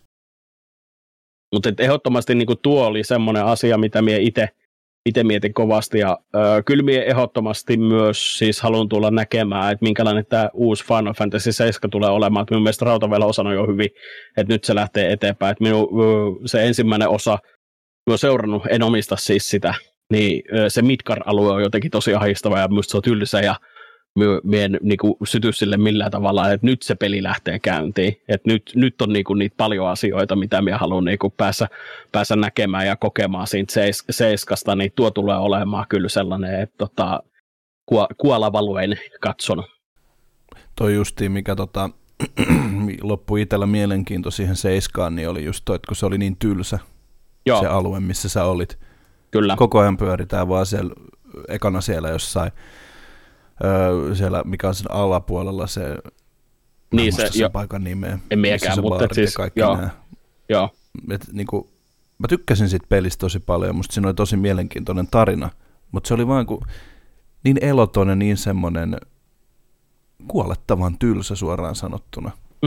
Mutta ehdottomasti niin tuo oli semmoinen asia, mitä minä itse mietin kovasti, ja kyllä minä ehdottomasti myös siis haluan tulla näkemään, että minkälainen tämä uusi Final Fantasy 7 tulee olemaan. Että minun mielestä Rautavelo sanoi jo hyvin, että nyt se lähtee eteenpäin. Että se ensimmäinen osa, minä olen seurannut, en omista siis sitä, niin se Midgar-alue on jotenkin tosi ahistava ja minusta se on tylsä, ja minä en niinku syty sille millään tavalla, että nyt se peli lähtee käyntiin. Että nyt on niinku niitä paljon asioita, mitä minä haluan niinku päässä näkemään ja kokemaan siitä seiskasta, niin tuo tulee olemaan kyllä sellainen, että kuolavalueen katson. Toi justiin, mikä loppui itsellä mielenkiinto siihen seiskaan, niin oli just toi, että kun se oli niin tylsä, joo, se alue, missä sä olit. Kyllä. Koko ajan pyöritään vaan ekana siellä jossain, siellä, mikä on sen alapuolella se, niin se paikan nimeä. En miekään, mutta siis, joo. Niinku, mä tykkäsin siitä pelistä tosi paljon, musta siinä oli tosi mielenkiintoinen tarina, mutta se oli vaan niin eloton ja niin semmoinen kuolettavan tylsä suoraan sanottuna.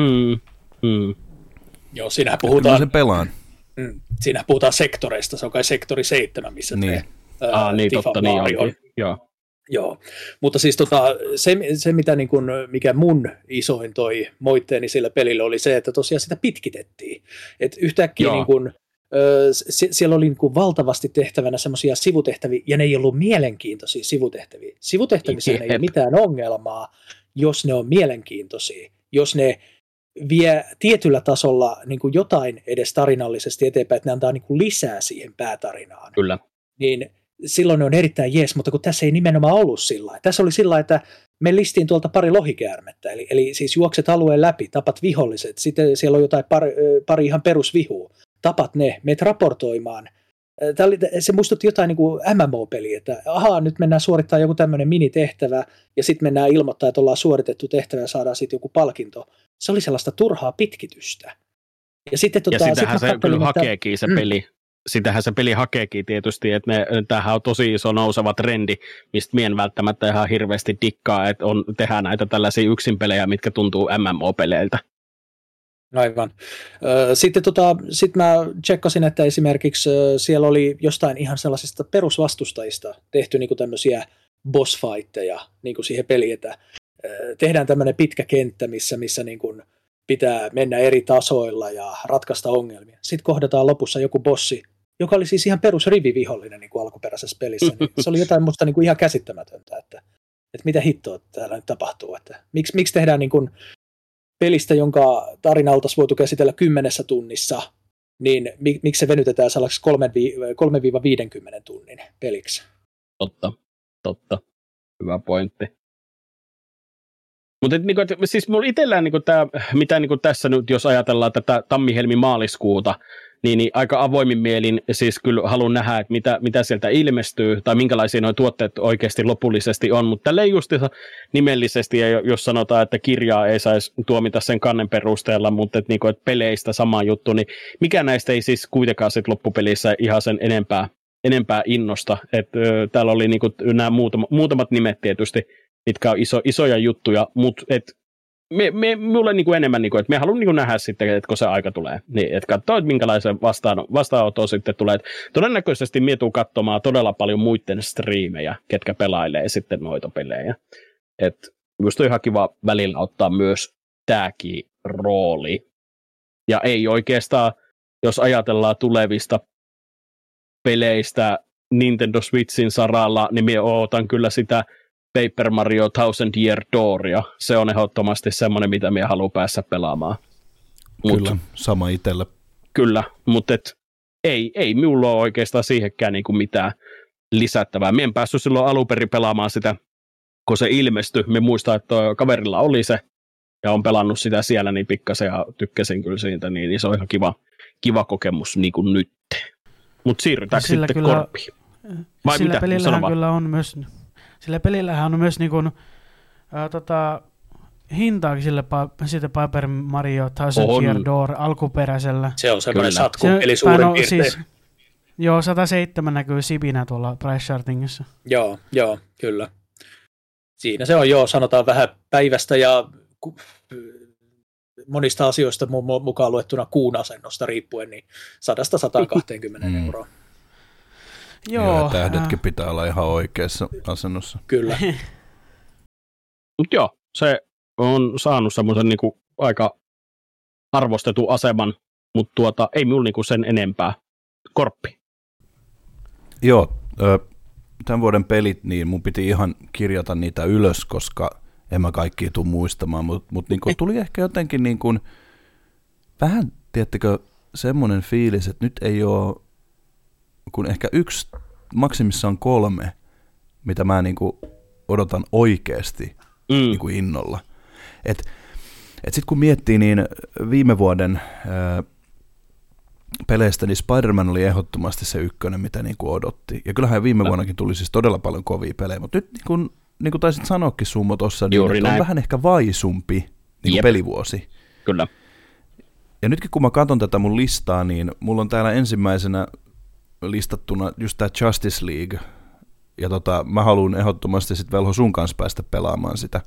Joo, siinähän puhutaan. Sen pelaan. Siinä puhutaan sektoreista, se on kai sektori 7, missä niin. Niin totta, niin on. Joo, mutta siis se mitä niin kun, mikä mun isoin toi moitteeni sillä pelillä oli se, että tosiaan sitä pitkitettiin. Et yhtäkkiä niin kun, siellä oli niin kun valtavasti tehtävänä semmoisia sivutehtäviä, ja ne ei ollut mielenkiintoisia sivutehtäviä. Sivutehtävissä ei ole mitään ongelmaa, jos ne on mielenkiintoisia, jos ne vie tietyllä tasolla niin kuin jotain edes tarinallisesti eteenpäin, että ne antaa niin kuin lisää siihen päätarinaan. Kyllä. Niin silloin ne on erittäin jees, mutta kun tässä ei nimenomaan ollut sillä lailla. Tässä oli sillä lailla, että me listiin tuolta pari lohikäärmettä, eli siis juokset alueen läpi, tapat viholliset, sitten siellä on jotain pari ihan perusvihua, tapat ne, meet raportoimaan. Se muistutti jotain niin kuin MMO-peliä, että nyt mennään suorittamaan joku tämmöinen minitehtävä, ja sitten mennään ilmoittaa, että ollaan suoritettu tehtävä ja saadaan sitten joku palkinto. Se oli sellaista turhaa pitkitystä. Ja sitten sitähän se kyllä hakeekin se peli. Sitähän se peli hakeekin tietysti, että tämähän on tosi iso nouseva trendi, mistä mien välttämättä ihan hirveästi dikkaa, että tehdään näitä tällaisia yksinpelejä, mitkä tuntuu MMO-peleiltä. Aivan. Sitten mä tsekkasin, että esimerkiksi siellä oli jostain ihan sellaisista perusvastustajista tehty niin kuin tämmöisiä bossfightteja niin kuin siihen peliin, että tehdään tämmöinen pitkä kenttä, missä niin kuin pitää mennä eri tasoilla ja ratkaista ongelmia. Sitten kohdataan lopussa joku bossi, joka oli siis ihan perusrivivihollinen niin kuin alkuperäisessä pelissä. Niin se oli jotain musta niin kuin ihan käsittämätöntä, että mitä hittoa täällä nyt tapahtuu. Että miksi tehdään niin kuin pelistä, jonka tarina oltaisiin voitu käsitellä 10 tunnissa, niin miksi se venytetään sellaiseksi 3-50 tunnin peliksi? Totta. Hyvä pointti. Mutta niinku, siis mulla itsellään niinku mitä niinku tässä nyt, jos ajatellaan tätä tammi-helmi-maaliskuuta, niin aika avoimin mielin siis kyllä haluan nähdä, että mitä sieltä ilmestyy, tai minkälaisia nuo tuotteet oikeasti lopullisesti on, mutta tälleen justiinsa nimellisesti, ja jos sanotaan, että kirjaa ei saisi tuomita sen kannen perusteella, mutta että niinku, et peleistä sama juttu, niin mikä näistä ei siis kuitenkaan sit loppupelissä ihan sen enempää innosta, että täällä oli niinku nämä muutamat nimet tietysti, mitkä on isoja juttuja, mutta mulle niin kuin enemmän, niin kuin, että me haluan niin kuin nähdä sitten, että kun se aika tulee, niin että katsoa, että minkälaisen vastaanoton sitten tulee. Että todennäköisesti mie tuun katsomaan todella paljon muiden striimejä, ketkä pelailee sitten noita pelejä. Että minusta on ihan kiva välillä ottaa myös tämäkin rooli. Ja ei oikeastaan, jos ajatellaan tulevista peleistä Nintendo Switchin saralla, niin minä ootan kyllä sitä Paper Mario Thousand Year Dooria. Se on ehdottomasti semmoinen, mitä minä haluan päässä pelaamaan. Kyllä, sama itsellä. Kyllä, mutta ei minulla ole oikeastaan siihenkään niinku mitään lisättävää. Minä en päässyt silloin alun perin pelaamaan sitä, kun se ilmestyi. Me muistan, että kaverilla oli se, ja on pelannut sitä siellä niin pikkasen, ja tykkäsin kyllä siitä, niin se on ihan kiva kokemus niin kuin nyt. Mutta siirrytäänkö sitten kyllä, Korppiin? Vai sillä mitä? pelillähän kyllä on myös, sillä pelillähän on myös niin kuin, hintaakin sille siitä Paper Mario Thousand Year Door alkuperäisellä. Se on semmoinen satku, eli suurin piirtein. Siis, joo, 107 näkyy sipinä tuolla price chartingissa. Joo, kyllä. Siinä se on sanotaan vähän päivästä ja monista asioista mukaan luettuna kuun asennosta riippuen, niin 100-120 euroa. Joo, ja tähdetkin pitää olla ihan oikeassa asennossa. Kyllä. Mutta joo, se on saanut semmoisen niinku aika arvostetun aseman, mutta ei minulla niinku sen enempää. Korppi. Joo, tämän vuoden pelit, niin mun piti ihan kirjata niitä ylös, koska en mä kaikkia tule muistamaan, mutta niinku tuli ehkä jotenkin niinku, vähän, tiedättekö, semmoinen fiilis, että nyt ei ole, kun ehkä 1, maksimissaan 3, mitä mä niinku odotan oikeasti niinku innolla. Et sitten kun miettii, niin viime vuoden peleistä, niin Spider-Man oli ehdottomasti se ykkönen, mitä niinku odotti. Ja kyllähän viime vuonnakin tuli siis todella paljon kovia pelejä, mutta nyt niin kuin taisit sanoakin Summo tuossa, niin on vähän ehkä vaisumpi niin pelivuosi. Kyllä. Ja nytkin kun mä katson tätä mun listaa, niin mulla on täällä ensimmäisenä listattuna just tää Justice League. Ja mä haluan ehdottomasti sit Velho sun kanssa päästä pelaamaan sitä.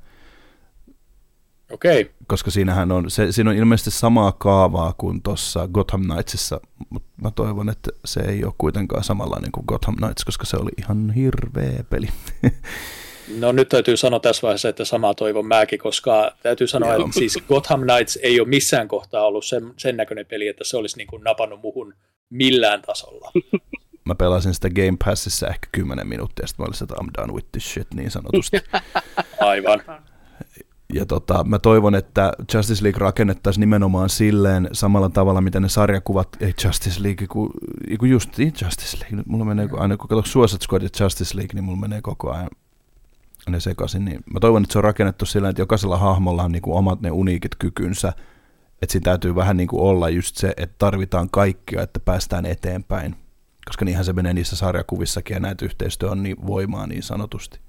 Okei. Koska siinähän on, siinä on ilmeisesti samaa kaavaa kuin tuossa Gotham Knightsissa, mutta mä toivon, että se ei ole kuitenkaan samanlainen kuin Gotham Knights, koska se oli ihan hirveä peli. No nyt täytyy sanoa tässä vaiheessa, että samaa toivon mäkin, koska täytyy sanoa, että siis Gotham Knights ei ole missään kohtaa ollut sen näköinen peli, että se olisi niin kuin napannut muhun millään tasolla. Mä pelasin sitä Game Passissa ehkä 10 minuuttia, ja sitten mä olisin, että I'm done with this shit, niin sanotusti. Aivan. Ja mä toivon, että Justice League rakennettaisiin nimenomaan silleen samalla tavalla, mitä ne sarjakuvat, ei Justice League, kun just Justice League, nyt mulla menee aina, kun katsotaan Suicide Squad ja Justice League, niin mulla menee koko ajan ne sekaisin, niin mä toivon, että se on rakennettu sillä, että jokaisella hahmolla on niin kuin omat ne uniikit kykynsä, että siinä täytyy vähän niin kuin olla just se, että tarvitaan kaikkia, että päästään eteenpäin, koska niinhän se menee niissä sarjakuvissakin, ja näitä yhteistyö on niin voimaa niin sanotusti.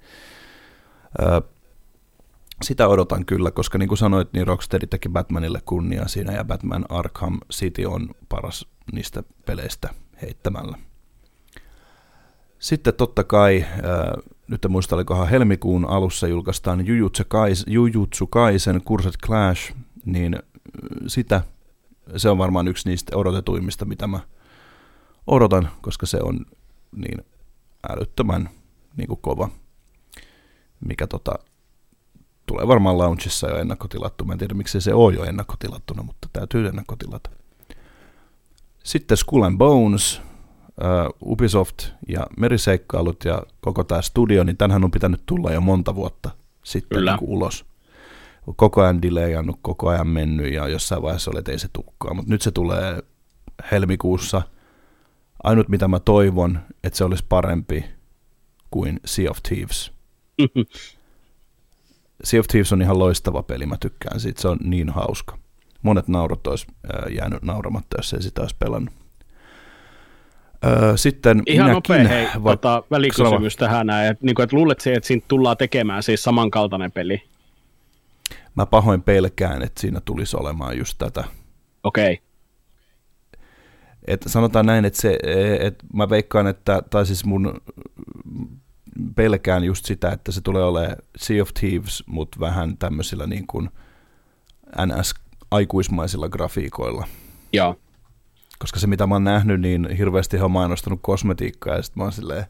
Sitä odotan kyllä, koska niin kuin sanoit, niin Rocksteady teki Batmanille kunniaa siinä, ja Batman Arkham City on paras niistä peleistä heittämällä. Sitten totta kai, nyt en muista, olikohan helmikuun alussa julkaistaan Jujutsu Kaisen Cursed Clash, niin se on varmaan yksi niistä odotetuimmista, mitä mä odotan, koska se on niin älyttömän niin kuin kova, mikä tulee varmaan launchissa jo ennakkotilattu. Mä en tiedä, miksi se on jo ennakkotilattuna, mutta täytyy ennakkotilata. Sitten Skull and Bones, Ubisoft ja meriseikkailut ja koko tämä studio, niin tämänhän on pitänyt tulla jo monta vuotta sitten niin ulos. Koko ajan delayannut, koko ajan mennyt ja jossain vaiheessa oli, että ei se tulekaan. Mutta nyt se tulee helmikuussa. Ainut mitä mä toivon, että se olisi parempi kuin Sea of Thieves. Sea of Thieves on ihan loistava peli, mä tykkään siitä, se on niin hauska. Monet naurut olisi jäänyt nauramatta, jos ei sitä olisi pelannut. Sitten ihan nopea, hei, välikysymys tähän näin, että luulet se, että siinä tullaan tekemään siis samankaltainen peli? Mä pahoin pelkään, että siinä tulisi olemaan just tätä. Okei. Et sanotaan näin, että mä veikkaan, tai siis mun pelkään just sitä, että se tulee olemaan Sea of Thieves, mutta vähän tämmöisillä niin kuin NS-aikuismaisilla grafiikoilla. Joo. Koska se, mitä mä oon nähnyt, niin hirveästi he on mainostanut kosmetiikkaa, ja sitten mä oon silleen...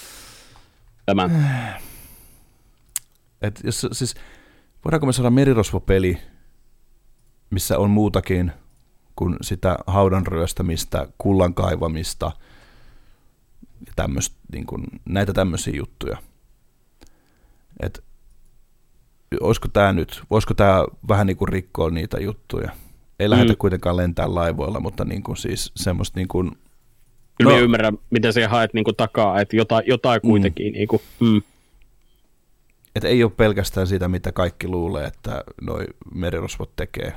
voidaanko me saada merirosvopeli, missä on muutakin kuin sitä haudan ryöstämistä, kullan kaivamista, ja niin kuin, näitä tämmöisiä juttuja. Et, voisiko tämä vähän niin kuin rikkoa niitä juttuja? Ei lähdetä kuitenkaan lentää laivoilla, mutta niin kuin siis semmoista niin kuin... Kyllä ymmärrän, miten sä haet niin kuin takaa, että jotain kuitenkin. Niin kuin, Että ei ole pelkästään sitä, mitä kaikki luulee, että noi merirosvot tekee.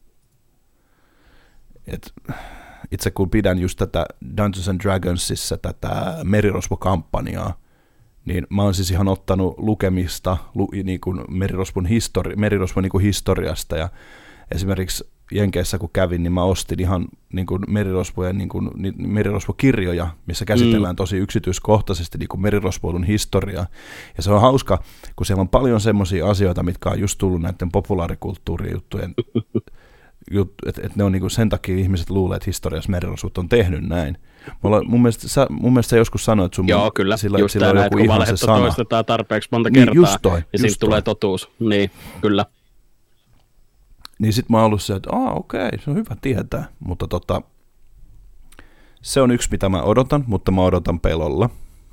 Itse kun pidän just tätä Dungeons and Dragonsissa tätä merirosvokampanjaa, niin mä oon siis ihan ottanut lukemista niin kuin merirosvon niin kuin historiasta, ja esimerkiksi Jenkeissä kun kävin, niin mä ostin ihan niin kuin merirosvojen niin kuin merirosvokirjoja, missä käsitellään tosi yksityiskohtaisesti niin kuin merirosvoilun historiaa. Ja se on hauska, kun siellä on paljon semmoisia asioita, mitkä on just tullut näiden populaarikulttuurijuttujen, että ne on niin kuin sen takia ihmiset luulee, että historiassa merirosvot on tehnyt näin. Mun mielestä sä joskus sanoit sun... Joo, kyllä. Sillä just on joku ihan se sana. Toistetaan tarpeeksi monta kertaa, ja siitä tulee totuus. Niin, kyllä. Niin sit mä oon ollut se, että okei, se on hyvä tietää, mutta se on yksi, mitä mä odotan, mutta mä odotan pelolla.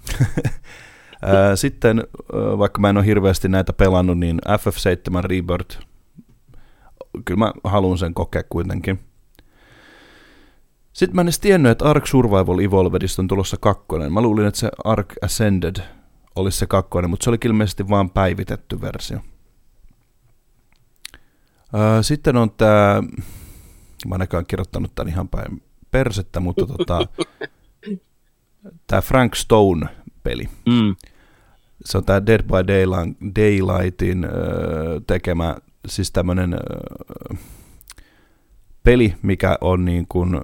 Sitten, vaikka mä en ole hirveästi näitä pelannut, niin FF7 Rebirth, kyllä mä haluan sen kokea kuitenkin. Sitten mä en edes tiennyt, että Ark Survival Evolvedista on tulossa 2. Mä luulin, että se Ark Ascended olisi se 2, mutta se oli ilmeisesti vaan päivitetty versio. Sitten on tämä, mä oon kirjoittanut tämän ihan päin persettä, mutta tämä Frank Stone-peli. Se on tämä Dead by Daylightin tekemä, siis tämmöinen peli, mikä on niin kuin,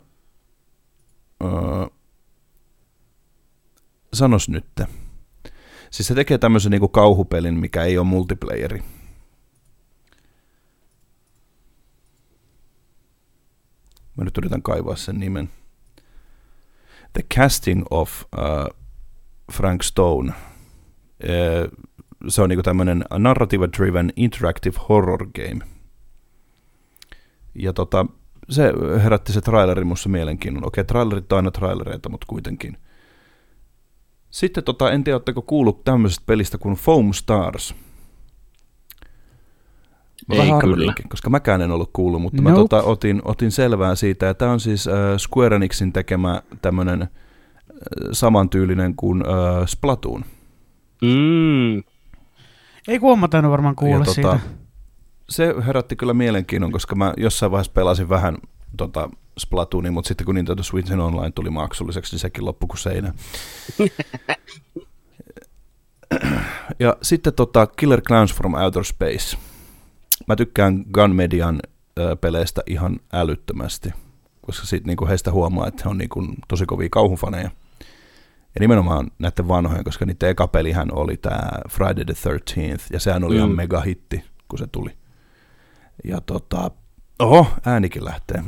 sanos nyt. Siis se tekee tämmöisen niin kuin kauhupelin, mikä ei ole multiplayeri. Mä nyt yritän kaivaa sen nimen. The Casting of Frank Stone. Se on niinku tämmönen narrative-driven interactive horror game. Ja se herätti se traileri musta mielenkiinnon. Okei, trailerit on aina trailereita, mutta kuitenkin. Sitten en tiedä, oletteko kuullut tämmöisestä pelistä kuin Foam Stars. Mä vähän arvelinkin, koska mäkään en ollut kuullut, mutta mä otin selvää siitä, ja tämä on siis Square Enixin tekemä tämmönen samantyylinen kuin Splatoon. Ei kuommata varmaan kuulla siitä. Se herätti kyllä mielenkiinnon, koska mä jossain vaiheessa pelasin vähän Splatoonia, mutta sitten kun Nintendo Switchin Online tuli maksulliseksi, niin sekin loppui kuin seinä. Ja sitten Killer Clowns from Outer Space. Mä tykkään Gun Median peleistä ihan älyttömästi, koska siitä niinku heistä huomaa, että he on niinku tosi kovia kauhufaneja. Ja nimenomaan näiden vanhojen, koska niiden eka pelihän oli tää Friday the 13th, ja sehän oli ihan mega hitti, kun se tuli. Ja äänikin lähtee.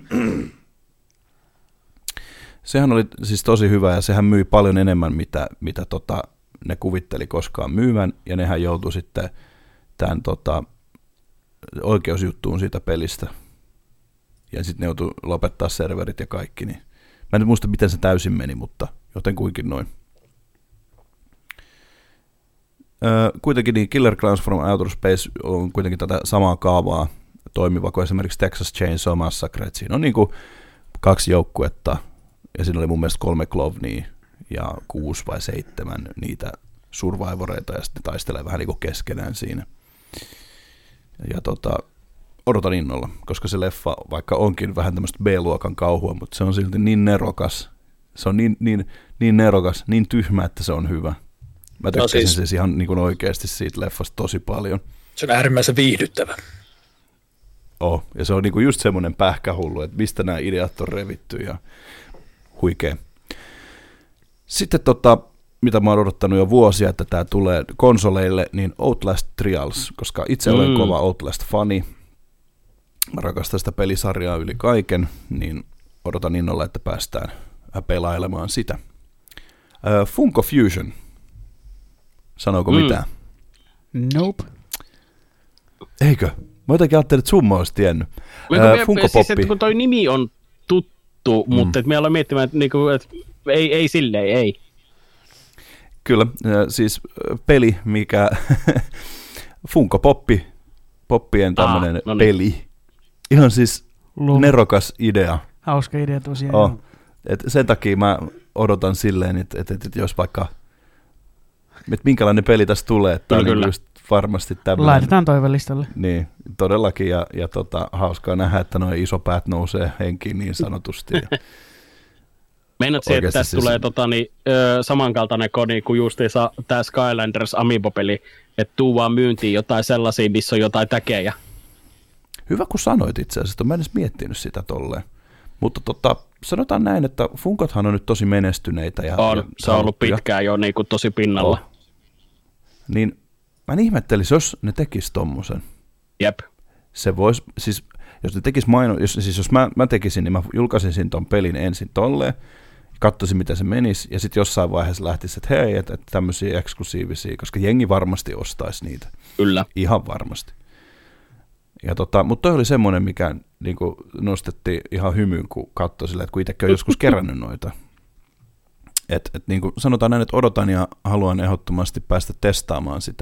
Sehän oli siis tosi hyvä, ja sehän myi paljon enemmän, mitä ne kuvitteli koskaan myyvän, ja nehän joutui sitten tämän oikeusjuttuun siitä pelistä. Ja sitten ne joutui lopettaa serverit ja kaikki. Niin. Mä en muista, miten se täysin meni, mutta jotenkuinkin noin. Kuitenkin niin Killer Clowns from Outer Space on kuitenkin tätä samaa kaavaa toimiva kuin esimerkiksi Texas Chainsaw Massacre. Siinä on niinku 2 joukkuetta, ja siinä oli mun mielestä 3 Klovnia ja 6 vai 7 niitä survivoreita, ja sitten taistelee vähän niinku keskenään siinä. Ja odotan innolla, koska se leffa, vaikka onkin vähän tämmöistä B-luokan kauhua, mutta se on silti niin nerokas. Se on niin nerokas, niin tyhmä, että se on hyvä. Mä tykkäsin siis ihan niin kuin oikeasti siitä leffasta tosi paljon. Se on äärimmäisen viihdyttävä. Ja se on niin kuin just semmoinen pähkähullu, että mistä nämä ideat on revitty ja huikea. Sitten mitä mä oon odottanut jo vuosia, että tää tulee konsoleille, niin Outlast Trials, koska itse olen kova Outlast-fani. Mä rakastan sitä pelisarjaa yli kaiken, niin odotan innolla, että päästään pelailemaan sitä. Funko Fusion. Sanooko mitään? Nope. Eikö? Mä jotenkin ajattelin, että summa olisi tiennyt. Funko Poppi. Siis, että kun toi nimi on tuttu, mutta me ollaan miettimään, että, niinku, että ei silleen, ei. Kyllä, siis peli, mikä Funko Poppien tämmönen peli. Ihan siis nerokas idea. Hauska idea tosiaan. Et sen takia mä odotan silleen, että jos vaikka, että minkälainen peli tässä tulee, että on niin just varmasti tämmöinen. Laitetaan toivelistalle. Niin, todellakin, ja hauskaa nähdä, että nuo isopäät nousee henkiin niin sanotusti. Meinaat se, että tässä tulee samankaltainen koni kuin justiinsa tämä Skylanders Amiibo-peli, että tuu vaan myyntiin jotain sellaisia, missä on jotain täkejä. Hyvä, kun sanoit itse asiassa, mä en edes miettinyt sitä tolleen. Mutta sanotaan näin, että Funkothan on nyt tosi menestyneitä. Se on ollut pitkään jo niin kuin tosi pinnalla. Niin mä ihmettelisin, jos ne tekis tommosen. Jep. Se vois, siis jos ne tekis jos mä tekisin, niin mä julkaisisin ton pelin ensin tolleen, katsoisin mitä se menisi, ja sitten jossain vaiheessa lähtisi, että hei, että tämmöisiä eksklusiivisia, koska jengi varmasti ostaisi niitä. Kyllä. Ihan varmasti. Mutta toi oli semmoinen, mikä niinku nostettiin ihan hymyyn, kun katsoi silleen, että kun itsekin on joskus kerännyt noita. Et niinku sanotaan näin, että odotan ja haluan ehdottomasti päästä testaamaan sitä.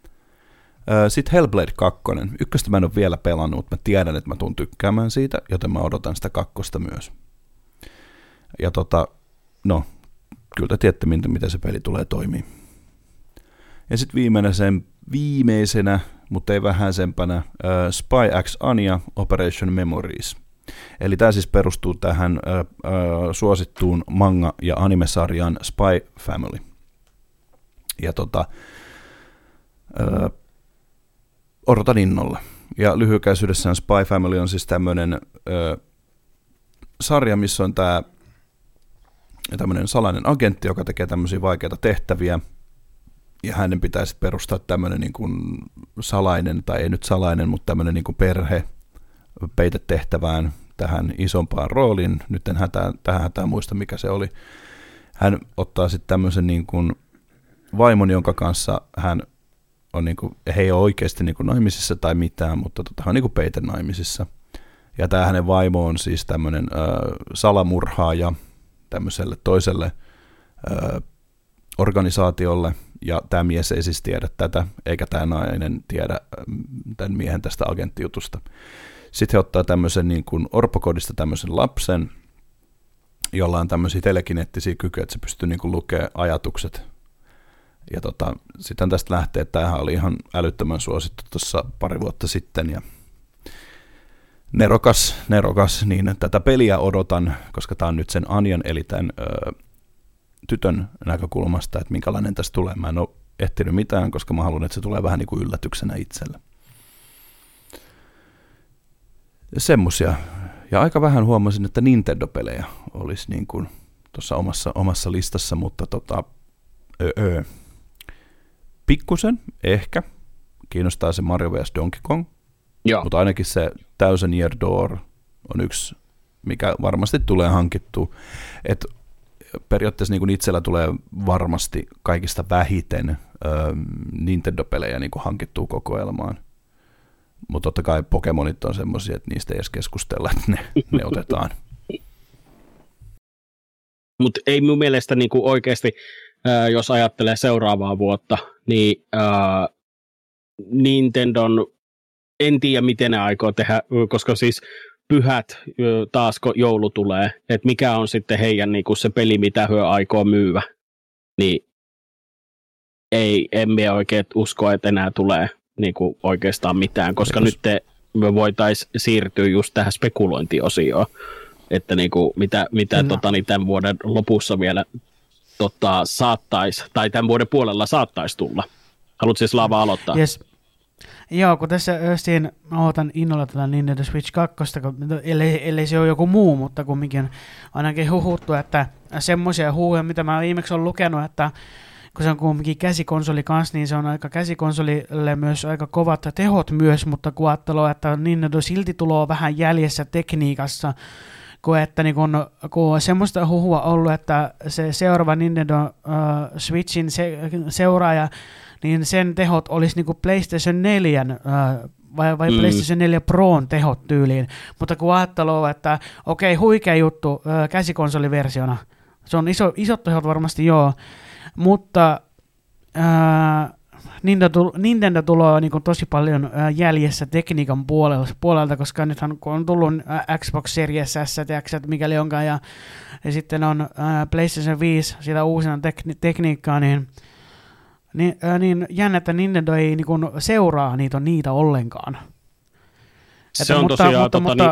Sitten Hellblade 2. Ykköstä mä en ole vielä pelannut, mutta mä tiedän, että mä tuun tykkäämään siitä, joten mä odotan sitä 2 myös. Ja kyllä te tiedätte, miten se peli tulee toimii. Ja sitten viimeisenä, mutta ei vähäisempänä, Spy X Anya Operation Memories. Eli tämä siis perustuu tähän suosittuun manga- ja animesarjaan Spy Family. Ja odotan innolla. Ja lyhykäisyydessään Spy Family on siis tämmöinen sarja, missä on tämmöinen salainen agentti, joka tekee tämmöisiä vaikeita tehtäviä, ja hänen pitäisi perustaa tämmöinen niin kuin salainen, tai ei nyt salainen, mutta tämmöinen niin kuin perhe peitetehtävään tähän isompaan rooliin. Nyt en tähän muista, mikä se oli. Hän ottaa sitten tämmöisen niin kuin vaimon, jonka kanssa hän on, niin kuin, he ei ole oikeasti niin kuin naimisissa tai mitään, mutta hän on niin kuin peitenaimisissa. Ja tämä hänen vaimo on siis tämmöinen salamurhaaja tämmöiselle toiselle organisaatiolle, ja tämä mies ei siis tiedä tätä, eikä tämä nainen tiedä tämän miehen tästä agenttijutusta. Sitten he ottaa tämmöisen niin kuin orpokodista tämmöisen lapsen, jolla on tämmöisiä telekineettisiä kykyjä, että se pystyy niin kuin lukemaan ajatukset. Ja sitten tästä lähtee, että tämähän oli ihan älyttömän suosittu tuossa pari vuotta sitten, ja nerokas, niin tätä peliä odotan, koska tämä on nyt sen Anjan, eli tämän tytön näkökulmasta, että minkälainen tästä tulee. Mä en ole ehtinyt mitään, koska mä haluan, että se tulee vähän niin kuin yllätyksenä itselle. Semmosia. Ja aika vähän huomasin, että Nintendo-pelejä olisi niin kuin tuossa omassa listassa, mutta pikkusen ehkä kiinnostaa se Mario vs. Donkey Kong. Joo. Mutta ainakin se Thousand Year Door on yksi, mikä varmasti tulee hankittua. Et periaatteessa niin itsellä tulee varmasti kaikista vähiten Nintendo-pelejä niin hankittua kokoelmaan. Mutta totta kai Pokemonit on semmoisia, että niistä ei edes keskustella, että ne otetaan. Mutta ei mun mielestä niin oikeasti, jos ajattelee seuraavaa vuotta, niin Nintendon, en tiedä miten ne aikoo tehdä, koska siis pyhät taas joulu tulee, että mikä on sitten heidän niin se peli, mitä he aikoo myyä, niin emme oikein usko, että enää tulee niin oikeastaan mitään, koska nyt me voitaisiin siirtyä just tähän spekulointiosioon, että niin mitä tämän vuoden lopussa vielä saattaisi, tai tämän vuoden puolella saattaisi tulla. Haluatko siis Laava aloittaa? Yes. Joo, kun tässä östiin odotan innolla tätä Nintendo Switch 2, ellei se ole joku muu, mutta kumminkin ainakin huhuttu, että semmoisia huuja, mitä mä viimeksi olen lukenut, että kun se on kuitenkin käsikonsoli kanssa, niin se on aika käsikonsolille myös aika kovat tehot myös, mutta kun ajattelee, että Nintendo silti tulee vähän jäljessä tekniikassa, kun semmoista huhua ollut, että se seuraava Nintendo Switchin seuraaja, niin sen tehot olisi niin kuin PlayStation 4 vai PlayStation 4 Proon tehot tyyliin, mutta kun ajattelee, että okei, huikea juttu käsikonsoliversiona, se on isot tehot varmasti joo, mutta Nintendo tulee niin kuin tosi paljon jäljessä tekniikan puolelta, koska nythän kun on tullut Xbox Series S ja X, mikäli onkaan, ja sitten on PlayStation 5 sitä uusina tekniikkaa, niin jännä, että Nintendo ei niin kuin seuraa niitä ollenkaan. Se on tosiaan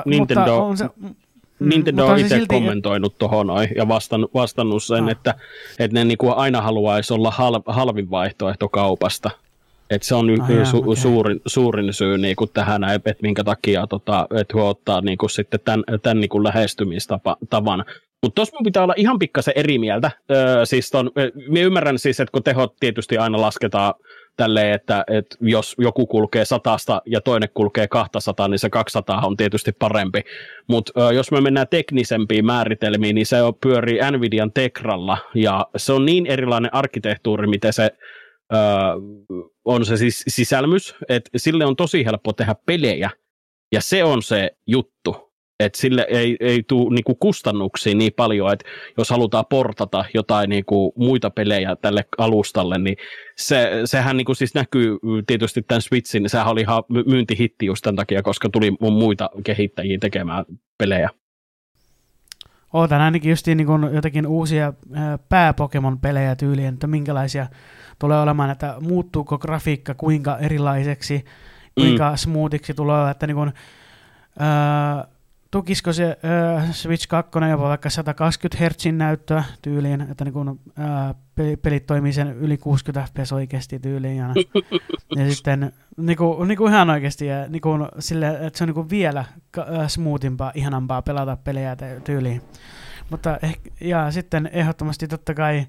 Nintendo on itse kommentoinut tuohon ja vastannut sen, että ne niinku aina haluaisi olla halvin vaihtoehto kaupasta. Et se on suurin syy niinku tähän, että minkä takia että he ottaa niinku sitten tämän niinku lähestymistavan. Mutta tuossa mun pitää olla ihan pikkasen eri mieltä. Minä ymmärrän siis, että kun tehot tietysti aina lasketaan tälleen, että jos joku kulkee 100 ja toinen kulkee 200, niin se 200 on tietysti parempi. Mutta jos me mennään teknisempiin määritelmiin, niin se pyörii Nvidian Tegralla, ja se on niin erilainen arkkitehtuuri, miten se on se siis sisälmys, että sille on tosi helppo tehdä pelejä, ja se on se juttu. Että sille ei tule niinku kustannuksia niin paljon, että jos halutaan portata jotain niinku muita pelejä tälle alustalle, niin sehän niinku siis näkyy tietysti tämän Switchin, sehän oli ihan myyntihitti just tämän takia, koska tuli muita kehittäjiä tekemään pelejä. Ootan ainakin just niin jotakin uusia pää-Pokemon-pelejä tyyliin, että minkälaisia tulee olemaan, että muuttuuko grafiikka kuinka erilaiseksi, kuinka smoothiksi tulee, että niin kuin, tukisiko se Switch 2 jopa vaikka 120 Hz näyttöä tyyliin, että niin kun, pelit toimii sen yli 60 fps oikeasti tyyliin. Ja sitten niin kuin ihan oikeasti, ja niin kuin, sille, että se on niin kuin vielä smoothimpaa, ihanampaa pelata pelejä tyyliin. Mutta ja sitten ehdottomasti totta kai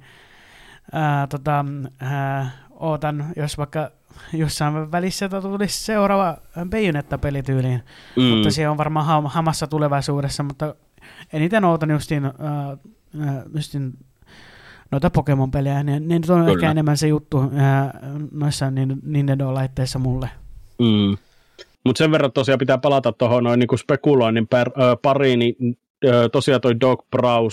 ootan, jos vaikka jossain välissä tulisi seuraava Bayonetta-peli tyyliin, mutta se on varmaan hamassa tulevaisuudessa, mutta eniten ootan justiin noita Pokemon-pelejä, ne on ehkä enemmän se juttu noissa Nintendo-laitteissa mulle. Mutta sen verran tosiaan pitää palata tuohon noin niinku spekuloinnin pariin, niin tosiaan toi Dog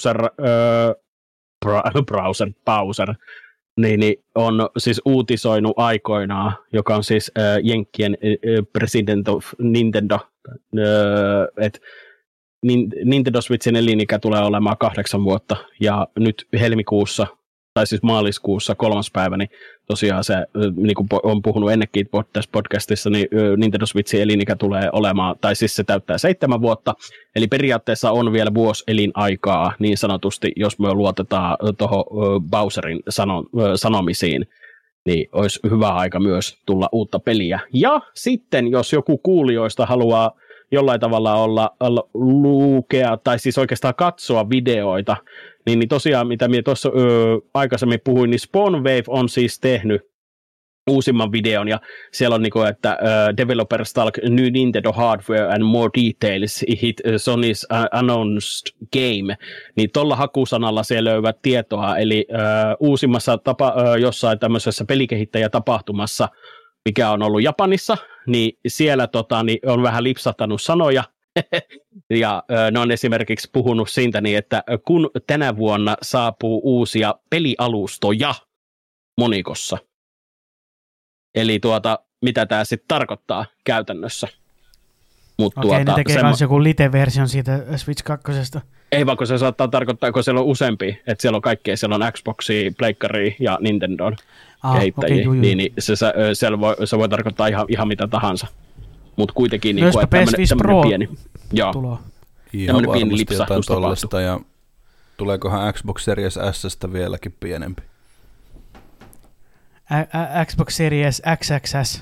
Bowser, niin on siis uutisoinut aikoinaan, joka on siis Jenkkien president of Nintendo, että Nintendo Switchin elinikä tulee olemaan 8 vuotta, ja nyt helmikuussa, tai siis maaliskuussa 3. päivä, niin tosiaan se, niin kuin on puhunut ennenkin tässä podcastissa, niin Nintendo Switchin elinikä tulee olemaan, tai siis se täyttää 7 vuotta, eli periaatteessa on vielä vuosi elinaikaa niin sanotusti, jos me luotetaan tuohon Bowserin sanomisiin, niin olisi hyvä aika myös tulla uutta peliä. Ja sitten, jos joku kuulijoista haluaa jollain tavalla olla lukea, tai siis oikeastaan katsoa videoita, niin tosiaan, mitä minä tuossa aikaisemmin puhuin, niin Spawnwave on siis tehnyt uusimman videon, ja siellä on niinku, että developers talk new Nintendo hardware and more details hit Sony's announced game, niin tuolla hakusanalla siellä löyvät tietoa, eli uusimmassa jossain tämmöisessä pelikehittäjätapahtumassa, mikä on ollut Japanissa, niin siellä niin on vähän lipsahtanut sanoja, ja ne on esimerkiksi puhunut siitä, niin, että kun tänä vuonna saapuu uusia pelialustoja monikossa, eli mitä tämä sitten tarkoittaa käytännössä. Okei, ne tekee myös joku lite-version siitä Switch 2. Ei vaan, kun se saattaa tarkoittaa, kun siellä on useampia, että siellä on kaikkea, siellä on Xboxia, Pleikkaria ja Nintendon kehittäjiä, okay, niin se voi tarkoittaa ihan mitä tahansa. Mutta kuitenkin niin kuin, tämmöinen pieni. Joo. Ihan varmasti jotain tollaista, ja tuleekohan Xbox Series S:stä vieläkin pienempi? Xbox Series XXS.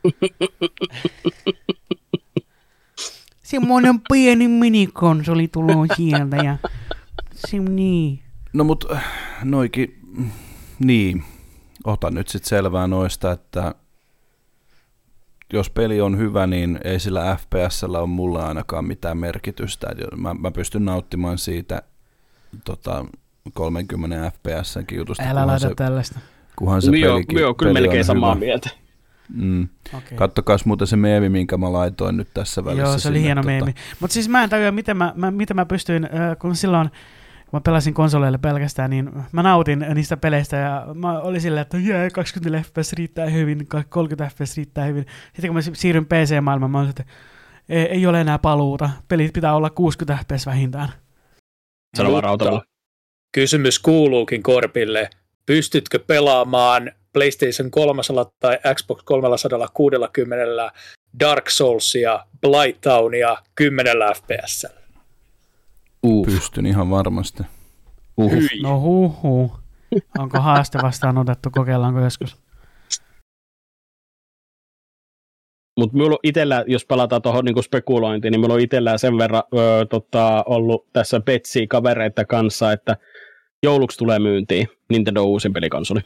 Semmoinen pieni minikonsoli tulee sieltä, ja niin. No mut noikin, niin. otan nyt sitten selvää noista, että jos peli on hyvä, niin ei sillä FPS:llä ole mulle ainakaan mitään merkitystä. Mä pystyn nauttimaan siitä 30 FPS:nkin jutusta. Älä laita tällaista. Kunhan se Joo, kyllä melkein samaa mieltä. Okay. Kattokaas muuten se meemi, minkä mä laitoin nyt tässä välissä. Joo, se oli hieno meemi. Mutta siis mä en tajua, miten mä pystyin, kun silloin kun mä pelasin konsoleille pelkästään, niin mä nautin niistä peleistä ja mä olin silleen, että 20 FPS riittää hyvin, 30 FPS riittää hyvin. Sitten kun mä siirryn PC-maailmaan, mä olin, että ei ole enää paluuta. Pelit pitää olla 60 FPS vähintään. Sano vaan Rautavalla. Kysymys kuuluukin Korpille. Pystytkö pelaamaan PlayStation 3 tai Xbox 360 Dark Soulsia, Blightownia 10 FPS? Pystyn ihan varmasti. No huuhuu. Onko haaste vastaan otettu? Kokeillaanko joskus? Mutta minulla on itsellä, jos palataan tuohon niinku spekulointiin, niin minulla on itsellään sen verran ollut tässä Betsi kavereita kanssa, että jouluksi tulee myyntiin Nintendo uusin pelikonsoli.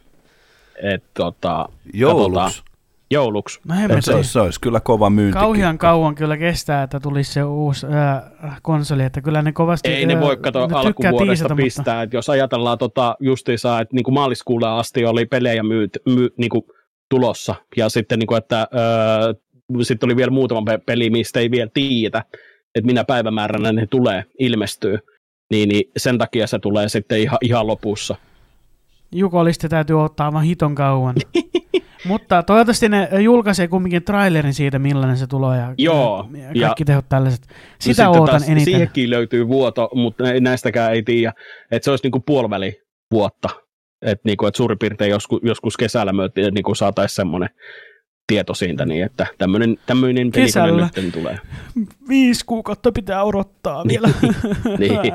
Jouluksi? Jouluksi. Se olisi kyllä kova myynti. Kauhean kauan kyllä kestää, että tulisi se uusi konsoli, että kyllä ne kovasti ei ne voi katsoa alkuvuodesta tiisata, pistää, mutta että jos ajatellaan justiinsa, että niinku maaliskuulle asti oli pelejä niinku tulossa, ja sitten niinku, että sitten oli vielä muutama peli, mistä ei vielä tiedetä, että minä päivämääränä ne ilmestyy, niin sen takia se tulee sitten ihan lopussa. Jukolista täytyy ottaa aivan hiton kauan. Mutta toivottavasti ne julkaisee kumminkin trailerin siitä, millainen se tulee. Ja kaikki tehot tällaiset. Sitä ootan eniten. Siihenkin löytyy vuoto, mutta näistäkään ei tiedä. Että se olisi niinku puoliväli vuotta. Että niinku, et suurin piirtein joskus kesällä me niinku saataisiin semmoinen tieto siitä, niin että tämmöinen pelikone nyt tulee. 5 kuukautta pitää odottaa vielä. Niin.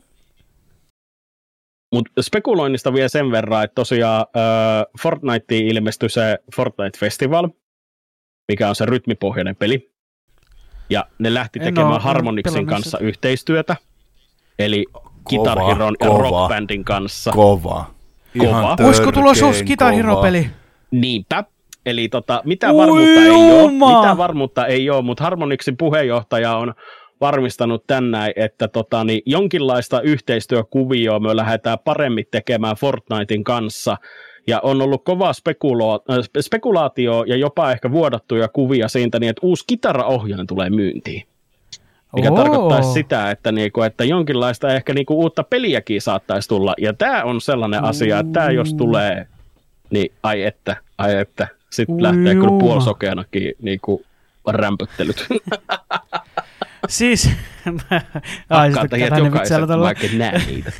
Mutta spekuloinnista vielä sen verran, että tosiaan Fortniteen ilmestyi se Fortnite Festival, mikä on se rytmipohjainen peli. Ja ne lähti tekemään Harmonixin kanssa yhteistyötä. Eli Guitar Heron ja Rock Bandin kanssa. Kova. Olisiko tulossa uusi Guitar Hero-peli? Niinpä. Eli mitään varmuutta ei ole, mutta Harmonixin puheenjohtaja on varmistanut tänään, että jonkinlaista yhteistyökuvioa me lähdetään paremmin tekemään Fortnitein kanssa. Ja on ollut kovaa spekulaatio ja jopa ehkä vuodattuja kuvia siitä, niin että uusi kitaraohjaaja tulee myyntiin. Mikä tarkoittaisi sitä, että jonkinlaista ehkä uutta peliäkin saattaisi tulla. Ja tämä on sellainen asia, että tämä jos tulee, niin ai että. Sitten lähtee kyllä puolisokeanakin rämpöttelyt. Siis, hakkaattajat jokaisen, vaikka näe niitä.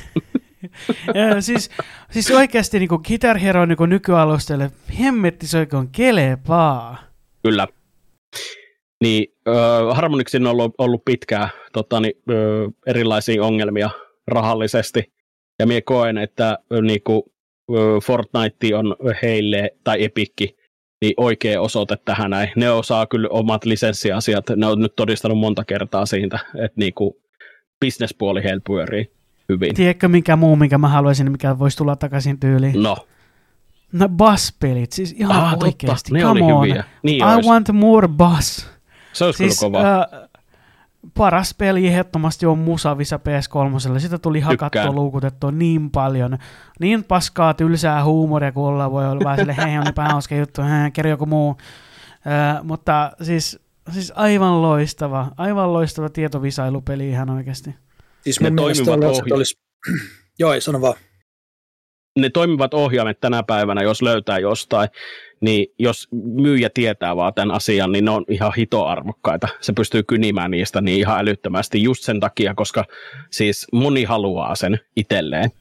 siis oikeasti niin Guitar Hero niin nykyalusteelle hemmetti se oikein kelepaa. Kyllä. Niin, Harmonixin on ollut pitkään erilaisia ongelmia rahallisesti. Ja minä koen, että Fortnite on heille, tai Epicki, niin oikea osoite tähän näin. Ne osaa kyllä omat lisenssiasiat, ne on nyt todistanut monta kertaa siitä, että businesspuoli heillä pyörii hyvin. Tiedätkö minkä mä haluaisin, mikä voisi tulla takaisin tyyliin? No bass-pelit, siis ihan oikeasti. Ne oli hyviä. Niin I want more bass. Se olisi siis, kyllä kova. Paras peli ehdottomasti on Musavisa PS3. Sitä tuli hakattua, luukutettua niin paljon. Niin paskaa, tylsää huumoria, kun ollaan voi olla vähän silleen, hei, olipa hauska juttu, kerro joku muu. Mutta siis aivan loistava tietovisailupeli ihan oikeasti. Siis mun mielestä olisi... Joo, ei sano vaan. Ne toimivat ohjaimet tänä päivänä, jos löytää jostain, niin jos myyjä tietää vaan tämän asian, niin ne on ihan hitoarvokkaita. Se pystyy kynimään niistä niin ihan älyttömästi just sen takia, koska siis moni haluaa sen itselleen.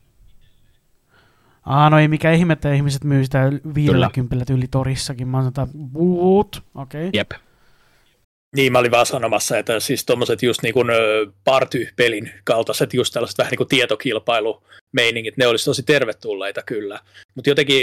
No ei mikä ihme, että ihmiset myy sitä 50 yli torissakin. Mä sanotaan, okei. Okay. Jep. Niin, mä olin vaan sanomassa, että siis tommoset just niin kuin party-pelin kaltaiset, just tällaiset vähän niin kuin tietokilpailumeiningit, ne olisi tosi tervetulleita kyllä. Mutta jotenkin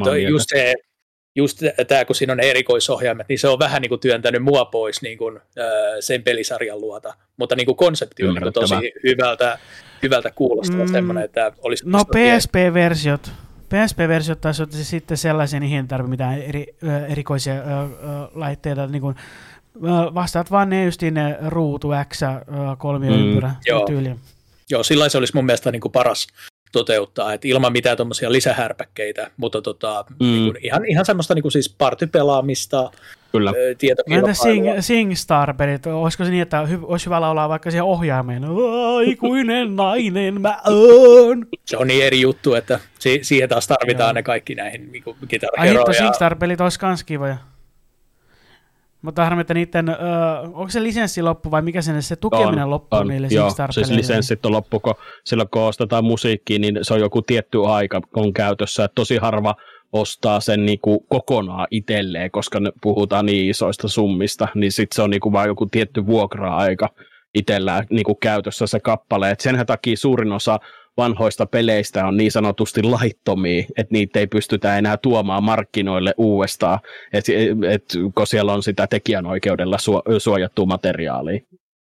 just tämä, kun siinä on erikoisohjaimet, niin se on vähän niin kuin työntänyt mua pois niin kuin, sen pelisarjan luota. Mutta niin kuin konsepti on niin tosi hyvältä kuulostava semmoinen, että olisi... No PSP-versiot PSP-versio taisi olla sitten sellaisia, niihin ei tarvitse mitään erikoisia laitteita, niin kuin, vastaat vaan ne justiin ne ruutu, X, kolmioympyrä tyyliä. Joo, sillä se olisi mun mielestä niin kuin paras toteuttaa, että ilman mitään tuommoisia lisähärpäkkeitä, mutta niin kuin ihan semmoista niin kuin siis partypelaamista, tietokilpailua. SingStar-pelit, olisiko se niin, että olisi hyvä laulaa vaikka siihen ohjaimeen, aikuinen nainen mä oon. Se on niin eri juttu, että siihen taas tarvitaan ne kaikki näihin niin kitaraheroja. Ai hitto, SingStar-pelit olisi kans kivoja. Mutta harmi, että niiden, onko se lisenssi loppu vai mikä se tukeminen loppuu niille SingStar-peleille? Siis lisenssit on loppu, kun silloin kun ostetaan musiikkia, niin se on joku tietty aika on käytössä. Että tosi harva ostaa sen niinku kokonaan itselleen, koska ne puhutaan niin isoista summista, niin sitten se on niinku vain joku tietty vuokra-aika itsellään niinku käytössä se kappale. Et sen takia suurin osa vanhoista peleistä on niin sanotusti laittomia, että niitä ei pystytä enää tuomaan markkinoille uudestaan, kun siellä on sitä tekijänoikeudella suojattua materiaalia.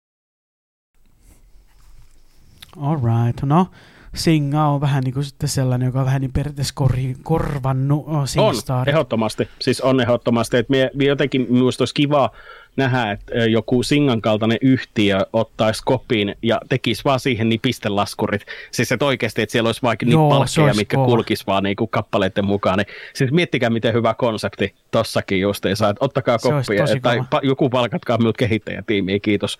All right, no Singa on vähän niin kuin sitten sellainen, joka on vähän niin periaatteessa korvannut SingStarin. On, ehdottomasti. Siis on ehdottomasti, että jotenkin minusta olisi kiva nähdä, että joku Singan kaltainen yhtiö ottaisi kopin ja tekisi vaan siihen niin pistelaskurit. Siis että oikeasti, että siellä olisi vaikka niitä palkkeja, mitkä kulkisi vaan niin kuin kappaleiden mukaan. Niin, siis miettikää, miten hyvä konsepti tossakin justiinsa, että ottakaa koppia tai joku palkatkaa minut kehittäjätiimiä, kiitos.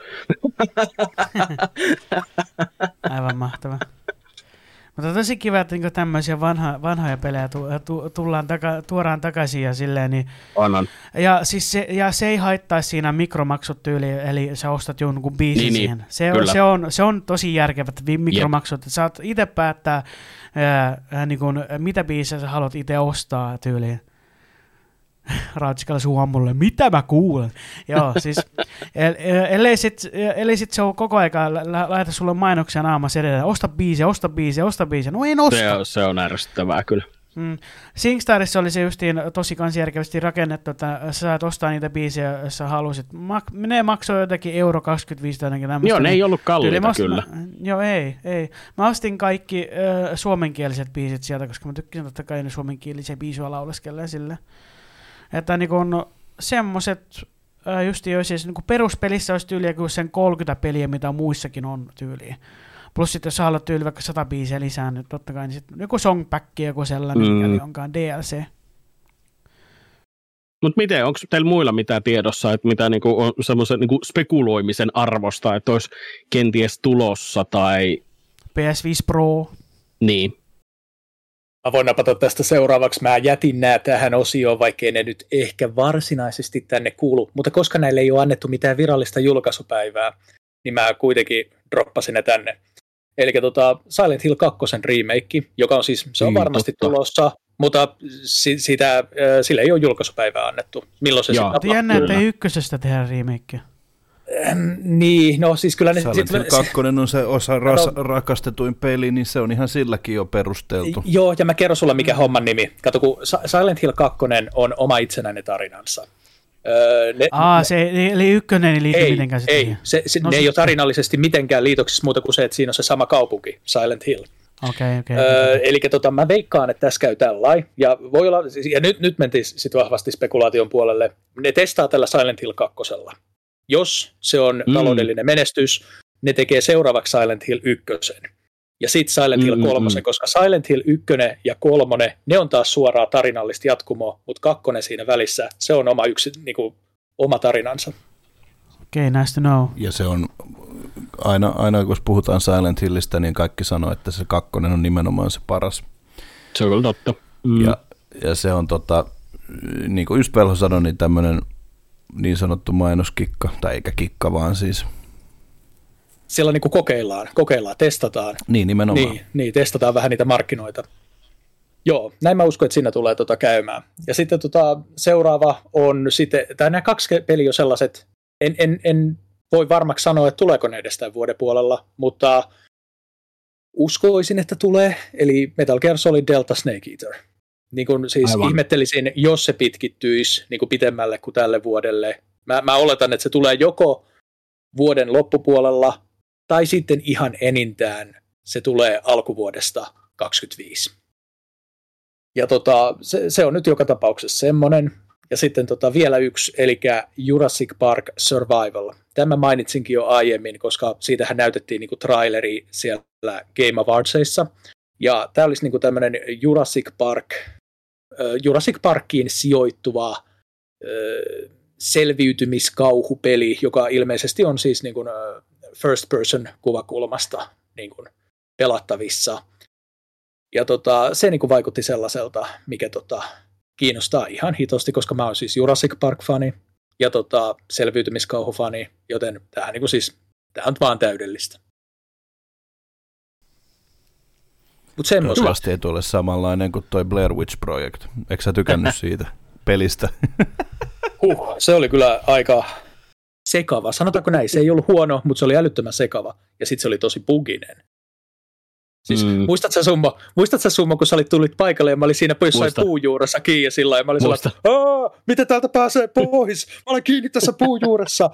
Aivan mahtava. Mutta tosi kiva, että niin tämmöisiä vanhoja pelejä tuodaan takaisin ja silleen. Niin, on. Ja, siis se ei haittaisi siinä mikromaksut tyyliin, eli sä ostat jonkun biisin siihen. Se on tosi järkevät mikromaksut, että saat itse päättää, niin kuin, mitä biisejä sä haluat itse ostaa tyyliin. Rautsikalla suu mulle, mitä mä kuulen? Joo, siis ellei sit se on koko ajan laita sulle mainoksia naamassa edelleen, osta biisiä, no en osta. Se on ärsyttävää kyllä. SingStarissa oli se justiin tosi kans järkevästi rakennettu, että sä saat ostaa niitä biisejä, jos sä halusit. Ne maksoi jotenkin €25 tai jotenkin tämmöistä. Joo, ne ei ollut kalliita kyllä. Joo, ei. Mä ostin kaikki suomenkieliset biisit sieltä, koska mä tykkäsin totta kai ne suomenkielisiä biisejä lauleskella sille. Että niin kun semmoset just jos niin peruspelissä olisi tyyliä kuin sen 30 peliä, mitä muissakin on tyyliä. Plus sitten jos haluat tyyli vaikka 100 biisiä lisää, niin totta kai niin sitten joku songpack, joku sellainen, mikä onkaan DLC. Mutta miten, onko teillä muilla mitään tiedossa, että mitä niinku on semmoisen niinku spekuloimisen arvosta, että olisi kenties tulossa tai... PS5 Pro. Niin. Mä voin napata tästä seuraavaksi. Mä jätin nää tähän osioon, vaikkei ne nyt ehkä varsinaisesti tänne kuulu. Mutta koska näille ei ole annettu mitään virallista julkaisupäivää, niin mä kuitenkin droppasin ne tänne. Eli Silent Hill 2 remake, joka on siis, se on varmasti tulossa, mutta sille ei ole julkaisupäivää annettu. Milloin se sitten tapahtuu? Jännä, että ei ykkösestä tehdä remakea. Niin, no siis kyllä ne... Silent Hill 2 on se osa rakastetuin peli, niin se on ihan silläkin jo perusteltu. Joo, ja mä kerron sulle mikä homman nimi. Kato, kun Silent Hill 2 on oma itsenäinen tarinansa. Eli ykkönen ei liity mitenkään siihen. Ne ei ole tarinallisesti mitenkään liitoksissa muuta kuin se, että siinä on se sama kaupunki, Silent Hill. Okay. Eli mä veikkaan, että tässä käy tällainen, ja voi olla, ja nyt mentiin sitten vahvasti spekulaation puolelle, ne testaa tällä Silent Hill 2. Jos se on taloudellinen menestys, ne tekee seuraavaksi Silent Hill 1. Ja sitten Silent Hill 3, koska Silent Hill 1 ja 3, ne on taas suoraa tarinallista jatkumoa, mutta 2 siinä välissä, se on oma tarinansa. Okei, nice to know. Ja se on, aina kun puhutaan Silent Hillistä, niin kaikki sanoo, että se 2 on nimenomaan se paras. Se on kyllä totta. Ja se on niin kuin just Velho sanoi, niin tämmöinen niin sanottu mainoskikka, tai eikä kikka vaan siis. Siellä niin kuin kokeillaan, testataan. Niin, nimenomaan. Niin, testataan vähän niitä markkinoita. Joo, näin mä uskon, että siinä tulee käymään. Ja sitten seuraava on sitten, tai nämä 2 peliä on sellaiset, en voi varmaksi sanoa, että tuleeko ne edes tämän vuoden puolella, mutta uskoisin, että tulee, eli Metal Gear Solid Delta Snake Eater. Niin kuin siis aivan. Ihmettelisin, jos se pitkittyisi niin kuin pitemmälle kuin tälle vuodelle. Mä oletan, että se tulee joko vuoden loppupuolella, tai sitten ihan enintään se tulee alkuvuodesta 2025. Ja se on nyt joka tapauksessa semmoinen. Ja sitten vielä yksi, eli Jurassic Park Survival. Tämä mainitsinkin jo aiemmin, koska siitähän näytettiin niinku traileri siellä Game Awardsissa. Ja tämä olisi niinku tämmöinen Jurassic Parkiin sijoittuva selviytymiskauhupeli, joka ilmeisesti on siis niinku first person kuvakulmasta niinku pelattavissa. Ja se niinku vaikutti sellaiselta, mikä kiinnostaa ihan hitosti, koska mä oon siis Jurassic Park-fani ja selviytymiskauhufani, joten tämä niinku siis, on vaan täydellistä. Mut toivottavasti ei tule samanlainen kuin toi Blair Witch Project. Eikö sä tykännyt siitä pelistä? Se oli kyllä aika sekava. Sanotaanko näin, se ei ollut huono, mutta se oli älyttömän sekava. Ja sitten se oli tosi buginen. Siis, muistatko sä Summa, kun sä olit tullut paikalle ja mä olin siinä jossain puujuuressa kiinni ja sillä ja mä olin sellainen, miten täältä pääsee pois? Mä olen kiinni tässä puujuuressa.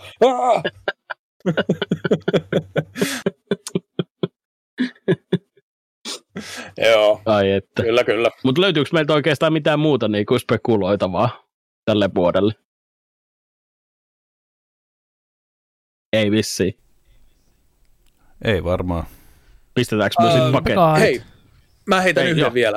Joo, ai että. Kyllä. Mutta löytyykö meiltä oikeastaan mitään muuta niin kuin spekuloitavaa tälle vuodelle? Ei vissiin. Ei varmaan. Pistetäänkö me sitten pakettiin? Hei, mä heitän yhden vielä.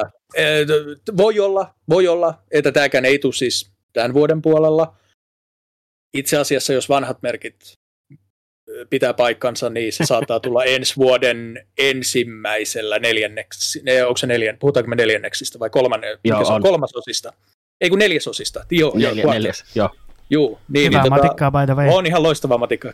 Voi olla, että tämäkään ei tule siis tämän vuoden puolella. Itse asiassa, jos vanhat merkit pitää paikkansa, niin se saattaa tulla ensi vuoden ensimmäisellä onko se puhutaanko me neljänneksistä vai kolmasosista? Ei kun neljäsosista. Neljäs, joo. Juu, niin, hyvää matikkaa by the way. On ihan loistavaa matikkaa.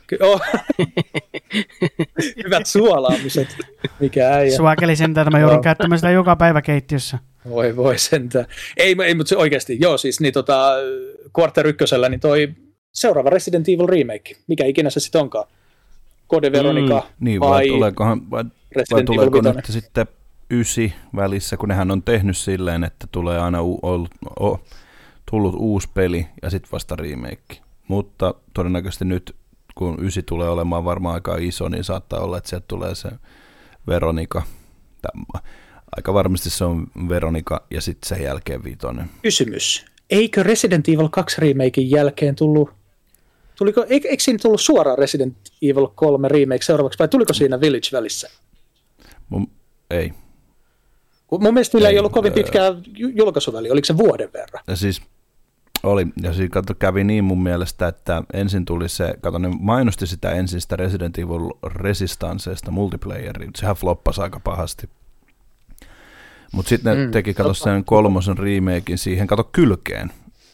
Hyvät suolaamiset. Mikä äijä. Suakeli sentään, että mä joudun käyttämään sitä joka päivä keittiössä. Voi sentään. Ei mutta se oikeasti, siis niin Quarter 1:llä niin toi seuraava Resident Evil remake, mikä ikinä se sitten onkaan. Code Veronica niin, vai tuleeko nyt sitten 9 välissä, kun nehän on tehnyt silleen, että tulee aina tullut uusi peli ja sitten vasta remake. Mutta todennäköisesti nyt, kun 9 tulee olemaan varmaan aika iso, niin saattaa olla, että sieltä tulee se Veronica. Aika varmasti se on Veronica ja sitten sen jälkeen 5. Kysymys. Eikö Resident Evil 2 remakein jälkeen eikö siinä tullut suoraan Resident Evil 3 remake seuraavaksi, vai tuliko siinä Village välissä? Ei. Mun mielestä niillä ei ollut kovin pitkää julkaisuväliä, oliko se vuoden verran? Siis oli, ja siinä kävi niin mun mielestä, että ensin tuli se, ne mainosti sitä ensin sitä Resident Evil Resistanceista multiplayeria, sehän floppasi aika pahasti. Mutta sitten ne teki, sen 3 remakein siihen, kylkeen.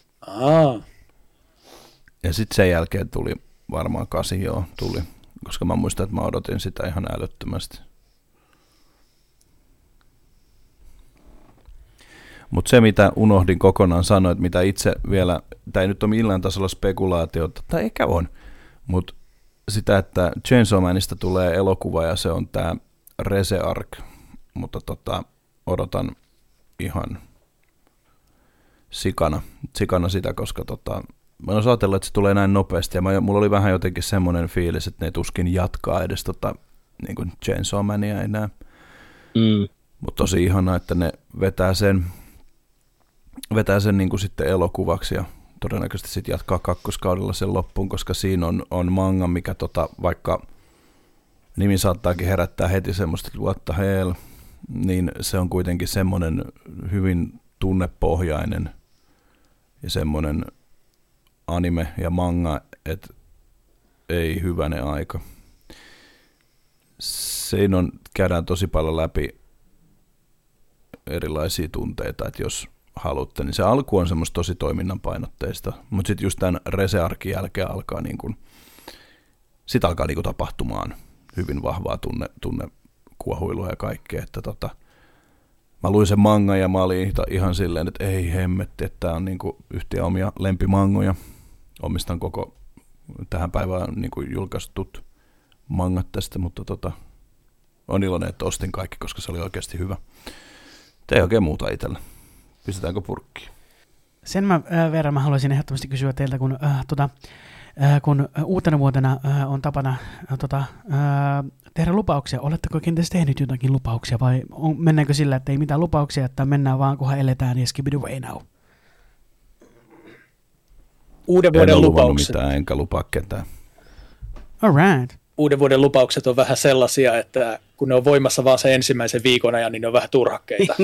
Ja sitten sen jälkeen tuli varmaan 8, tuli, koska mä muistan, että mä odotin sitä ihan älyttömästi. Mutta se, mitä unohdin kokonaan sanoa, että mitä itse vielä, tämä ei nyt ole millään tasolla spekulaatiota, tai eikä on, mutta sitä, että Chainsaw Manista tulee elokuva ja se on tämä Research, mutta odotan ihan sikana sitä, koska mä oon ajatellut, että se tulee näin nopeasti, ja mulla oli vähän jotenkin semmoinen fiilis, että ne tuskin jatkaa edes niin kuin Chainsaw Mania enää. Mutta tosi ihanaa, että ne vetää sen niin kuin sitten elokuvaksi, ja todennäköisesti sitten jatkaa kakkoskaudella sen loppuun, koska siinä on manga, mikä vaikka nimi saattaakin herättää heti semmoista, että what the hell, niin se on kuitenkin semmoinen hyvin tunnepohjainen ja semmoinen anime ja manga, että ei hyvänen aika. Siinä käydään tosi paljon läpi erilaisia tunteita, että jos haluatte, niin se alku on semmoista tosi toiminnanpainotteista, mutta sitten just tämän Researchin jälkeen alkaa alkaa tapahtumaan hyvin vahvaa tunnekuohuilua ja kaikkea, että mä luin sen manga ja mä olin ihan silleen, että ei hemmetti, että tää on yhtiä omia lempimangoja. Omistan koko tähän päivään julkaistut mangat tästä, mutta on iloinen, että ostin kaikki, koska se oli oikeasti hyvä. Ei oikein muuta itsellä. Pistetäänkö purkkiin? Sen verran mä haluaisin ehdottomasti kysyä teiltä, kun kun uutena vuotena on tapana tehdä lupauksia. Oletteko kenties tehnyt jotakin lupauksia vai mennäänkö sillä, että ei mitään lupauksia, että mennään vaan kunhan eletään ja skip it away now? Uuden vuoden lupaukset. Mitään, enkä lupaa ketään. All right. Uuden vuoden lupaukset on vähän sellaisia, että kun ne on voimassa vaan sen ensimmäisen viikon ajan, niin ne on vähän turhakkeita.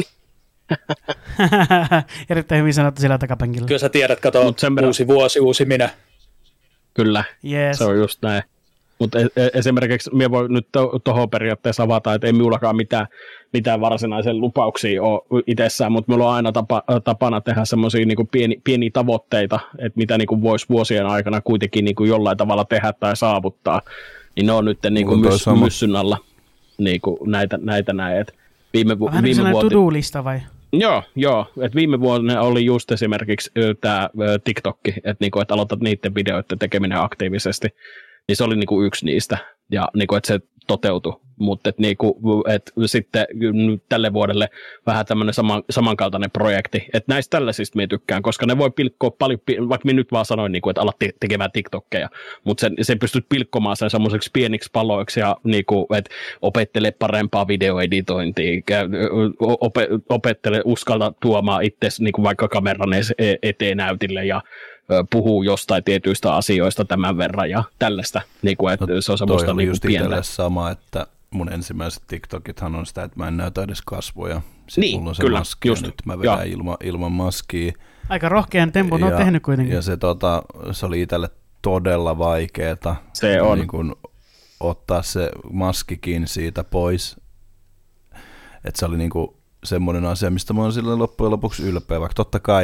Erittäin hyvin sanottu sillä takapenkillä. Kyllä sä tiedät, kato, uusi vuosi, uusi minä. Kyllä, yes. Se on just näin. Mutta esimerkiksi minä voin nyt tuohon periaatteessa avata, että ei minullakaan mitään varsinaisia lupauksia ole itsessään, mutta minulla on aina tapana tehdä semmoisia niinku pieniä tavoitteita, että mitä niinku voisi vuosien aikana kuitenkin niinku jollain tavalla tehdä tai saavuttaa. Niin ne on nyt niinku myssyn alla niinku näitä näin. Viime to-do-lista vai? Joo, että viime vuonna oli just esimerkiksi tämä TikTokki, että niinku, et aloitat niiden videoiden tekeminen aktiivisesti, niin se oli niinku yksi niistä, ja niinku, että se toteutui, mutta niinku, sitten tälle vuodelle vähän tämmöinen samankaltainen projekti, että näistä tällaisista minä tykkään, koska ne voi pilkkoa paljon, vaikka minä nyt vaan sanoin, niinku, että alat tekemään TikTokkeja, mutta sen pystyt pilkkomaan sen semmoiseksi pieniksi paloiksi, ja niinku, että opettele parempaa videoeditointia, opettele, uskalta tuomaan itsesi niinku vaikka kameran eteen näytille, ja puhuu jostain tietyistä asioista tämän verran ja tällaista, niin kuin, että se on semmoista niin just pientä. itselle sama, että mun ensimmäiset TikTokithan on sitä, että mä en näytä edes kasvoja. Sitten niin, mulla on se kyllä, maski ja nyt mä vedän ilman maskia. Aika rohkean tempun oot tehnyt kuitenkin. Ja se oli itselle todella vaikeeta. Se on. Niin kun ottaa se maskikin siitä pois. Että se oli niin kuin semmoinen asia, mistä mä oon sille loppujen lopuksi ylpeä, vaikka totta kai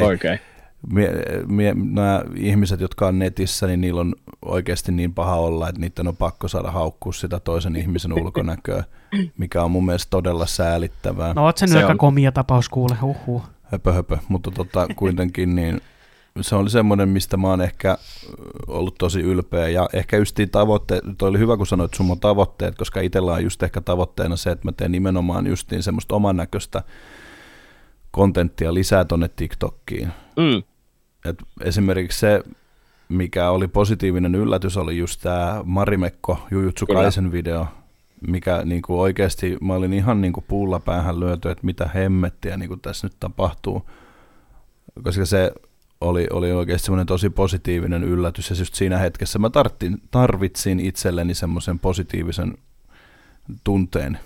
nämä ihmiset, jotka on netissä, niin niillä on oikeasti niin paha olla, että niiden on pakko saada haukkua sitä toisen ihmisen ulkonäköä, mikä on mun mielestä todella säälittävää. No oot sen aika komia tapaus kuule, Höpö, mutta kuitenkin niin se oli semmoinen, mistä mä oon ehkä ollut tosi ylpeä, ja ehkä justiin tavoitteet, toi oli hyvä kun sanoit sun mun tavoitteet, koska itsellä on just ehkä tavoitteena se, että mä teen nimenomaan justiin semmoista oman näköistä kontenttia lisää tonne TikTokkiin. Et esimerkiksi se, mikä oli positiivinen yllätys, oli just tämä Marimekko Jujutsu Kaisen video, mikä niinku oikeasti, mä olin ihan niinku puulla päähän lyöty, että mitä hemmettiä niinku tässä nyt tapahtuu, koska se oli oikeasti semmoinen tosi positiivinen yllätys, ja just siinä hetkessä mä tarvitsin itselleni semmoisen positiivisen tunteen.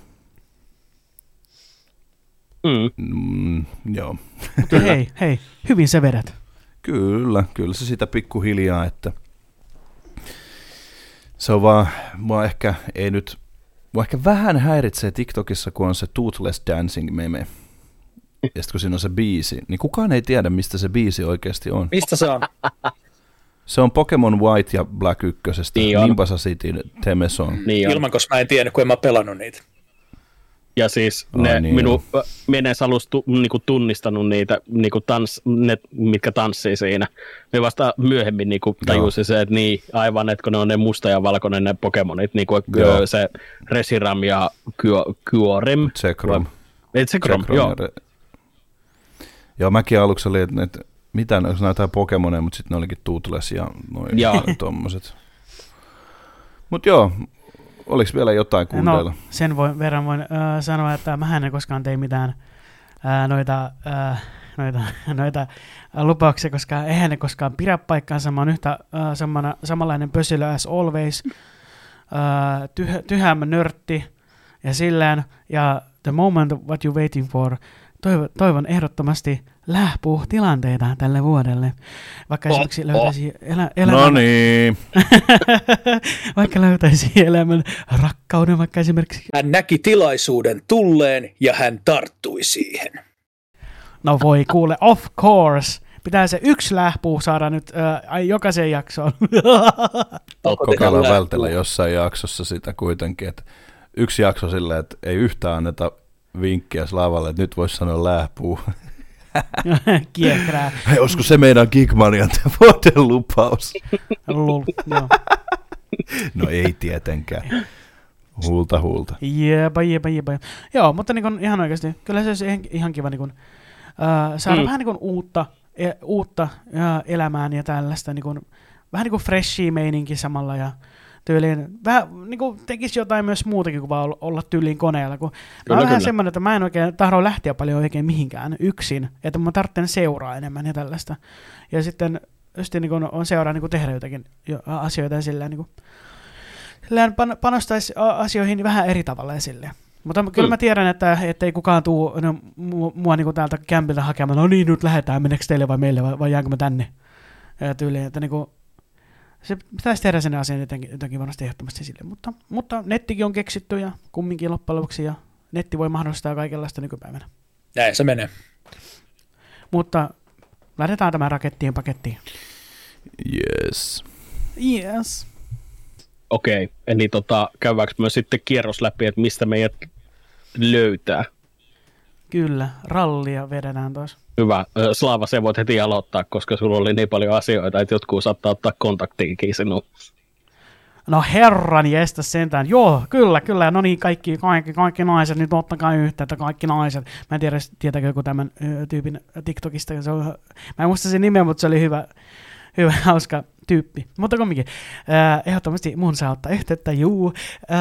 Joo. Mutta hei, hyvin sä vedät. Kyllä se sitä pikkuhiljaa, että se on vaan, mua ehkä vähän häiritsee TikTokissa, kun on se Toothless Dancing meme. Ja sitten kun siinä on se biisi, niin kukaan ei tiedä, mistä se biisi oikeasti on. Mistä se on? Se on Pokemon White ja Black 1. Nimbasa City Theme Song. Niin ilman, koska mä en tiedä, kun en mä pelannut niitä. Ja siis minä en edes alusta niinku tunnistanut niitä, niinku ne, mitkä tanssii siinä. Me vasta myöhemmin niinku tajusin se, että niin, aivan, että kun ne on ne musta ja valkoinen ne Pokemonit, niinku se Reshiram ja Kyurem. Zekrom. Zekrom, joo. Joo, mäkin aluksi oli, että mitä, onko näitä Pokemoneja, mutta sitten ne olikin Toothless ja noin tommoset. Mutta joo, oliko vielä jotain kuunteilla? No, sen verran voin sanoa, että mä en koskaan tee mitään noita lupauksia, koska eihän ne koskaan pidä paikkaansa. Mä oon yhtä samanlainen pösilö as always, tyhämä nörtti ja sillään, ja the moment what you waiting for, toivon ehdottomasti lähpuutilanteita tälle vuodelle. Vaikka esimerkiksi löytäisi elämän... No niin. Vaikka löytäisi elämän rakkauden, vaikka esimerkiksi... Hän näki tilaisuuden tulleen ja hän tarttui siihen. No voi kuule, of course. Pitää se yksi lähpuu saada nyt jokaisen jaksoon. Kokeillaan vältellä jossain jaksossa sitä kuitenkin, että yksi jakso silleen, että ei yhtään anneta vinkkiä Slavalle, että nyt voisi sanoa lähpuu. Kiekrää. Hei, olisiko se meidän Geekmanian vuoden lupaus? No ei tietenkään. Huulta. Jepa. Joo, mutta niin kun, ihan oikeasti, kyllä se olisi ihan kiva niin kun, saada vähän niin kun uutta elämään ja tällaista. Niin kun, vähän niin kuin freshia meininki samalla ja tyyliin, vähän niin kuin tekisi jotain myös muutakin kuin vaan olla tyyliin koneella, kun mä oon vähän semmoinen, että mä en oikein tahdo lähteä paljon oikein mihinkään yksin, että mä tarvitsen seuraa enemmän ja tällaista. Ja sitten just niin kuin on seuraa niin kuin tehdä jotakin asioita ja silleen, niin kuin, silleen panostaisi asioihin vähän eri tavalla ja silleen. Mutta kyllä mä tiedän, että ei kukaan tule mua niin kuin täältä kämpiltä hakemaan, no niin, nyt lähdetään, meneekö teille vai meille vai jäänkö mä tänne. Ja tyyliin, että niin kuin, se pitäisi tehdä sen asian jotenkin varmasti ehdottomasti sille, mutta nettikin on keksitty ja kumminkin loppujen lopuksi ja netti voi mahdollistaa kaikenlaista nykypäivänä. Näin se menee. Mutta lähdetään tämän rakettien pakettiin. Yes. Okei, eli käydäänkö myös sitten kierros läpi, että mistä meidät löytää? Kyllä, rallia vedetään taas. Hyvä. Slaava, se voit heti aloittaa, koska sulla oli niin paljon asioita, että jotkut saattaa ottaa kontaktiinkin sinuun. No herran jestä sentään. Joo, kyllä. No niin, kaikki naiset, nyt ottakaa yhteyttä, kaikki naiset. Mä en tiedä, tietääkö joku tämän tyypin TikTokista. Mä en muista sen nimeä, mutta se oli hyvä hauska tyyppi. Mutta kumminkin, ehdottomasti mun saa ottaa yhteyttä, juu.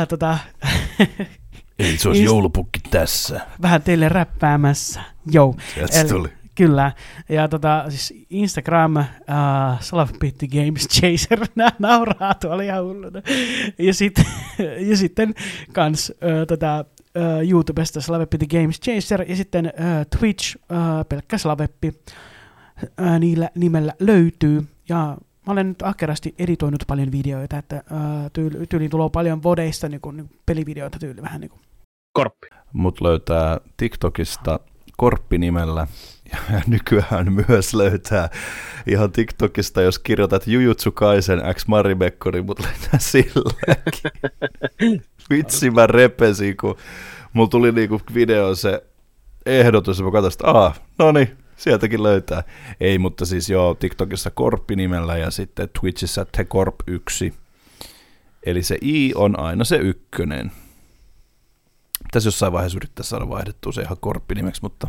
Eli se olisi joulupukki tässä. Vähän teille räppäämässä. Joo. Sieltä tuli. Kyllä. Ja siis Instagram, Slavpity Games Chaser, nää nauraa tuolla ihan hulluna. Ja sitten kans YouTubesta Slavpity Games Chaser ja sitten Twitch, pelkkä Slaveppi, niillä nimellä löytyy. Ja mä olen nyt ahkerasti editoinut paljon videoita, että tyyliin tulee paljon vodeista niin pelivideoita tyyli vähän niin kuin. Korppi. Mut löytää TikTokista Korppi-nimellä ja nykyään myös löytää ihan TikTokista, jos kirjoitat Jujutsu Kaisen X Marimekkori, mut löytää silläkin. Vitsi mä repesin, kun mulla tuli niinku videoon se ehdotus, ja mä katsoin, että noniin, sieltäkin löytää. Ei, mutta siis joo, TikTokissa Korppi-nimellä ja sitten Twitchissä TheKorp1. Eli se I on aina se ykkönen. Pitäisi jossain vaiheessa yrittää saada vaihdettua se ihan Korppi-nimeksi, mutta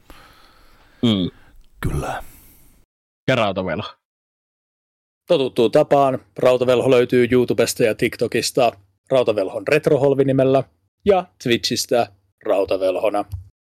kyllä. Ja Rautavelho. Totuttuun tapaan Rautavelho löytyy YouTubesta ja TikTokista Rautavelhon Retroholvi-nimellä ja Twitchistä Rautavelhona.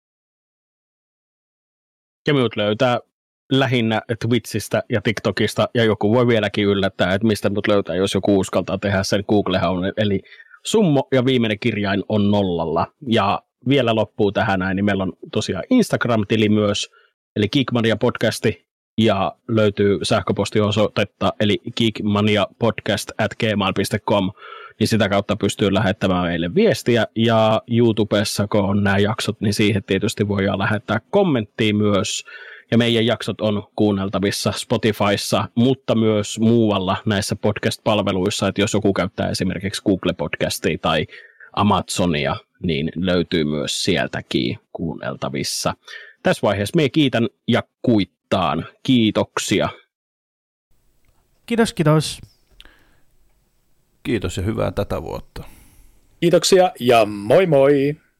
ja minut löytää lähinnä Twitchistä ja TikTokista, ja joku voi vieläkin yllättää, että mistä minut löytää, jos joku uskaltaa tehdä sen Google-haun. Eli summo ja viimeinen kirjain on 0. Ja vielä loppuu tähän näin, niin meillä on tosiaan Instagram-tili myös, eli Geekmania podcasti, ja löytyy sähköpostiosoitetta, eli geekmaniapodcast@gmail.com, niin sitä kautta pystyy lähettämään meille viestiä, ja YouTubessa, kun on nämä jaksot, niin siihen tietysti voidaan lähettää kommenttia myös, ja meidän jaksot on kuunneltavissa Spotifyssa, mutta myös muualla näissä podcast-palveluissa, että jos joku käyttää esimerkiksi Google-podcastia tai Amazonia, niin löytyy myös sieltäkin kuunneltavissa. Tässä vaiheessa minä kiitän ja kuittaan. Kiitoksia. Kiitos, kiitos. Kiitos ja hyvää tätä vuotta. Kiitoksia ja moi moi!